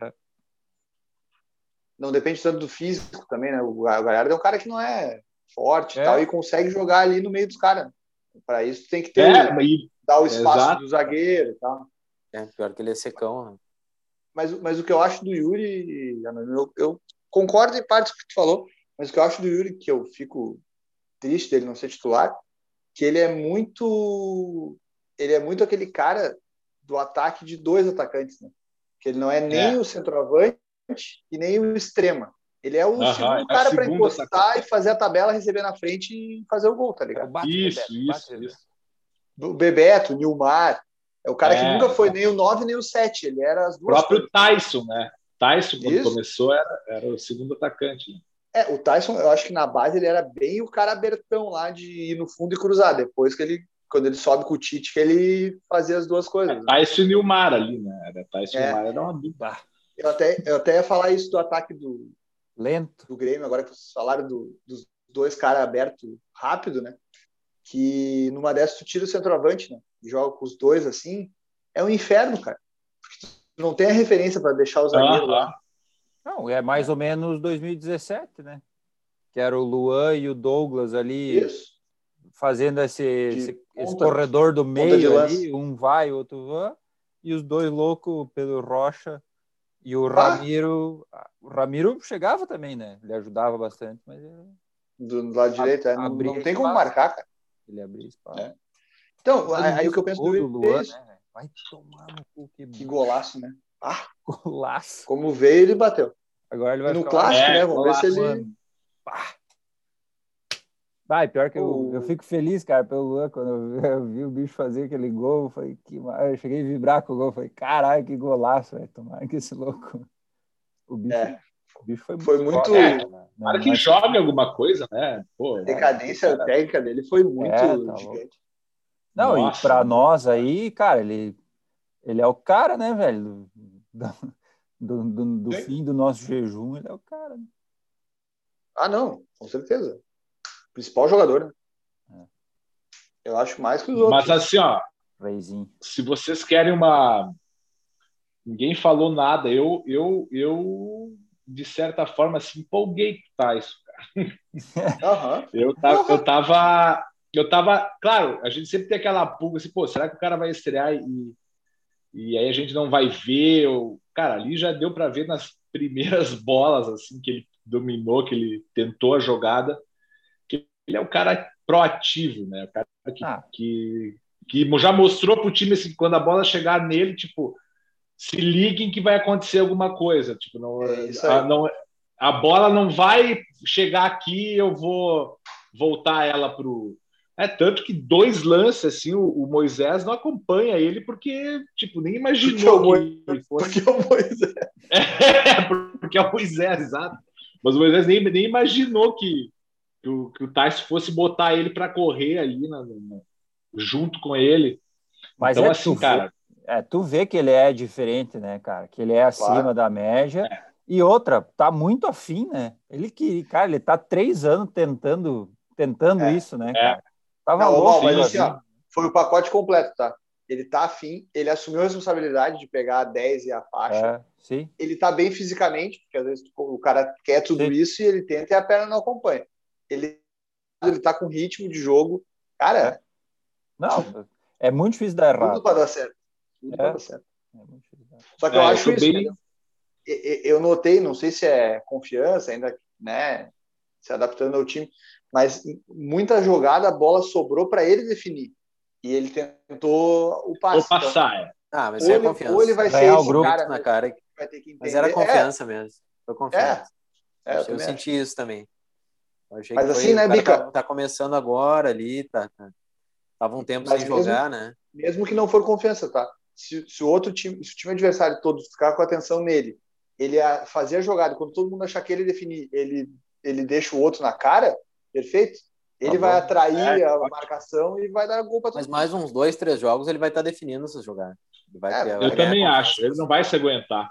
Speaker 2: Não depende tanto do físico também, né? O Galhardo é um cara que não é forte e tal, e consegue jogar ali no meio dos caras. Para isso tem que ter dar o espaço do zagueiro e tal.
Speaker 3: Pior que ele é secão, né?
Speaker 2: Mas o que eu acho do Yuri, eu concordo em partes com o que tu falou, mas o que eu acho do Yuri, que eu fico triste dele não ser titular, que ele é muito aquele cara do ataque de dois atacantes, né? Que ele não é nem o centroavante e nem o extrema. Ele é o segundo cara para encostar e fazer a tabela, receber na frente e fazer o gol, tá ligado?
Speaker 4: Isso.
Speaker 2: O Bebeto, o Nilmar, é o cara que nunca foi nem o 9 nem o 7, ele era as duas.
Speaker 4: O próprio Tyson, né? Tyson, quando começou, era o segundo atacante. Né?
Speaker 2: O Tyson, eu acho que na base ele era bem o cara abertão lá de ir no fundo e cruzar. Depois quando ele sobe com o Tite, que ele fazia as duas coisas.
Speaker 4: Tyson e Nilmar ali, né? Tyson e Nilmar era uma dupla.
Speaker 2: Eu até ia falar isso do ataque do Grêmio, agora que vocês falaram dos dois caras abertos rápido, né? Que numa dessas tu tira o centroavante, né? E joga com os dois assim, é um inferno, cara. Porque tu não tem a referência para deixar o zagueiro lá.
Speaker 1: Não, é mais ou menos 2017, né? Que era o Luan e o Douglas ali fazendo esse corredor do meio ali, um vai, o outro vai, e os dois loucos pelo Rocha e o Ramiro. O Ramiro chegava também, né? Ele ajudava bastante, mas
Speaker 2: do lado direito, não tem como marcar, cara.
Speaker 1: Ele abria espaço.
Speaker 2: Então, aí o que eu penso do
Speaker 1: Luan, né? Vai tomar no cu,
Speaker 2: que golaço, né?
Speaker 1: Golaço.
Speaker 2: Como veio, ele bateu.
Speaker 1: Agora ele vai
Speaker 2: no clássico, né? Vamos ver se ele...
Speaker 1: Pior que eu fico feliz, cara, pelo Luan. Quando eu vi o bicho fazer aquele gol, eu falei, eu cheguei a vibrar com o gol. Falei, caralho, que golaço, velho. Tomara que esse louco... O bicho foi muito...
Speaker 4: Para que joga alguma coisa, né?
Speaker 2: Pô, a decadência técnica dele foi muito gigante.
Speaker 1: Não, nossa, e pra nós aí, cara, ele é o cara, né, velho? Do fim do nosso jejum, ele é o cara. Né?
Speaker 2: Não, com certeza. Principal jogador, né? Eu acho mais que os outros.
Speaker 4: Mas assim, ó,
Speaker 1: Reizinho.
Speaker 4: Se vocês querem uma... Ninguém falou nada. Eu de certa forma, se empolguei com o Tyson, cara. Eu tava... Claro, a gente sempre tem aquela pulga assim, será que o cara vai estrear e aí a gente não vai ver? Cara, ali já deu para ver nas primeiras bolas, assim, que ele dominou, que ele tentou a jogada, que ele é o cara proativo, né? O cara que já mostrou pro time, assim, quando a bola chegar nele, tipo... se liguem que vai acontecer alguma coisa. Tipo, a bola não vai chegar aqui, eu vou voltar ela pro... tanto que 2 lances, assim, o Moisés não acompanha ele porque, tipo, nem imaginou que ele fosse...
Speaker 2: Porque é o Moisés.
Speaker 4: Porque é o Moisés, exato. Mas o Moisés nem imaginou que o Tyson fosse botar ele para correr ali junto com ele.
Speaker 1: Mas
Speaker 4: então, assim, cara...
Speaker 1: tu vê que ele é diferente, né, cara? Que ele é acima da média. E outra, tá muito afim, né? Ele tá 3 anos tentando tentando isso, né, cara? Tava
Speaker 2: Não,
Speaker 1: louco,
Speaker 2: mas
Speaker 1: hein,
Speaker 2: assim, ó, foi o pacote completo, tá? Ele tá afim, ele assumiu a responsabilidade de pegar a 10 e a faixa.
Speaker 1: Sim.
Speaker 2: Ele tá bem fisicamente, porque às vezes o cara quer tudo
Speaker 1: Sim.
Speaker 2: isso e ele tenta e a perna não acompanha. Ele tá com ritmo de jogo. Cara,
Speaker 1: Não, é muito difícil dar errado.
Speaker 2: tudo para dar certo. Tudo para dar certo.
Speaker 1: É muito difícil dar errado.
Speaker 2: Só que eu acho isso.
Speaker 4: Bem...
Speaker 2: Eu notei, não sei se é confiança, ainda, né, se adaptando ao time, mas muita jogada, a bola sobrou para ele definir. E ele tentou o passe.
Speaker 4: Ou passar,
Speaker 2: então,
Speaker 3: mas é confiança.
Speaker 2: ou ele vai ser
Speaker 1: Ganhar o
Speaker 2: esse
Speaker 1: grupo
Speaker 2: cara
Speaker 3: na cara.
Speaker 2: que vai ter que entender.
Speaker 3: Mas era confiança mesmo. Foi confiança.
Speaker 2: Eu
Speaker 3: senti isso também. Eu achei
Speaker 2: mas
Speaker 3: que
Speaker 2: assim, né, Bica?
Speaker 3: tá começando agora ali, tava um tempo sem jogar, né?
Speaker 2: Mesmo que não for confiança, tá? Se o time adversário todo ficar com atenção nele, ele fazer a jogada, quando todo mundo achar que ele definir, ele deixa o outro na cara, perfeito? Ele vai atrair a marcação e vai dar gol para todo mundo.
Speaker 3: Mas mais uns 2, 3 jogos ele vai estar definindo essas jogadas.
Speaker 4: Eu também acho. Ele não vai se aguentar.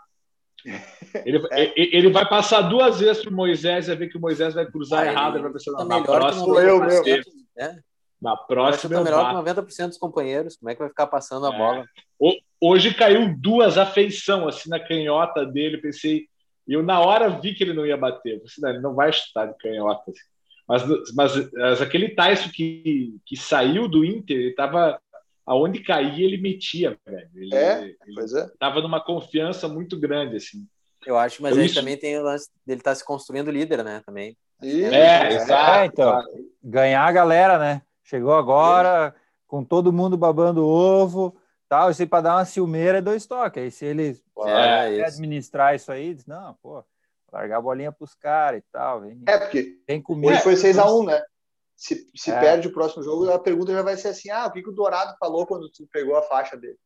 Speaker 4: Ele vai passar 2 vezes pro Moisés e vai ver que o Moisés vai cruzar errado e vai pensar, na próxima Na próxima
Speaker 3: tá melhor que 90% dos companheiros. Como é que vai ficar passando a bola?
Speaker 4: Hoje caiu 2 a feição assim na canhota dele. Pensei, eu na hora vi que ele não ia bater. Pensei, não, ele não vai chutar de canhota. Mas aquele Tyson que saiu do Inter, ele tava aonde caía, ele metia, velho. Ele tava numa confiança muito grande, assim.
Speaker 3: Eu acho, mas aí também tem o lance dele estar se construindo líder, né? Também.
Speaker 4: Exato.
Speaker 1: Então, ganhar a galera, né? Chegou agora, com todo mundo babando ovo, tal. Isso aí para dar uma ciumeira é 2 toques. Aí se ele administrar isso aí, diz, não, pô, largar a bolinha pros caras e tal.
Speaker 2: Porque
Speaker 1: vem comigo.
Speaker 2: Hoje foi 6-1, né? Se perde o próximo jogo, a pergunta já vai ser assim, o que o Dourado falou quando tu pegou a faixa dele?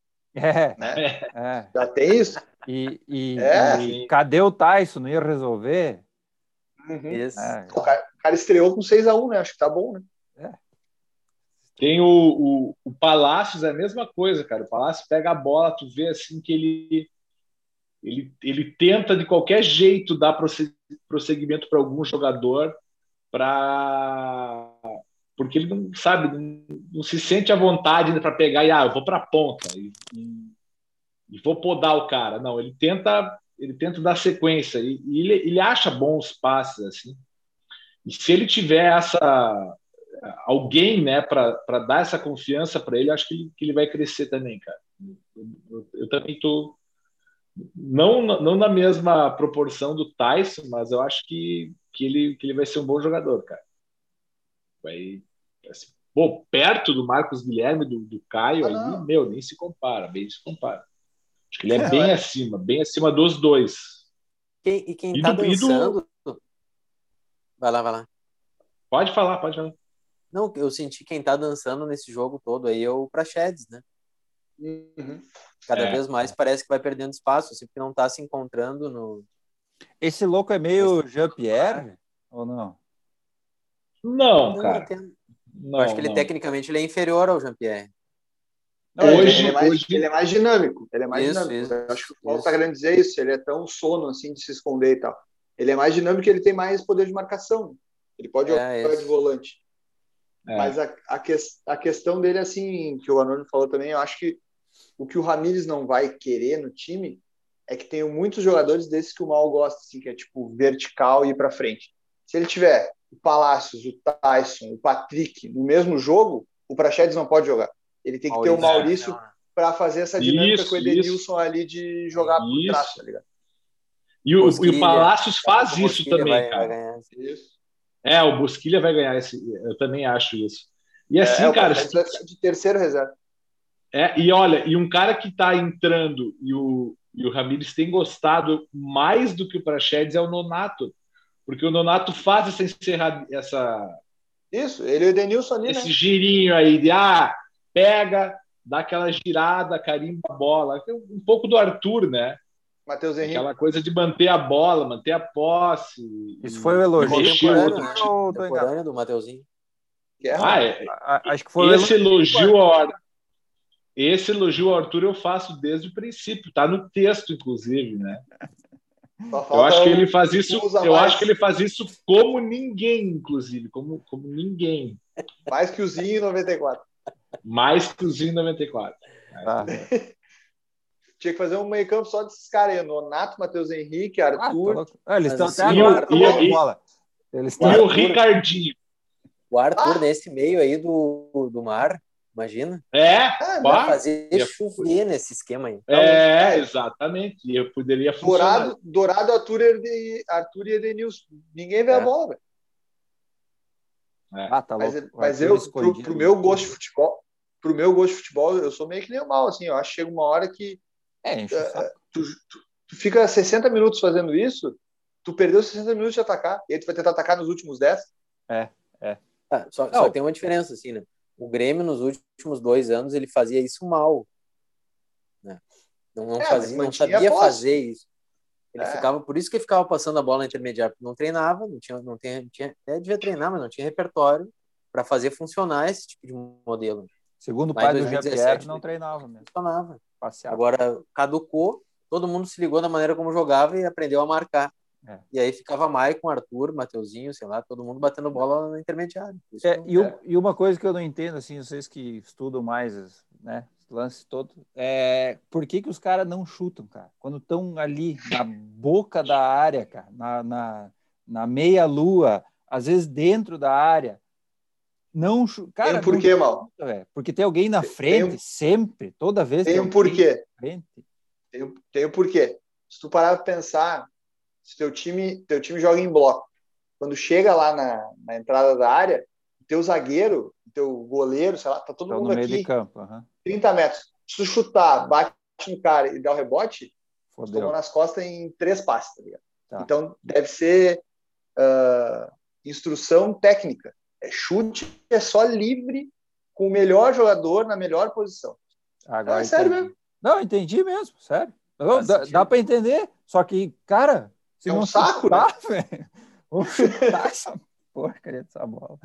Speaker 2: Né? Já tem isso?
Speaker 1: E cadê o Tyson? Não ia resolver?
Speaker 3: Isso.
Speaker 2: O cara estreou com 6-1, né? Acho que tá bom, né?
Speaker 4: Tem o Palácios, é a mesma coisa, cara. O Palácios pega a bola, tu vê assim que ele tenta de qualquer jeito dar prosseguimento para algum jogador, porque ele não sabe, não se sente à vontade para pegar e eu vou para a ponta e vou podar o cara. Não, ele tenta dar sequência e ele acha bons passes assim. E se ele tiver alguém, né, para dar essa confiança para ele, acho que ele vai crescer também, cara. Eu também tô não na mesma proporção do Tyson, mas eu acho que ele vai ser um bom jogador, cara. Vai assim, perto do Marcos Guilherme, do Caio aí, nem se compara, bem se compara. Acho que ele é bem acima dos dois.
Speaker 3: Quem tá dançando... Vai lá.
Speaker 4: Pode falar.
Speaker 3: Não, eu senti quem tá dançando nesse jogo todo aí é o Praxedes, né? Cada vez mais parece que vai perdendo espaço, assim, porque não tá se encontrando no...
Speaker 1: Esse louco é meio Jean-Pierre, ou não?
Speaker 4: Não, cara.
Speaker 3: Eu acho que ele tecnicamente ele é inferior ao Jean-Pierre.
Speaker 2: Ele é mais dinâmico. Ele é mais dinâmico. Eu acho que o Paulo tá querendo dizer isso. Ele é tão sono assim de se esconder e tal. Ele é mais dinâmico e ele tem mais poder de marcação. Ele pode jogar de volante. Mas a questão dele, assim, que o Arnoldo falou também, eu acho que o que o Ramires não vai querer no time é que tenham muitos jogadores desses que o Mal gosta, assim, que é tipo vertical e ir para frente. Se ele tiver o Palácios, o Tyson, o Patrick no mesmo jogo, o Praxedes não pode jogar. Ele tem que ter o Maurício para fazer essa dinâmica com o Edenilson ali de jogar por trás, tá ligado?
Speaker 4: E o Palácios faz isso também, cara. O Bosquilha vai ganhar esse. Eu também acho isso. E assim, cara.
Speaker 2: De terceiro reserva.
Speaker 4: E olha, e um cara que tá entrando e o Ramires tem gostado mais do que o Praxedes é o Nonato. Porque o Nonato faz
Speaker 2: Isso, ele e o Edenilson ali,
Speaker 4: esse girinho aí de pega, dá aquela girada, carimba a bola. Um pouco do Arthur, né?
Speaker 2: Matheus Henrique.
Speaker 4: Aquela coisa de manter a bola, manter a posse.
Speaker 1: Isso foi o elogio
Speaker 3: contemporâneo do Mateuzinho.
Speaker 1: Acho que foi
Speaker 4: esse elogio ao Arthur eu faço desde o princípio. Tá no texto, inclusive, né?
Speaker 2: Só
Speaker 4: Eu
Speaker 2: falta
Speaker 4: acho que ele faz isso.
Speaker 2: usa
Speaker 4: Eu
Speaker 2: mais.
Speaker 4: acho que ele faz isso como ninguém, inclusive, como ninguém.
Speaker 2: Mais que o Zinho em 94.
Speaker 4: Mais que o Zinho 94.
Speaker 1: Tá.
Speaker 2: Tinha que fazer um meio campo só desses caras aí. Nonato, Matheus Henrique,
Speaker 1: Ah, tá
Speaker 2: Arthur.
Speaker 1: louco. Eles estão
Speaker 3: Mas
Speaker 1: até
Speaker 3: sim,
Speaker 1: agora
Speaker 4: e-
Speaker 1: jogando
Speaker 4: e-
Speaker 1: bola. Eles
Speaker 4: E
Speaker 1: estão.
Speaker 4: o
Speaker 3: Arthur.
Speaker 4: Ricardinho.
Speaker 3: O Arthur nesse meio aí do Mar, imagina.
Speaker 2: Ah,
Speaker 3: Ia
Speaker 4: Pá,
Speaker 3: fazer
Speaker 4: ia-
Speaker 3: chover nesse esquema aí. Tá louco.
Speaker 4: exatamente. E eu poderia funcionar.
Speaker 2: Dourado, Arthur e Edenilson. Ninguém vê a
Speaker 1: É.
Speaker 2: bola, velho.
Speaker 1: Ah, tá louco.
Speaker 2: Mas
Speaker 1: Arthur
Speaker 2: eu,
Speaker 1: escondido.
Speaker 2: pro meu gosto de futebol, eu sou meio que nem o Mal, assim. Eu acho que chega uma hora que
Speaker 1: Enche o saco.
Speaker 2: tu fica 60 minutos fazendo isso, tu perdeu 60 minutos de atacar. E aí tu vai tentar atacar nos últimos 10.
Speaker 3: Só tem uma diferença, assim, né? O Grêmio, nos últimos 2 anos, ele fazia isso mal. Né? Não
Speaker 2: mas mantinha
Speaker 3: sabia
Speaker 2: a posse.
Speaker 3: fazer isso. Ele ficava, por isso que ele ficava passando a bola na intermediária, porque não treinava, até devia treinar, mas não tinha repertório para fazer funcionar esse tipo de modelo.
Speaker 1: Segundo o
Speaker 3: Mas
Speaker 1: pai do
Speaker 3: 2017,
Speaker 1: Jean-Pierre, não treinava mesmo.
Speaker 3: Funcionava.
Speaker 1: Passeava.
Speaker 3: Agora, caducou, todo mundo se ligou na maneira como jogava e aprendeu a marcar.
Speaker 1: É.
Speaker 3: E aí ficava Maicon, Arthur, Mateuzinho, sei lá, todo mundo batendo bola na intermediária.
Speaker 1: E uma coisa que eu não entendo, assim, vocês que estudam mais, né, lance todo, por que os caras não chutam, cara? Quando estão ali na boca da área, cara, na meia-lua, às vezes dentro da área, não chuta. Cara,
Speaker 2: tem um porquê, Mal.
Speaker 1: Porque tem alguém na frente, sempre, toda vez.
Speaker 2: Tem um porquê.
Speaker 1: Frente.
Speaker 2: Tem um porquê. Se tu parar pra pensar, se teu time joga em bloco, quando chega lá na entrada da área, teu zagueiro, teu goleiro, sei lá, tá todo mundo
Speaker 1: no meio
Speaker 2: aqui,
Speaker 1: de campo,
Speaker 2: 30 metros. Se tu chutar, bate no cara e dá o rebote, tu
Speaker 1: fodeu.
Speaker 2: tomou nas costas em 3 passes, tá ligado?
Speaker 1: Tá.
Speaker 2: Então, deve ser instrução técnica. Chute é só livre com o melhor jogador na melhor posição.
Speaker 1: Agora
Speaker 2: é sério
Speaker 1: entendi.
Speaker 2: mesmo.
Speaker 1: Não, entendi mesmo, sério.
Speaker 3: Faz
Speaker 1: Dá para entender, só que, cara, se
Speaker 2: É
Speaker 1: não
Speaker 2: um saco,
Speaker 1: chutar, velho, vamos chutar essa porcaria dessa bola.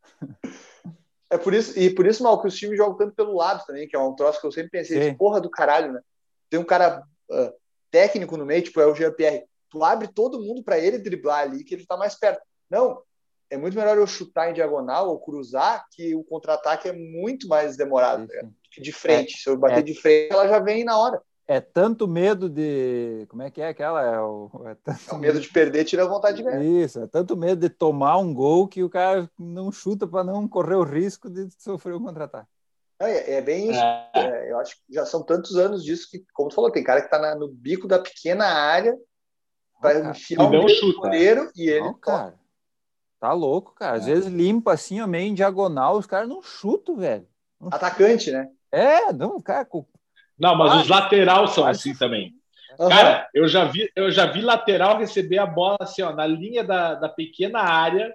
Speaker 2: É por isso, Mal, que os times jogam tanto pelo lado também, que é um troço que eu sempre pensei,
Speaker 1: Sim.
Speaker 2: porra do caralho, né? Tem um cara técnico no meio, tipo, é o Jean-Pierre. Tu abre todo mundo pra ele driblar ali, que ele tá mais perto. Não, é muito melhor eu chutar em diagonal ou cruzar, que o contra-ataque é muito mais demorado, tá ligado? Que de frente. Se eu bater de frente, ela já vem na hora.
Speaker 1: É tanto medo de... Como é que é aquela?
Speaker 2: O medo de perder tira a vontade de ganhar.
Speaker 1: Isso, é tanto medo de tomar um gol que o cara não chuta para não correr o risco de sofrer um contra-ataque.
Speaker 2: É bem isso. Eu acho que já são tantos anos disso que, como tu falou, tem cara que tá no bico da pequena área para enfiar um goleiro e ele...
Speaker 1: Não, cara. Tá louco, cara. Às vezes limpa assim, ó, meio em diagonal, os caras não chutam, velho.
Speaker 2: Atacante, né?
Speaker 1: Não, cara...
Speaker 4: Não, mas os laterais são assim também.
Speaker 2: Uhum.
Speaker 4: Cara, eu já vi lateral receber a bola assim, ó, na linha da pequena área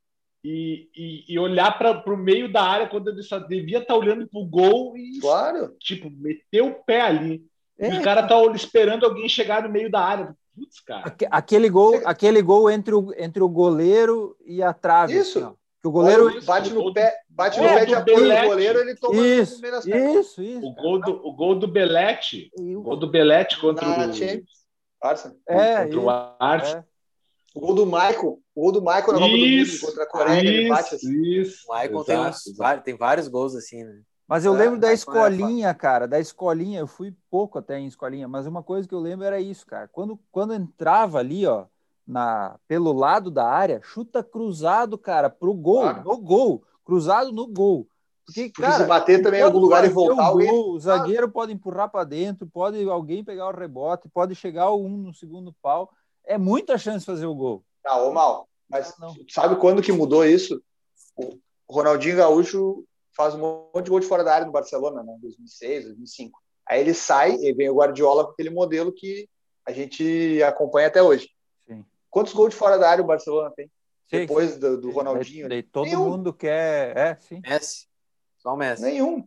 Speaker 4: e olhar para o meio da área quando ele só devia estar olhando pro gol e, tipo, meter o pé ali. E o cara tá esperando alguém chegar no meio da área. Putz, cara.
Speaker 1: Aquele gol entre o goleiro e a trave.
Speaker 2: Isso.
Speaker 1: Assim, ó. Que o goleiro
Speaker 2: bate no pé de apoio do goleiro, ele toma
Speaker 1: isso,
Speaker 2: no meio das pernas.
Speaker 1: Isso.
Speaker 4: O gol do Belletti. O gol do Belletti contra o
Speaker 2: Arsenal.
Speaker 4: O Arsenal.
Speaker 2: O gol do Michael na Copa do Mundo contra a Coreia, ele bate assim.
Speaker 3: O Michael tem vários gols assim, né?
Speaker 1: Mas eu lembro da escolinha, cara, eu fui pouco até em escolinha, mas uma coisa que eu lembro era isso, cara, quando entrava ali, ó, pelo lado da área, chuta cruzado, cara, pro gol, no gol, cruzado no gol. Porque cara,
Speaker 2: se bater também em algum lugar e voltar,
Speaker 1: o zagueiro pode empurrar para dentro, pode alguém pegar o rebote, pode chegar no segundo pau, é muita chance de fazer o gol.
Speaker 2: Ô Mal, mas sabe quando que mudou isso? O Ronaldinho Gaúcho faz um monte de gol de fora da área no Barcelona, né? 2006, 2005. Aí ele sai e vem o Guardiola com aquele modelo que a gente acompanha até hoje.
Speaker 1: Sim.
Speaker 2: Quantos gols de fora da área o Barcelona tem?
Speaker 1: Sim.
Speaker 2: Depois do Ronaldinho.
Speaker 1: Daí todo mundo quer... sim.
Speaker 3: Messi. Só o Messi.
Speaker 2: Nenhum.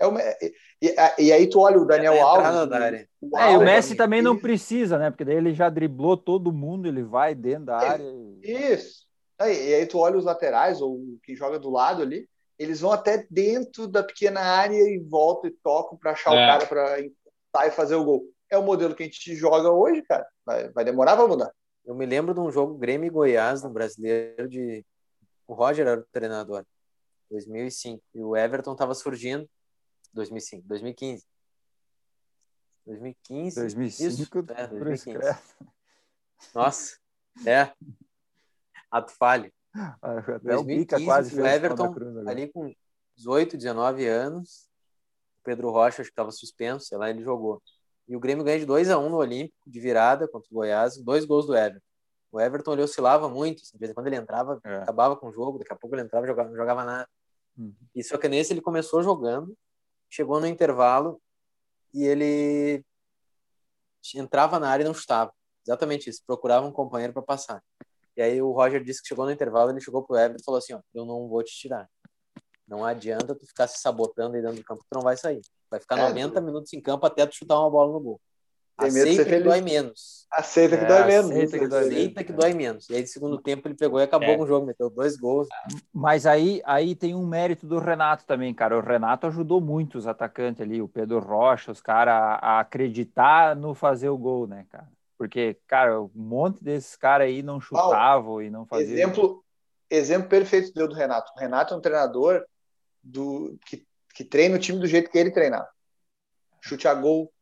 Speaker 2: E aí tu olha o Daniel Alves.
Speaker 3: Da área.
Speaker 1: O Messi também não precisa, né? Porque daí ele já driblou todo mundo, ele vai dentro da área.
Speaker 2: Isso. E aí tu olha os laterais, ou quem joga do lado ali, eles vão até dentro da pequena área e voltam e tocam para achar o cara para encostar e fazer o gol. é o modelo que a gente joga hoje, cara. Vai demorar para mudar.
Speaker 3: Eu me lembro de um jogo Grêmio e Goiás no Brasileiro o Roger era o treinador, 2005, e o Everton estava surgindo, 2005, 2015.
Speaker 1: 2005,
Speaker 3: isso, 2015.
Speaker 1: Nossa.
Speaker 3: Nossa, ato falho.
Speaker 1: Até o Pica quase fez
Speaker 3: o Everton,
Speaker 1: Cruz
Speaker 3: ali com 18, 19 anos, o Pedro Rocha, acho que estava suspenso, sei lá, ele jogou. E o Grêmio ganha de 2-1 no Olímpico, de virada contra o Goiás, 2 gols do Everton. O Everton ele oscilava muito, assim, de vez em quando ele entrava, acabava com o jogo, daqui a pouco ele entrava e não jogava nada. E só que nesse ele começou jogando, chegou no intervalo e ele entrava na área e não chutava. Exatamente isso, procurava um companheiro para passar. E aí o Roger disse que chegou no intervalo, ele chegou pro Everton e falou assim, ó, eu não vou te tirar. Não adianta tu ficar se sabotando aí dentro do campo, tu não vai sair. Vai ficar 90 minutos em campo até tu chutar uma bola no gol. Aceita que dói menos.
Speaker 2: Aceita que dói menos.
Speaker 3: Aceita que dói menos. E aí, no segundo tempo, ele pegou e acabou com o jogo, meteu 2 gols.
Speaker 1: Mas aí tem um mérito do Renato também, cara. O Renato ajudou muito os atacantes ali, o Pedro Rocha, os caras a acreditar no fazer o gol, né, cara? Porque, cara, um monte desses caras aí não chutavam e não faziam.
Speaker 2: Exemplo perfeito deu do Renato. O Renato é um treinador que treina o time do jeito que ele treinava. Chute a gol,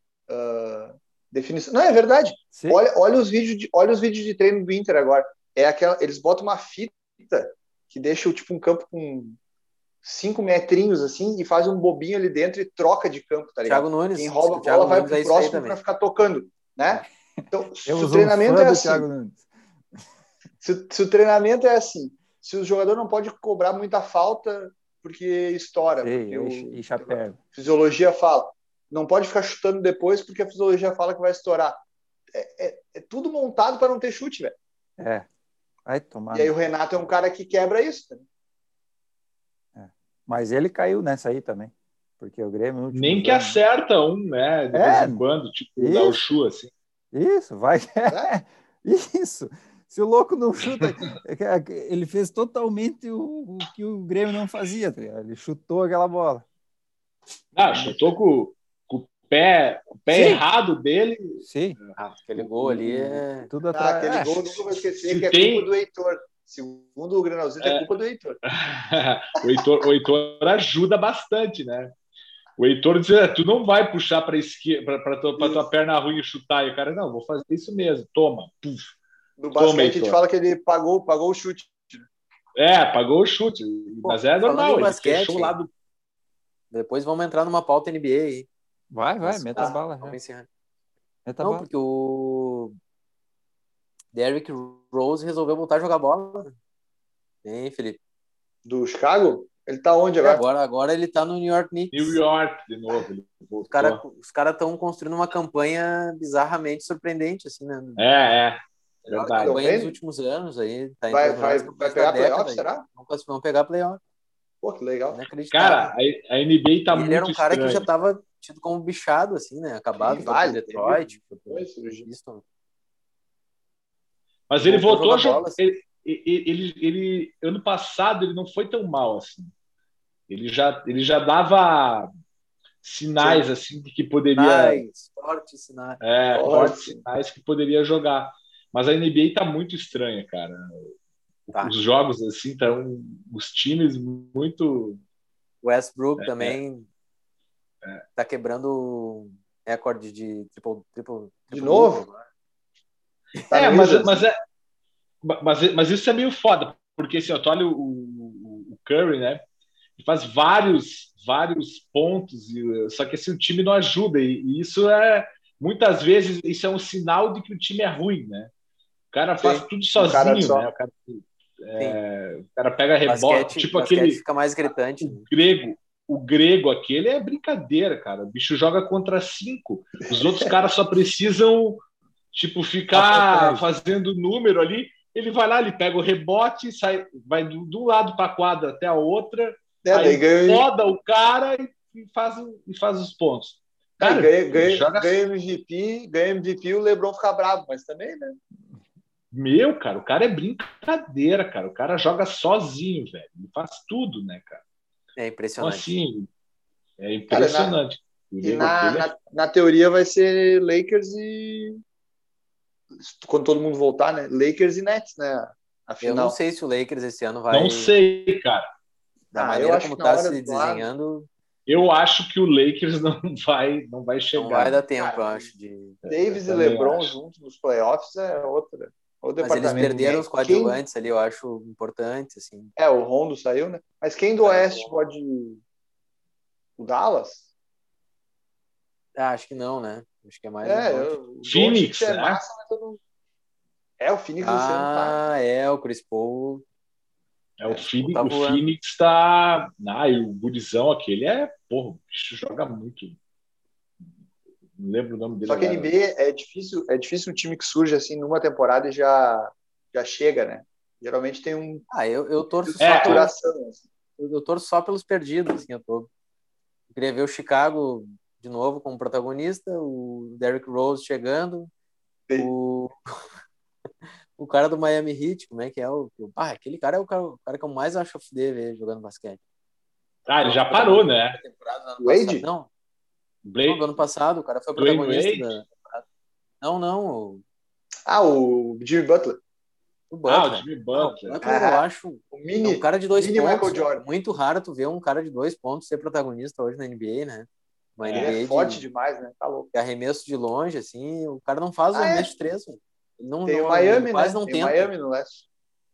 Speaker 2: definição. Não, é verdade. Olha os vídeos de treino do Inter agora. Eles botam uma fita que deixa tipo um campo com 5 metrinhos assim e faz um bobinho ali dentro e troca de campo, tá ligado?
Speaker 3: Thiago Nunes,
Speaker 2: quem rouba a bola vai pro próximo para ficar tocando, né? Então, se o treinamento é assim, se o treinamento é assim, se o jogador não pode cobrar muita falta porque estoura, porque a fisiologia fala, não pode ficar chutando depois porque a fisiologia fala que vai estourar. É tudo montado para não ter chute, velho.
Speaker 1: Vai tomar.
Speaker 2: E aí o Renato é um cara que quebra isso.
Speaker 1: Né? Mas ele caiu nessa aí também. Porque o Grêmio...
Speaker 4: Nem que acerta um, né? De vez em quando, tipo dar o chu, assim.
Speaker 1: Isso, vai. Isso. Se o louco não chuta... Ele fez totalmente o que o Grêmio não fazia. Tá ligado? Ele chutou aquela bola.
Speaker 4: Chutou com o pé errado dele.
Speaker 1: Sim.
Speaker 3: Aquele gol ali é...
Speaker 1: Tudo atrás.
Speaker 2: Aquele gol nunca vou esquecer, que é culpa do Heitor. Segundo o Grenalzito, é culpa do Heitor.
Speaker 4: O Heitor ajuda bastante, né? O Heitor diz, tu não vai puxar para esquerda, para tua perna ruim e chutar. E o cara, não, vou fazer isso mesmo. Toma. Puf.
Speaker 2: No basquete a gente fala que ele pagou o chute.
Speaker 4: Pagou o chute. Mas é normal. Ele fechou o lado.
Speaker 3: Depois vamos entrar numa pauta NBA aí.
Speaker 1: Vai, meta a bala.
Speaker 3: Vamos encerrar.
Speaker 1: Não,
Speaker 3: porque o Derrick Rose resolveu voltar a jogar bola. Hein, Felipe?
Speaker 2: Do Chicago? Ele tá onde agora?
Speaker 3: Agora ele tá no New York Knicks.
Speaker 4: New York, de novo.
Speaker 3: Os caras estão construindo uma campanha bizarramente surpreendente, assim, né?
Speaker 4: Verdade.
Speaker 3: Campanha dos últimos anos aí. Tá
Speaker 2: vai pegar playoff, será?
Speaker 3: Vamos pegar playoff.
Speaker 2: Pô, que legal.
Speaker 4: Cara, a NBA tá muito
Speaker 3: Ele era um cara
Speaker 4: estranho.
Speaker 3: que já tava tido como bichado, assim, né? Acabado com Detroit.
Speaker 4: Mas ele voltou a jogar. Ele ano passado ele não foi tão mal assim. Ele já dava sinais assim de que poderia.
Speaker 3: Fortes sinais.
Speaker 4: Fortes sinais que poderia jogar. Mas a NBA tá muito estranha, cara. Os jogos assim estão os times muito.
Speaker 3: Westbrook também tá quebrando o recorde de triple
Speaker 2: de novo.
Speaker 4: Mas isso é meio foda, porque assim, tu olha o Curry, né? Ele faz vários pontos, só que assim, o time não ajuda, e isso muitas vezes isso é um sinal de que o time é ruim, né? O cara faz tudo sozinho, né? O cara pega rebote, tipo aquele
Speaker 3: fica mais gritante.
Speaker 4: O grego aquele é brincadeira, cara. O bicho joga contra 5. Os outros caras só precisam tipo ficar fazendo número ali. Ele vai lá, ele pega o rebote, vai do lado para a quadra até a outra, aí roda o cara e faz os pontos.
Speaker 2: Cara, ganha MVP, o LeBron fica bravo, mas também, né?
Speaker 4: Cara, o cara é brincadeira, cara. O cara joga sozinho, velho. Ele faz tudo, né, cara?
Speaker 3: É impressionante.
Speaker 4: Então, assim, é impressionante.
Speaker 2: E na teoria vai ser Lakers e... Quando todo mundo voltar, né? Lakers e Nets, né? A
Speaker 3: Eu não
Speaker 2: final.
Speaker 3: sei se o Lakers esse ano vai...
Speaker 4: Não sei, cara.
Speaker 3: Da
Speaker 2: eu
Speaker 3: maneira
Speaker 2: acho
Speaker 3: como
Speaker 2: que na
Speaker 3: tá
Speaker 2: hora
Speaker 3: se
Speaker 2: do lado-
Speaker 3: desenhando,
Speaker 4: Eu acho que o Lakers não vai chegar.
Speaker 3: não vai dar tempo, eu acho, de...
Speaker 2: Davis e
Speaker 4: também
Speaker 2: LeBron
Speaker 4: acho.
Speaker 2: juntos nos playoffs é outro
Speaker 3: Mas eles
Speaker 2: departamento.
Speaker 3: perderam os coadjuvantes ali, eu acho importante, assim.
Speaker 2: O Rondo saiu, né? Mas quem do Oeste pode... O Dallas?
Speaker 3: Acho que não, né? Acho que é mais
Speaker 2: O
Speaker 4: Phoenix,
Speaker 2: Doncic
Speaker 4: né?
Speaker 2: massa, mas eu não... o Phoenix esse ano tá...
Speaker 3: o Chris Paul...
Speaker 4: O Phoenix,
Speaker 3: tá
Speaker 4: o
Speaker 3: voando.
Speaker 4: Phoenix tá... e o gurizão aquele porra, o bicho joga muito. Não lembro o nome dele.
Speaker 2: Só que a
Speaker 4: agora.
Speaker 2: NBA é difícil um time que surge assim numa temporada e já chega, né? Geralmente tem um...
Speaker 3: eu torço só
Speaker 2: saturação.
Speaker 3: eu torço só pelos perdidos, assim, eu queria ver o Chicago de novo como protagonista, o Derrick Rose chegando, o cara do Miami Heat, como é que é? Aquele cara é o cara que eu mais acho fuder ver jogando basquete.
Speaker 4: Ele já parou, né?
Speaker 2: Wade?
Speaker 3: Não,
Speaker 4: Blake...
Speaker 3: do ano passado, o cara foi o protagonista da temporada. Não.
Speaker 2: O Jimmy Butler.
Speaker 3: O Butler.
Speaker 4: O Jimmy Butler.
Speaker 3: O Butler, eu acho um cara de 2 pontos.
Speaker 2: Michael Jordan.
Speaker 3: Muito raro tu ver um cara de 2 pontos ser protagonista hoje na NBA, né? Uma NBA
Speaker 2: Ele é forte demais, né? Tá louco.
Speaker 3: De arremesso de longe, assim, o cara não faz o arremesso de 3, velho.
Speaker 2: Tem o Miami,
Speaker 3: quase
Speaker 2: né?
Speaker 3: não
Speaker 2: Tem
Speaker 3: tenta.
Speaker 2: o Miami no leste.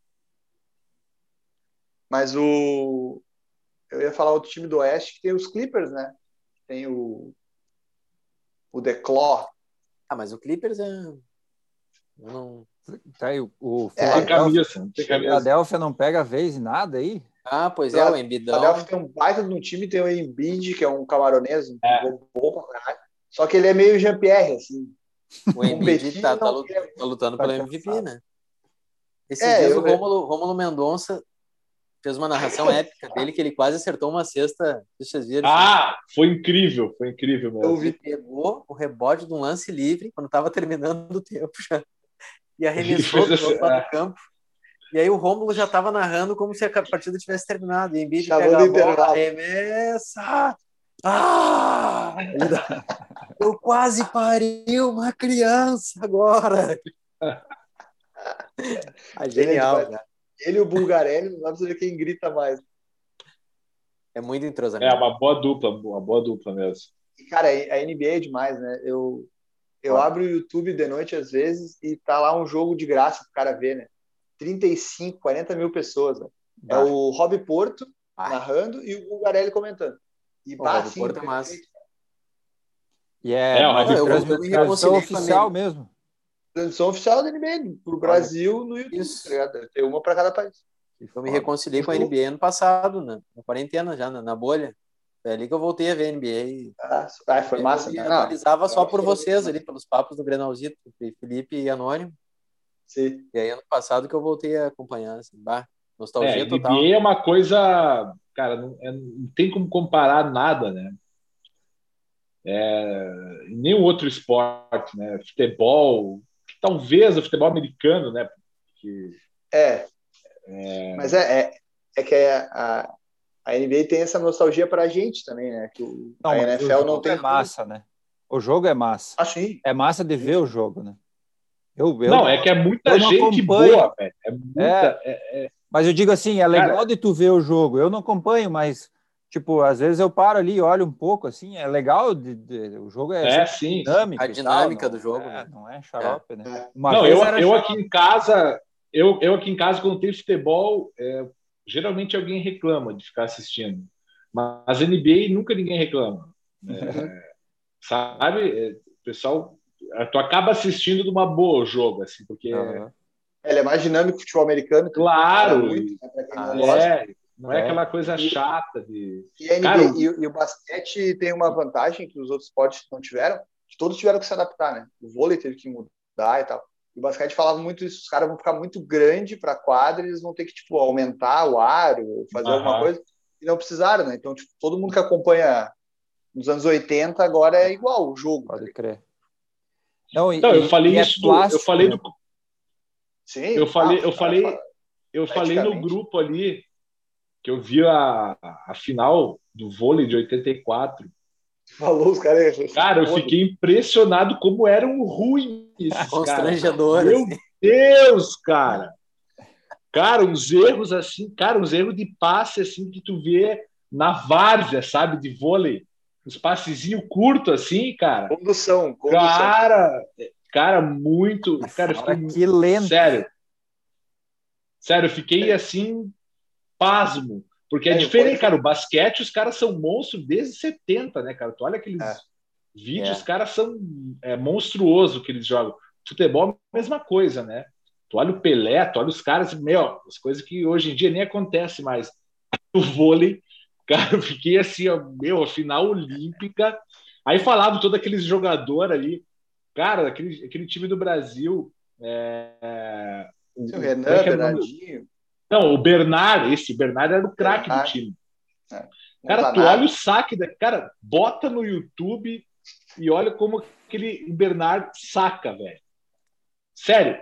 Speaker 2: Mas eu ia falar outro time do Oeste que tem os Clippers, né? Tem o The Claw.
Speaker 3: Mas o Clippers não...
Speaker 1: Tá aí, o
Speaker 4: Philadelphia
Speaker 1: não pega a vez em nada aí?
Speaker 3: Pois o Embidão.
Speaker 2: O Philadelphia tem um baita no time, tem o Embiid, que é um camaronês, bom pra caralho. Só que ele é meio Jean-Pierre, assim.
Speaker 3: O Embiid tá lutando pelo MVP, né? Esses dias o Rômulo Mendonça fez uma narração épica dele, que ele quase acertou uma cesta. Vocês viram?
Speaker 4: Foi incrível mesmo.
Speaker 3: Ele pegou o rebote de um lance livre, quando tava terminando o tempo já, e arremessou do outro lado do campo. E aí o Rômulo já tava narrando como se a partida tivesse terminado. E Embiid pega a bola, arremessa... Eu quase parei uma criança agora. Genial, cara.
Speaker 2: Ele e o Bulgarelli, não dá pra saber quem grita mais.
Speaker 3: É muito entrosamento.
Speaker 4: É uma boa dupla mesmo.
Speaker 2: E, cara, a NBA é demais, né? Eu abro o YouTube de noite às vezes e tá lá um jogo de graça pro cara ver, né? 35, 40 mil pessoas. Né? É o Rob Porto narrando e o Bulgarelli comentando. E
Speaker 3: Rob Porto é massa.
Speaker 1: E transmissão oficial mesmo.
Speaker 2: Transmissão oficial da NBA pro Brasil no YouTube. Tá ligado? Tem uma para cada país.
Speaker 3: Eu me reconciliei com a NBA ano passado, na quarentena já, na bolha. Foi ali que eu voltei a ver a NBA.
Speaker 2: Foi massa.
Speaker 3: Eu analisava só por vocês ali, pelos papos do Grenalzito, Felipe e Anônimo.
Speaker 2: Sim.
Speaker 3: E aí ano passado que eu voltei a acompanhar, assim, nostalgia total.
Speaker 4: NBA é uma coisa, cara, não tem como comparar nada, né? Nenhum outro esporte, né? Futebol, talvez o futebol americano, né? Porque,
Speaker 2: mas que a NBA tem essa nostalgia pra gente também, né? Que a NFL não tem.
Speaker 1: É massa, né? O jogo é massa.
Speaker 2: Sim.
Speaker 1: É massa de ver o jogo, né?
Speaker 4: É que é muita gente boa, velho.
Speaker 1: Mas eu digo assim, é legal de tu ver o jogo. Eu não acompanho, mas tipo, às vezes eu paro ali e olho um pouco, assim, é legal, o jogo
Speaker 4: sim,
Speaker 1: dinâmico.
Speaker 3: A dinâmica do jogo.
Speaker 1: Não é xarope, né?
Speaker 4: Eu aqui em casa, quando tem futebol, geralmente alguém reclama de ficar assistindo. Mas NBA nunca ninguém reclama. Sabe? O pessoal... Tu acaba assistindo de uma boa o jogo, assim, porque...
Speaker 2: Ele é mais dinâmico que o futebol americano.
Speaker 4: Claro!
Speaker 2: Não
Speaker 4: é aquela coisa chata de...
Speaker 2: E a NBA, e o basquete tem uma vantagem que os outros esportes não tiveram, que todos tiveram que se adaptar, né? O vôlei teve que mudar e tal. E o basquete falava muito isso, os caras vão ficar muito grande para quadra, eles vão ter que, tipo, aumentar o aro, fazer alguma coisa, e não precisaram, né? Então, tipo, todo mundo que acompanha nos anos 80 agora é igual o jogo.
Speaker 1: Pode crer.
Speaker 4: Eu falei isso,
Speaker 1: plástico,
Speaker 4: eu falei no...
Speaker 2: Sim,
Speaker 4: eu falei no grupo ali que eu vi a final do vôlei de 84
Speaker 2: Falou os caras.
Speaker 4: Cara, eu fiquei impressionado como eram ruins esses caras.
Speaker 3: Constrangedor.
Speaker 4: Meu
Speaker 3: Assim.
Speaker 4: Deus, cara! Cara, uns erros assim, cara, uns erros de passe assim que tu vê na várzea, sabe, de vôlei. Uns passezinhos curtos assim, cara.
Speaker 2: Condução.
Speaker 4: Cara, muito... Cara, eu
Speaker 1: Fora
Speaker 4: fiquei...
Speaker 1: que lento.
Speaker 4: Sério, eu fiquei assim, pasmo. Porque é diferente, cara. O basquete, os caras são monstros desde 70, né, cara? Tu olha aqueles vídeos, os caras são monstruoso que eles jogam. Futebol, mesma coisa, né? Tu olha o Pelé, tu olha os caras, as coisas que hoje em dia nem acontece mais. O vôlei, cara, eu fiquei assim, ó, a final olímpica. Aí falava todo aqueles jogador ali. Cara, aquele time do Brasil.
Speaker 2: O Renan, Bernardinho.
Speaker 4: Não, o Bernard era o craque do time. Cara, tu olha o saque cara, bota no YouTube e olha como o Bernard saca, velho. Sério.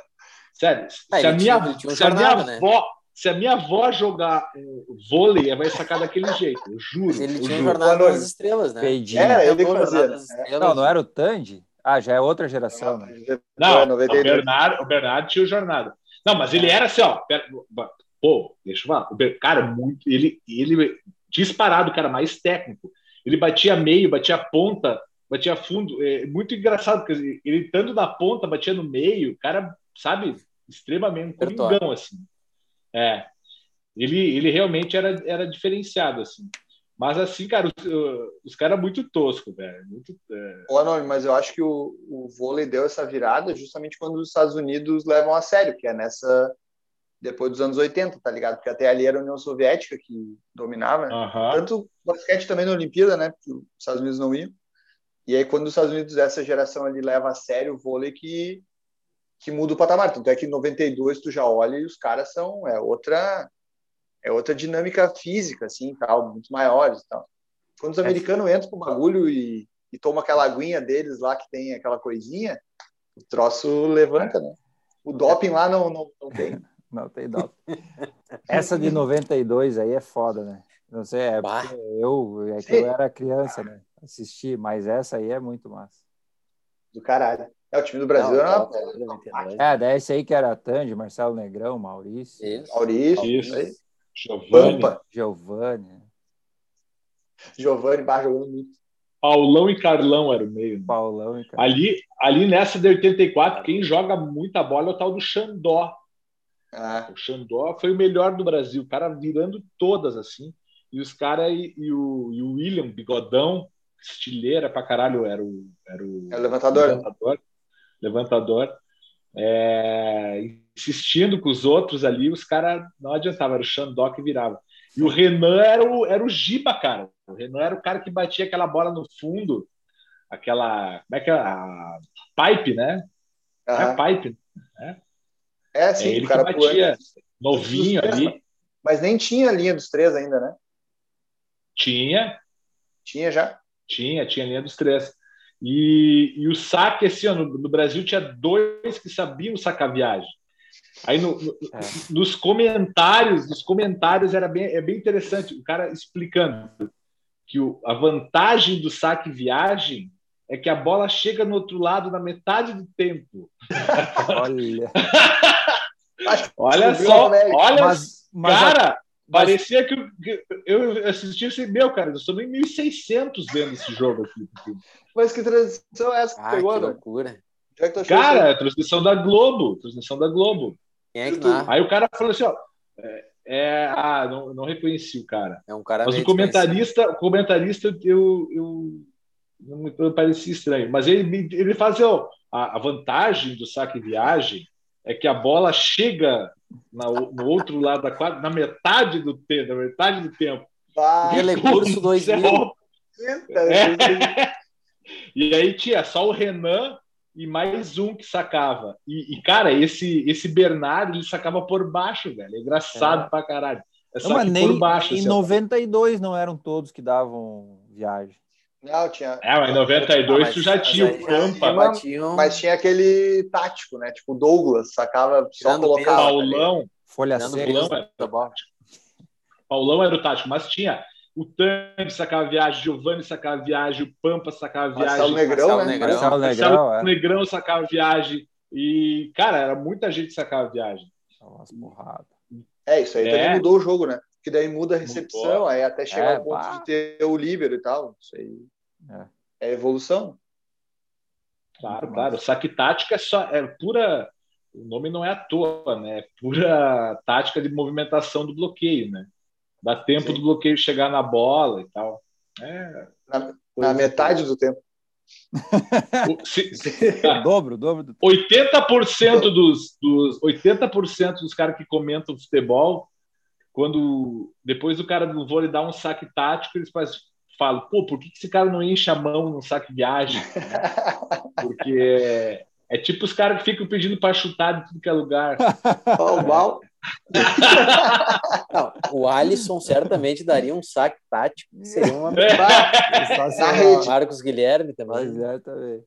Speaker 4: Se a minha avó jogar vôlei, vai sacar daquele jeito, eu juro.
Speaker 3: Mas ele tinha Jornada das Estrelas, né?
Speaker 2: Era ele que fazia.
Speaker 1: Não era o Tandy? Ah, já é outra geração, né?
Speaker 4: Não, o Bernard tinha o Jornada. Não, mas ele era assim, ó. Pô, deixa eu falar. Cara, ele disparado, cara, mais técnico. Ele batia meio, batia ponta, batia fundo. Muito engraçado, porque ele estando na ponta, batia no meio, cara, sabe, extremamente coringão, assim. Ele realmente era diferenciado, assim. Mas, assim, cara, os caras muito toscos, velho.
Speaker 2: Mas eu acho que o vôlei deu essa virada justamente quando os Estados Unidos levam a sério, que é depois dos anos 80, tá ligado? Porque até ali era a União Soviética que dominava, né? Tanto o basquete também na Olimpíada, né? Porque os Estados Unidos não iam. E aí, quando os Estados Unidos, essa geração ali, leva a sério o vôlei que muda o patamar. Tanto é que em 92 tu já olha e os caras são outra dinâmica física, assim, tal, muito maiores e tal. Quando os americanos entram pro bagulho e tomam aquela aguinha deles lá, que tem aquela coisinha, o troço levanta, né? O doping lá não tem.
Speaker 1: Não tem doping. Essa de 92 aí é foda, né? Não sei, porque eu era criança, né? Assisti, mas essa aí é muito massa.
Speaker 2: Do caralho. O time do Brasil era uma...
Speaker 1: daí esse aí que era Tandy, Marcelo Negrão, Maurício.
Speaker 2: Isso.
Speaker 1: Giovanni.
Speaker 2: Giovanni jogando muito.
Speaker 4: Paulão e Carlão era o meio.
Speaker 1: Paulão e Carlão.
Speaker 4: Ali nessa de 84, quem joga muita bola é o tal do Xandó. O Xandó foi o melhor do Brasil, o cara virando todas, assim. E os caras e o William, bigodão, estileira pra caralho, era o levantador. Insistindo com os outros ali, os caras não adiantava, era o Xandó que virava. E o Renan era o Giba, cara. O Renan era o cara que batia aquela bola no fundo, aquela. Como é que é? A pipe, né? É a pipe, né?
Speaker 2: Sim,
Speaker 4: ele
Speaker 2: o cara
Speaker 4: que batia, novinho ali.
Speaker 2: Mas nem tinha a linha dos três ainda, né?
Speaker 4: Tinha.
Speaker 2: Tinha já?
Speaker 4: Tinha a linha dos três. E o saque, assim, ó, no Brasil tinha 2 que sabiam sacar viagem. Aí nos comentários é bem interessante, o cara explicando que a vantagem do saque viagem é que a bola chega no outro lado na metade do tempo. Olha só, cara, parecia que eu assisti assim, cara, eu sou em 1600 vendo esse jogo aqui.
Speaker 2: Mas que transmissão é essa que pegou,
Speaker 3: que loucura.
Speaker 4: Cara, a transmissão da Globo.
Speaker 3: Quem é que narra?
Speaker 4: Aí o cara falou assim, ó, não reconheci o cara.
Speaker 3: É um cara.
Speaker 4: Mas o comentarista eu não me parecia estranho. Mas ele fazia, ó, a vantagem do saque viagem é que a bola chega no outro lado da quadra na metade do tempo.
Speaker 3: Telecurso 2000.
Speaker 4: E aí tinha só o Renan e mais um que sacava. E cara, esse Bernardo, ele sacava por baixo, velho. É engraçado pra caralho.
Speaker 1: Mas nem por baixo, em 92 não eram todos que davam viagem.
Speaker 2: Não, tinha...
Speaker 4: mas em 92 tu já tinha o Pampa.
Speaker 2: Mas tinha aquele tático, né? Tipo o Douglas, sacava, só colocava.
Speaker 4: Paulão.
Speaker 1: Folha seca.
Speaker 4: Paulão era o tático, mas tinha. o Tami sacava viagem, o Giovanni sacava viagem, o Pampa sacava
Speaker 2: Marcelo
Speaker 4: viagem,
Speaker 2: Negrão, né?
Speaker 1: Marcelo Negrão,
Speaker 4: Negrão sacava viagem. E, cara, era muita gente que sacava viagem.
Speaker 1: Nossa, porrada.
Speaker 2: Isso aí também mudou o jogo, né? Porque daí muda a recepção,
Speaker 4: Mudou.
Speaker 2: aí até chegar ao ponto de ter o líbero e tal. Isso aí é evolução.
Speaker 4: Claro. O saque tático é pura. O nome não é à toa, né? É pura tática de movimentação do bloqueio, né? Dá tempo do bloqueio chegar na bola e tal.
Speaker 2: Na metade do tempo.
Speaker 1: O dobro do
Speaker 4: 80% dos caras que comentam futebol, quando depois do cara do vôlei dar um saque tático, eles falam, pô, por que esse cara não enche a mão no saque viagem? Porque é tipo os caras que ficam pedindo para chutar de tudo que é lugar.
Speaker 2: Mal.
Speaker 3: Não, o Alisson certamente daria um saque tático, que seria uma
Speaker 2: na rede.
Speaker 3: Marcos Guilherme também.
Speaker 1: também.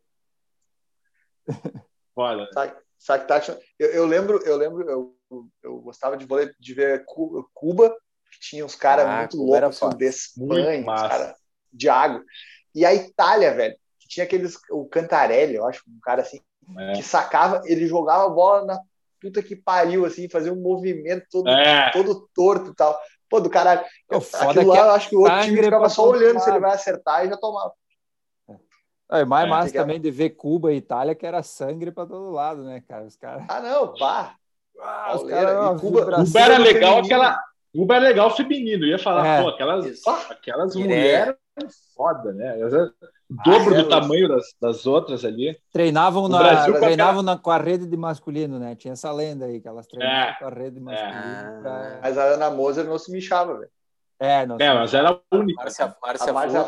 Speaker 4: Olha.
Speaker 2: Saque tático. Eu lembro, eu gostava de ver Cuba, que tinha uns caras muito loucos, o de Espanha, uns caras de água. E a Itália, velho, que tinha o Cantarelli, eu acho, um cara assim, que sacava, ele jogava a bola na puta que pariu, assim, fazia um movimento todo torto e tal. Pô, do caralho. Aquilo lá, eu acho que o outro time ficava só olhando se ele vai acertar e já tomava.
Speaker 1: É mais massa também de ver Cuba e Itália, que era sangue para todo lado, né, cara? Os caras...
Speaker 2: não, pá.
Speaker 1: Os caras...
Speaker 4: Cuba era legal Cuba era legal feminino. Eu ia falar, pô, aquelas mulheres foda, né? O dobro do tamanho das outras ali.
Speaker 1: Treinavam com a rede de masculino, né? Tinha essa lenda aí, que elas treinavam com a rede de masculino.
Speaker 2: Mas a Ana Moser não se mexava, velho.
Speaker 4: Mas era a única.
Speaker 3: Márcia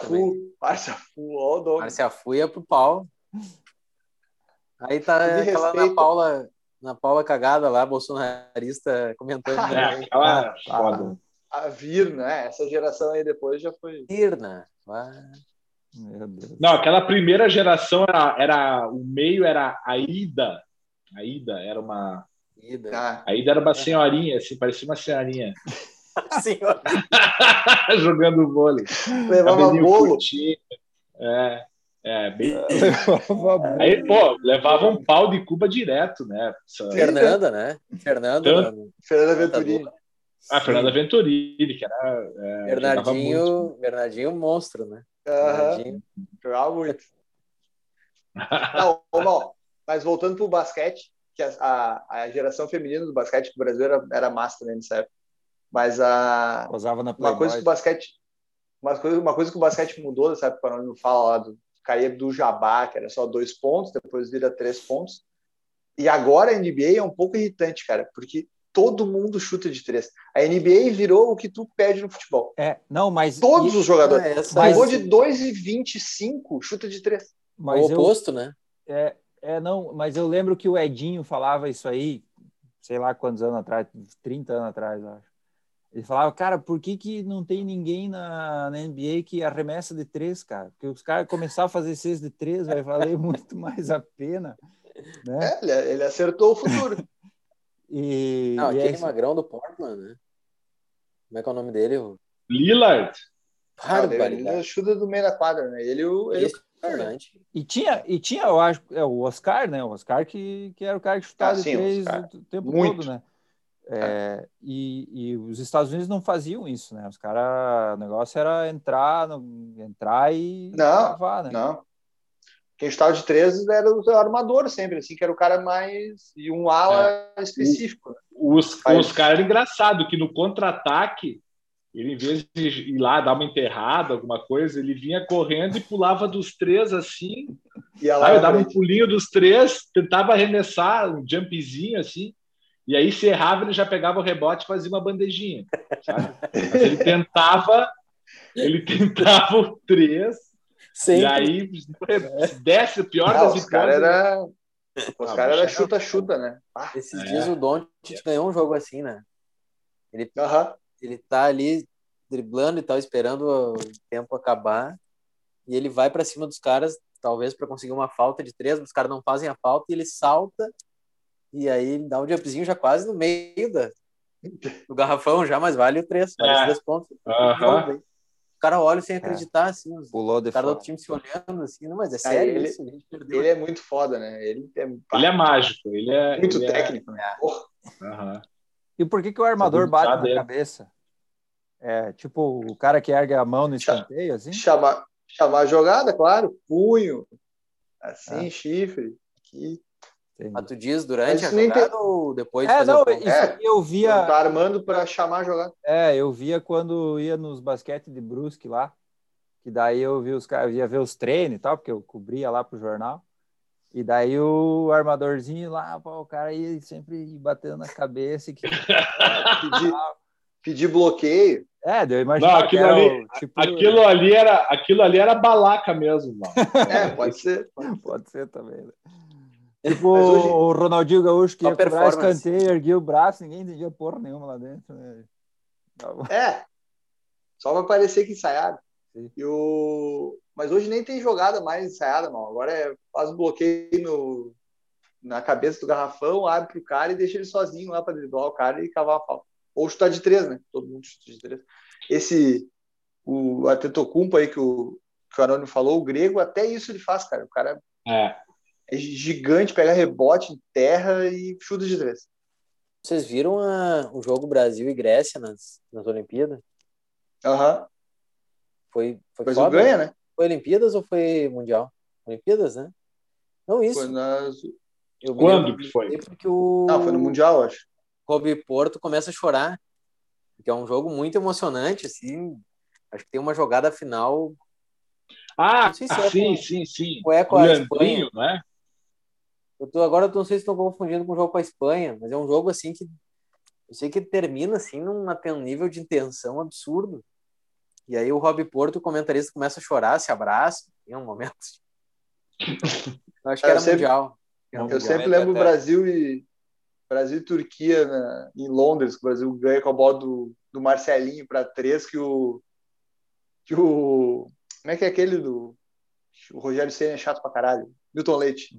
Speaker 3: Fu ia pro pau. Aí tá aquela na Paula cagada lá, bolsonarista comentando.
Speaker 4: Aquela foda.
Speaker 2: A Virna, essa geração aí depois já foi.
Speaker 3: Virna.
Speaker 1: Meu Deus.
Speaker 4: Não, aquela primeira geração era o meio era a Ida. A Ida era uma. A Ida era uma senhorinha, assim, parecia uma senhorinha. Jogando vôlei.
Speaker 2: Levava bolo.
Speaker 4: Bem. Aí, pô, levava um pau de Cuba direto, né?
Speaker 3: Fernanda, né? Fernanda
Speaker 2: Venturini.
Speaker 4: Fernanda Venturini, que era.
Speaker 3: Bernardinho monstro, né?
Speaker 2: Jogava muito. Não, mas voltando pro basquete, que a geração feminina do basquete do Brasil era massa também nessa época. Mas uma coisa que o basquete mudou nessa época, quando não fala lá do Caia do Jabá, que era só 2 pontos, depois vira 3 pontos. E agora a NBA é um pouco irritante, cara, porque todo mundo chuta de 3. A NBA virou o que tu pede no futebol.
Speaker 1: Mas
Speaker 2: todos os jogadores. Jogou de 2,25, chuta de 3.
Speaker 3: O oposto, né?
Speaker 1: Mas eu lembro que o Edinho falava isso aí, sei lá quantos anos atrás, 30 anos atrás, acho. Ele falava, cara, por que não tem ninguém na NBA que arremessa de 3, cara? Porque os caras começaram a fazer 6 de 3, vai valer muito mais a pena. Né?
Speaker 2: Ele acertou o futuro.
Speaker 3: Aquele magrão do Portland, né? Como é que é o nome dele?
Speaker 4: Lillard.
Speaker 2: Ele chuta do meio da quadra, né? Ele
Speaker 1: E tinha, eu acho, o Oscar, né? O Oscar que era o cara que chutava de 3 o tempo todo, né? E os Estados Unidos não faziam isso, né? Os caras, o negócio era entrar e gravar, né?
Speaker 2: Não. Quem chutava de 3 era o armador sempre, assim, que era o cara mais... E um ala específico. Né?
Speaker 4: Os caras eram engraçados, que no contra-ataque, ele, em vez de ir lá dar uma enterrada, alguma coisa, ele vinha correndo e pulava dos 3 assim, dava um pulinho dos 3, tentava arremessar um jumpzinho assim, e aí se errava, ele já pegava o rebote e fazia uma bandejinha, sabe? Mas ele tentava o 3, sempre. E aí desce o pior das
Speaker 2: Os caras eram chuta-chuta, né?
Speaker 3: Esses dias o Doncic ganhou um jogo assim, né? Ele tá ali driblando e tal, esperando o tempo acabar, e ele vai para cima dos caras, talvez para conseguir uma falta de 3, os caras não fazem a falta, e ele salta, e aí ele dá um jumpzinho já quase no meio do garrafão, já, mas vale o 3, vale os 3 pontos. caras olham sem acreditar, assim, os
Speaker 1: Pulou de
Speaker 3: caras do
Speaker 1: fora.
Speaker 3: outro time se olhando, assim, não, mas é sério
Speaker 2: ele-
Speaker 3: isso? A gente perdeu.
Speaker 2: Ele é muito foda, né? Ele é
Speaker 4: mágico, ele é
Speaker 2: muito
Speaker 4: ele é-
Speaker 2: técnico, né? Porra.
Speaker 4: Aham.
Speaker 1: E por que o armador bate
Speaker 4: dúvida
Speaker 1: na
Speaker 4: dele.
Speaker 1: cabeça? É tipo o cara que ergue a mão no escanteio, assim?
Speaker 2: Chamar a jogada, claro. Punho, assim, chifre. Aqui.
Speaker 1: Entendi.
Speaker 3: Mas tu diz durante
Speaker 2: Mas
Speaker 3: a
Speaker 2: isso nem
Speaker 3: jogada ou depois de fazer
Speaker 1: não,
Speaker 3: o ponto?
Speaker 1: isso aí eu
Speaker 2: Quando
Speaker 1: via.
Speaker 2: tá armando pra chamar a jogada.
Speaker 1: Eu via quando ia nos basquete de Brusque lá, que daí eu via os caras, ia ver os treinos e tal, porque eu cobria lá pro jornal. E daí o armadorzinho lá, pô, o cara ia sempre batendo na cabeça e que
Speaker 2: Pedir bloqueio.
Speaker 1: eu
Speaker 4: Não,
Speaker 1: imaginava que era tipo
Speaker 4: aquilo ali era balaca mesmo, mano.
Speaker 2: Pode ser.
Speaker 1: pode ser também, né? Tipo
Speaker 2: Mas hoje-
Speaker 1: o Ronaldinho Gaúcho que
Speaker 3: Só
Speaker 1: ia cobrar
Speaker 3: performance.
Speaker 1: escanteio, erguia o braço, ninguém entendia porra nenhuma lá dentro, né?
Speaker 2: Só vai parecer que ensaiado.
Speaker 1: Sim.
Speaker 2: Mas hoje nem tem jogada mais ensaiada, não. Agora faz um bloqueio na cabeça do garrafão, abre pro cara e deixa ele sozinho lá pra driblar o cara e cavar a falta. Ou chutar de 3, né? Todo mundo chuta de 3. O Antetokounmpo aí que o Anônimo falou, o grego, até isso ele faz, cara. O cara é gigante, pega rebote, enterra e chuta de 3.
Speaker 3: Vocês viram o jogo Brasil e Grécia nas Olimpíadas?
Speaker 2: Aham.
Speaker 3: Foi
Speaker 2: O Brasil
Speaker 3: foda?
Speaker 2: ganha, né?
Speaker 3: Foi Olimpíadas ou foi Mundial? Olimpíadas, né? Não, isso.
Speaker 2: Foi nas...
Speaker 3: Eu me
Speaker 4: Quando
Speaker 3: lembro
Speaker 4: que foi?
Speaker 3: Porque o
Speaker 2: Não, foi no Mundial, eu acho.
Speaker 3: Kobe Porto começa a chorar. Porque é um jogo muito emocionante, assim. Acho que tem uma jogada final. Não sei se é
Speaker 4: sim.
Speaker 3: ou é com
Speaker 4: O
Speaker 3: a
Speaker 4: Leandrinho,
Speaker 3: Espanha.
Speaker 4: né?
Speaker 3: Agora eu não sei se estou confundindo com o jogo com a Espanha, mas é um jogo assim que eu sei que termina assim num nível de tensão absurdo. E aí o Rob Porto, o comentarista, começa a chorar, se abraça. Tem um momento. Eu acho que era Mundial.
Speaker 2: Eu sempre lembro Brasil e Turquia em Londres, que o Brasil ganha com a bola do Marcelinho para 3, que o como é que é aquele o Rogério Ceni é chato pra caralho. Milton Leite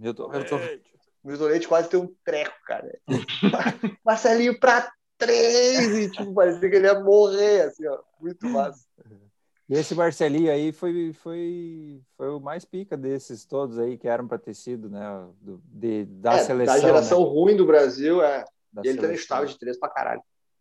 Speaker 2: quase tem um treco, cara. Marcelinho pra 3 e tipo, parecia que ele ia morrer, assim, ó. Muito massa.
Speaker 1: E esse Marcelinho aí foi o mais pica desses todos aí que eram para ter sido, né? Da seleção.
Speaker 2: Da geração ruim do Brasil,
Speaker 1: Da
Speaker 2: e ele também
Speaker 1: seleção.
Speaker 2: chutava de 3 pra caralho.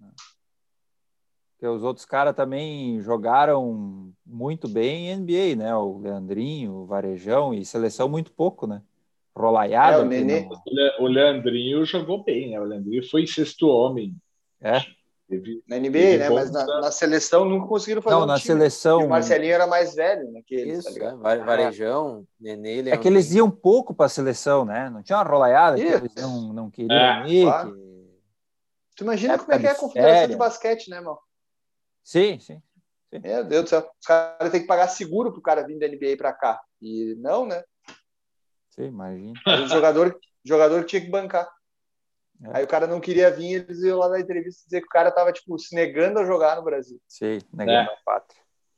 Speaker 1: Porque os outros caras também jogaram muito bem em NBA, né? O Leandrinho, o Varejão, e seleção muito pouco, né? Rolaiada.
Speaker 2: O Nenê.
Speaker 4: O Leandrinho jogou bem, né? O Leandrinho foi sexto homem.
Speaker 2: Na NBA, né? Mas na seleção nunca conseguiram fazer
Speaker 1: na
Speaker 2: time.
Speaker 1: seleção.
Speaker 2: E o Marcelinho era mais velho, né? Que eles,
Speaker 3: Isso,
Speaker 2: tá ligado?
Speaker 3: Varejão, Nenê, Leandrinho.
Speaker 1: É que eles iam pouco para a seleção, né? Não tinha uma rolaiada que eles não queriam ir.
Speaker 2: Claro. Tu imagina como é que é a confederação de basquete, né, irmão?
Speaker 1: Sim.
Speaker 2: Meu Deus do céu. Os caras têm que pagar seguro pro cara vir da NBA pra cá. E não, né?
Speaker 1: Sim, imagina.
Speaker 2: Aí o jogador tinha que bancar. Aí o cara não queria vir, eles iam lá na entrevista dizer que o cara tava, tipo, se negando a jogar no Brasil.
Speaker 1: Sim, negando a pátria.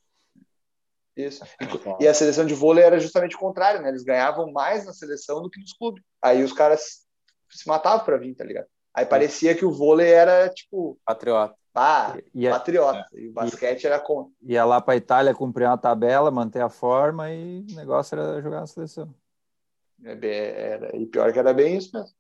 Speaker 2: Isso. E a seleção de vôlei era justamente o contrário, né? Eles ganhavam mais na seleção do que nos clubes. Aí os caras se matavam pra vir, tá ligado? Aí parecia que o vôlei era, tipo...
Speaker 3: Patriota.
Speaker 2: Patriota. E o basquete era contra.
Speaker 1: Ia lá pra Itália cumprir uma tabela, manter a forma e o negócio era jogar na seleção.
Speaker 2: E pior que era bem isso mesmo.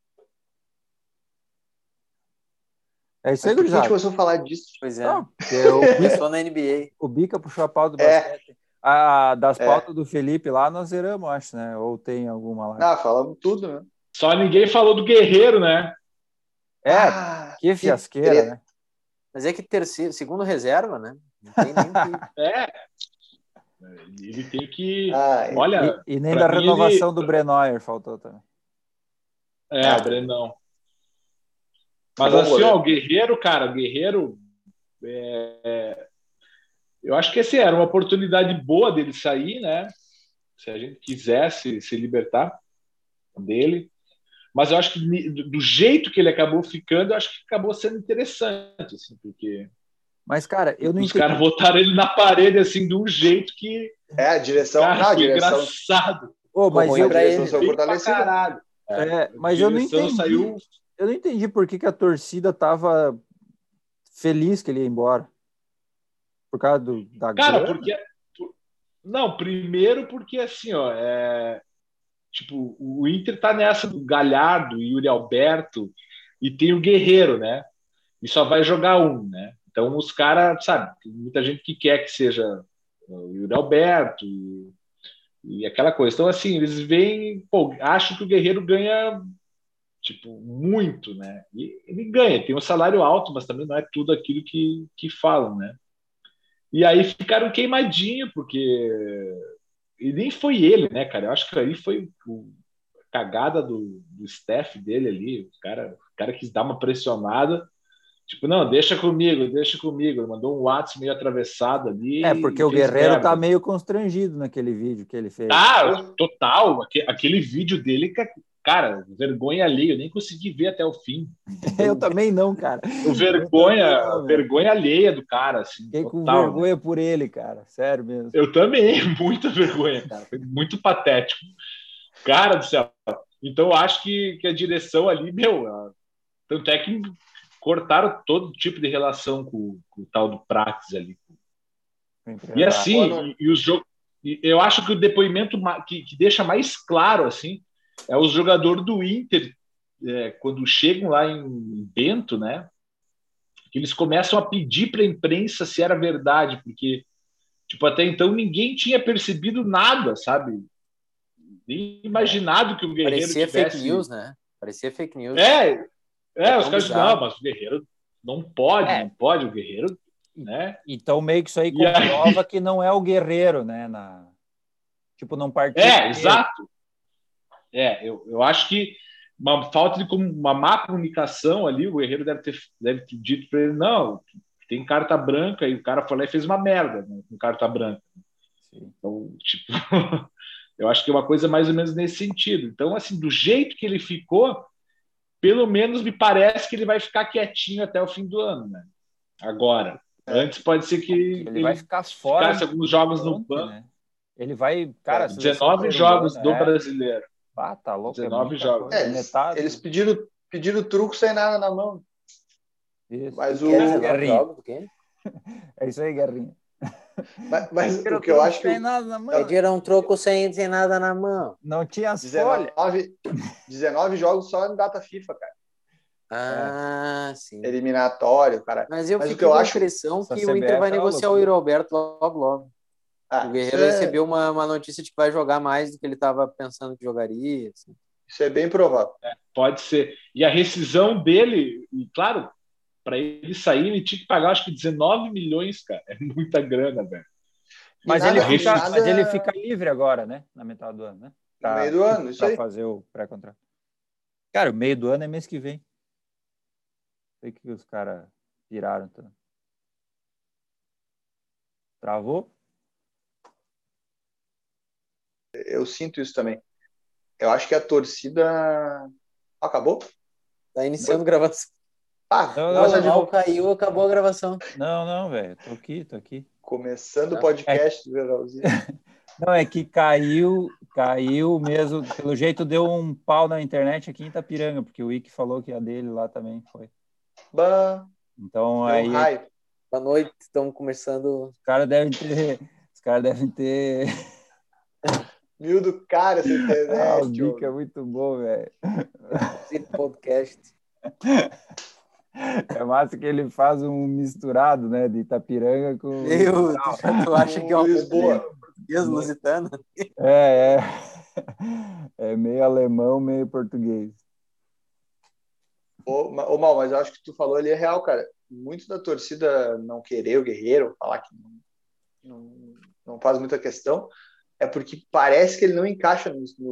Speaker 1: É isso aí,
Speaker 2: Por que a gente
Speaker 1: gurizada.
Speaker 2: começou a falar disso?
Speaker 3: Pois é.
Speaker 1: Começou
Speaker 3: na NBA.
Speaker 1: O Bica puxou a pauta do basquete. Das pautas do Felipe lá, nós zeramos, acho, né? Ou tem alguma lá?
Speaker 2: Falamos tudo, né?
Speaker 4: Só ninguém falou do Guerreiro, né?
Speaker 1: Que fiasqueira, né?
Speaker 3: Mas é que segundo reserva, né? Não tem nem que...
Speaker 4: Ele tem que...
Speaker 1: Olha, e nem da renovação do Brennoyer faltou também.
Speaker 4: O Brenão. Mas assim, o Guerreiro, cara, eu acho que esse era uma oportunidade boa dele sair, né? Se a gente quisesse se libertar dele. Mas eu acho que do jeito que ele acabou ficando, eu acho que acabou sendo interessante, assim, porque...
Speaker 1: Mas, cara, eu não entendi.
Speaker 4: Os caras botaram ele na parede, assim, de um jeito que...
Speaker 2: a direção...
Speaker 4: foi engraçado.
Speaker 1: Mas
Speaker 2: a direção saiu fortalecida.
Speaker 1: Mas eu não entendi. Eu não entendi por que a torcida tava feliz que ele ia embora. Por causa da
Speaker 4: cara,
Speaker 1: grana?
Speaker 4: Não, primeiro porque assim, ó, tipo, o Inter tá nessa do Galhardo, Yuri Alberto e tem o Guerreiro, né? E só vai jogar um, né? Então os caras, sabe, tem muita gente que quer que seja o Yuri Alberto e aquela coisa. Então, assim, eles veem, pô, acham que o Guerreiro ganha, tipo, muito, né? E ele ganha, tem um salário alto, mas também não é tudo aquilo que falam, né? E aí ficaram queimadinho, porque e nem foi ele, né, cara? Eu acho que aí foi a cagada do staff dele ali. O cara quis dar uma pressionada. Tipo, não, deixa comigo, deixa comigo. Ele mandou um WhatsApp meio atravessado ali
Speaker 1: Porque
Speaker 4: e
Speaker 1: o
Speaker 4: fez
Speaker 1: Guerreiro tá
Speaker 4: merda.
Speaker 1: meio constrangido naquele vídeo que ele fez.
Speaker 4: Total. Aquele vídeo dele, cara, vergonha alheia. Eu nem consegui ver até o fim.
Speaker 1: Eu também não, cara.
Speaker 4: O
Speaker 1: Eu também não, velho.
Speaker 4: vergonha alheia do cara, assim,
Speaker 1: Fiquei com
Speaker 4: total.
Speaker 1: vergonha por ele, cara. Sério mesmo.
Speaker 4: Eu também, muita vergonha, cara. Foi muito patético. Cara do céu. Então, eu acho que a direção ali, tanto é que cortaram todo tipo de relação com o tal do Praxis ali. E assim, e os jogos. Eu acho que o depoimento que deixa mais claro assim é os jogadores do Inter quando chegam lá em Bento, né? Que eles começam a pedir para a imprensa se era verdade, porque tipo até então ninguém tinha percebido nada, sabe? Nem imaginado que o Guerreiro
Speaker 3: Parecia
Speaker 4: tivesse.
Speaker 3: fake news, né? Parecia fake news.
Speaker 4: Os caras dizem, não, mas o Guerreiro não pode, o Guerreiro, né?
Speaker 1: Então, meio que isso aí comprova que não é o Guerreiro, né? Tipo, não participa.
Speaker 4: Exato. Eu acho que uma falta de uma má comunicação ali, o Guerreiro deve ter dito para ele, não, tem carta branca, e o cara foi lá e fez uma merda, né, com carta branca. Sim. Então, tipo, eu acho que é uma coisa mais ou menos nesse sentido. Então, assim, do jeito que ele ficou, pelo menos me parece que ele vai ficar quietinho até o fim do ano, né? Agora. Antes pode ser que
Speaker 1: ele vai ficar fora.
Speaker 4: Ficasse alguns jogos no banco.
Speaker 1: Né? Ele vai, cara,
Speaker 4: 19 jogos do brasileiro.
Speaker 1: Tá louco.
Speaker 4: 19 jogos.
Speaker 1: Metade.
Speaker 2: Eles pediram truco sem nada na mão.
Speaker 1: Isso.
Speaker 2: Mas
Speaker 3: o 19 jogos do quê?
Speaker 1: É isso aí, Guerrinha.
Speaker 2: Mas o que eu acho que...
Speaker 3: Pediram um troco sem nada na mão.
Speaker 1: Não tinha as folhas.
Speaker 2: 19 jogos só em data FIFA, cara.
Speaker 3: Sim.
Speaker 2: Eliminatório, cara.
Speaker 3: Mas eu fiquei com a impressão que o Inter vai negociar o Yuri Alberto logo. O Guerreiro recebeu uma notícia de que vai jogar mais do que ele estava pensando que jogaria. Assim.
Speaker 2: Isso é bem provável.
Speaker 4: Pode ser. E a rescisão dele, e claro, para ele sair, ele tinha que pagar acho que 19 milhões, cara. É muita grana, velho.
Speaker 1: Mas ele fica livre agora, né? Na metade do ano, né?
Speaker 2: No meio do ano, isso aí.
Speaker 1: Para fazer o pré-contrato. Cara, o meio do ano é mês que vem. Sei que os caras tiraram. Então. Travou?
Speaker 2: Eu sinto isso também. Eu acho que a torcida... Acabou?
Speaker 3: Tá iniciando a gravação.
Speaker 1: O
Speaker 3: mal caiu, acabou a gravação.
Speaker 1: Não, velho. Tô aqui.
Speaker 2: Começando o podcast do Geralzinho.
Speaker 1: Não, é que caiu mesmo. Pelo jeito deu um pau na internet aqui em Itapiranga, porque o Ike falou que a dele lá também foi. Então aí.
Speaker 3: Boa noite, estamos começando.
Speaker 1: Os caras devem ter.
Speaker 2: Mil do cara essa internet.
Speaker 1: O Ike é muito bom, velho.
Speaker 3: Esse podcast.
Speaker 1: É massa que ele faz um misturado, né, de Itapiranga com...
Speaker 3: Tu acha que é uma
Speaker 2: Lisboa
Speaker 3: português lusitana?
Speaker 1: É meio alemão, meio português.
Speaker 2: Mal, mas eu acho que tu falou ali é real, cara. Muito da torcida não querer o Guerreiro, falar que não faz muita questão, é porque parece que ele não encaixa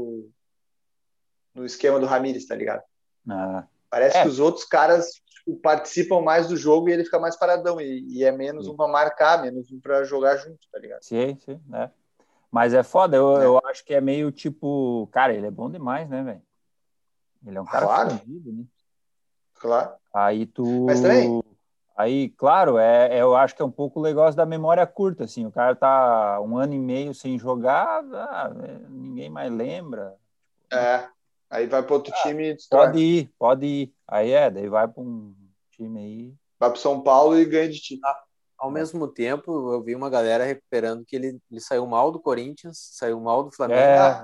Speaker 2: no esquema do Ramires, tá ligado? Parece que os outros caras participam mais do jogo e ele fica mais paradão. E é menos um pra marcar, menos um pra jogar junto, tá ligado?
Speaker 1: Sim, né? Mas é foda, eu acho que é meio tipo... Cara, ele é bom demais, né, velho? Ele é um cara fudido, né?
Speaker 2: Claro.
Speaker 1: Aí tu...
Speaker 2: Mas também...
Speaker 1: Aí, claro, eu acho que é um pouco o negócio da memória curta, assim. O cara tá 1 ano e meio sem jogar, ninguém mais lembra.
Speaker 2: Aí vai para outro time e
Speaker 1: destrói. Pode ir. Aí daí vai para um time aí.
Speaker 2: Vai para São Paulo e ganha de time.
Speaker 3: Ao mesmo tempo, eu vi uma galera recuperando que ele saiu mal do Corinthians, saiu mal do Flamengo.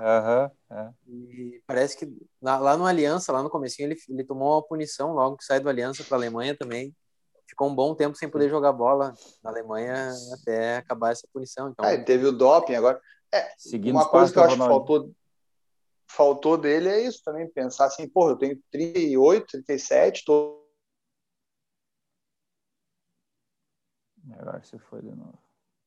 Speaker 3: E parece que lá no Aliança, lá no comecinho, ele tomou uma punição logo que sai do Aliança para a Alemanha também. Ficou um bom tempo sem poder jogar bola na Alemanha até acabar essa punição. Então,
Speaker 2: e teve o doping agora.
Speaker 1: Seguindo
Speaker 2: Uma
Speaker 1: os
Speaker 2: coisa
Speaker 1: passos
Speaker 2: que eu
Speaker 1: do
Speaker 2: acho que
Speaker 1: Ronaldinho.
Speaker 2: faltou dele é isso também, pensar assim, eu tenho 38, 37,
Speaker 1: Agora você foi de novo.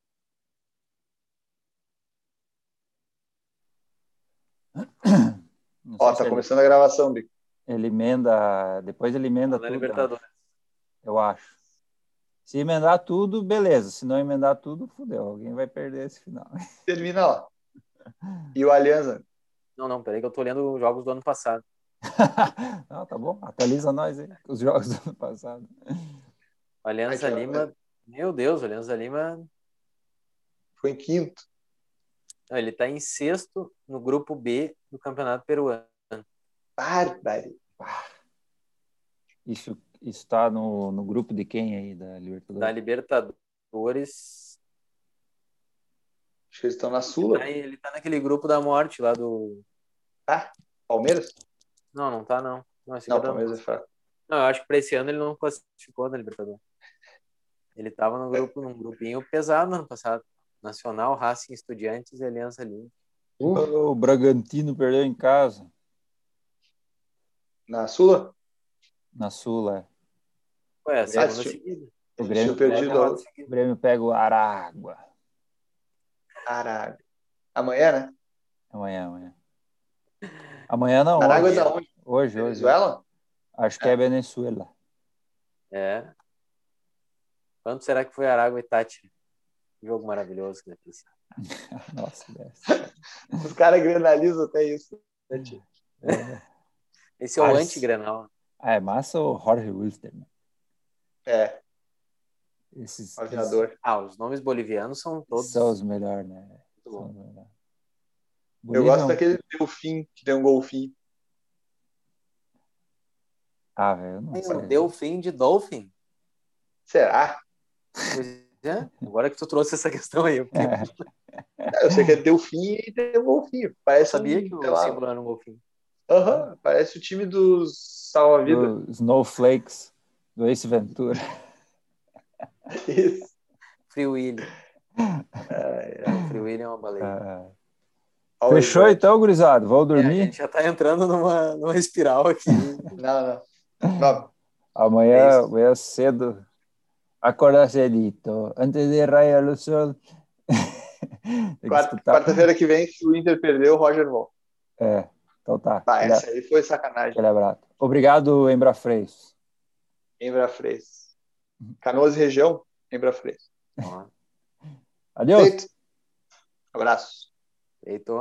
Speaker 2: Tá começando a gravação, Bico.
Speaker 1: Depois ele emenda tudo.
Speaker 3: Libertadores.
Speaker 1: Eu acho. Se emendar tudo, beleza. Se não emendar tudo, fudeu. Alguém vai perder esse final.
Speaker 2: Termina lá. E o Aliança?
Speaker 3: Não, peraí que eu tô olhando os jogos do ano passado.
Speaker 1: Não, tá bom. Atualiza nós aí, os jogos do ano passado.
Speaker 3: O Alianza Lima, meu Deus, o Alianza Lima
Speaker 2: foi em quinto.
Speaker 3: Não, ele tá em sexto no grupo B do Campeonato Peruano.
Speaker 2: Bárbaro.
Speaker 1: Isso tá no grupo de quem aí, da Libertadores?
Speaker 3: Da Libertadores.
Speaker 2: Acho que eles estão na Sula.
Speaker 3: Ele tá naquele grupo da morte lá do...
Speaker 2: Palmeiras?
Speaker 3: Não tá não.
Speaker 2: Não, Palmeiras é fraco.
Speaker 3: Não, eu acho que para esse ano ele não classificou na Libertadores. Ele tava num grupinho pesado no ano passado. Nacional, Racing, Estudiantes e Aliança Lima.
Speaker 1: O Bragantino perdeu em casa.
Speaker 2: Na Sula?
Speaker 1: Na Sula,
Speaker 3: Ué, a segunda seguida.
Speaker 1: O Grêmio pega o Aragua.
Speaker 2: Amanhã, né?
Speaker 1: Amanhã. Amanhã não,
Speaker 2: Aragua
Speaker 1: hoje.
Speaker 2: É da onde?
Speaker 1: Hoje.
Speaker 2: Venezuela?
Speaker 1: Acho que é Venezuela.
Speaker 3: Quanto será que foi Aragua e Tati? Jogo maravilhoso.
Speaker 1: Nossa,
Speaker 2: os caras granalizam até isso.
Speaker 3: Esse é o anti-Grenal.
Speaker 1: É massa o Jorge Wilstermann.
Speaker 2: Aviador.
Speaker 3: Os nomes bolivianos são todos...
Speaker 1: São os melhores, né?
Speaker 2: Eu gosto daquele Delfim, que tem um golfinho.
Speaker 1: Velho, eu não sei.
Speaker 3: O Delfim de Dolphin?
Speaker 2: Será?
Speaker 3: Pois é. Agora que tu trouxe essa questão aí.
Speaker 2: Eu sei que é Delfim e tem um golfinho. Parece
Speaker 3: sabia que o símbolo era um golfinho.
Speaker 2: Parece o time dos Salva-Vida.
Speaker 1: Do Snowflakes, do Ace Ventura.
Speaker 2: Isso.
Speaker 3: Free Willy. O Free Willy é uma baleia.
Speaker 1: Fechou então, gurizado? Vou dormir?
Speaker 3: A gente já tá entrando numa espiral aqui.
Speaker 2: Não.
Speaker 1: Amanhã cedo, acordar cedito. Antes de raiar o sol.
Speaker 2: Quarta-feira que vem, se o Inter perder, o Roger volta.
Speaker 1: Então tá.
Speaker 2: Essa aí foi sacanagem.
Speaker 1: Aquele abraço. Obrigado, Embrafreis.
Speaker 2: Embrafreis. Canoas e região, Embrafreis.
Speaker 1: Adeus.
Speaker 2: Feito. Abraço.
Speaker 3: Feito.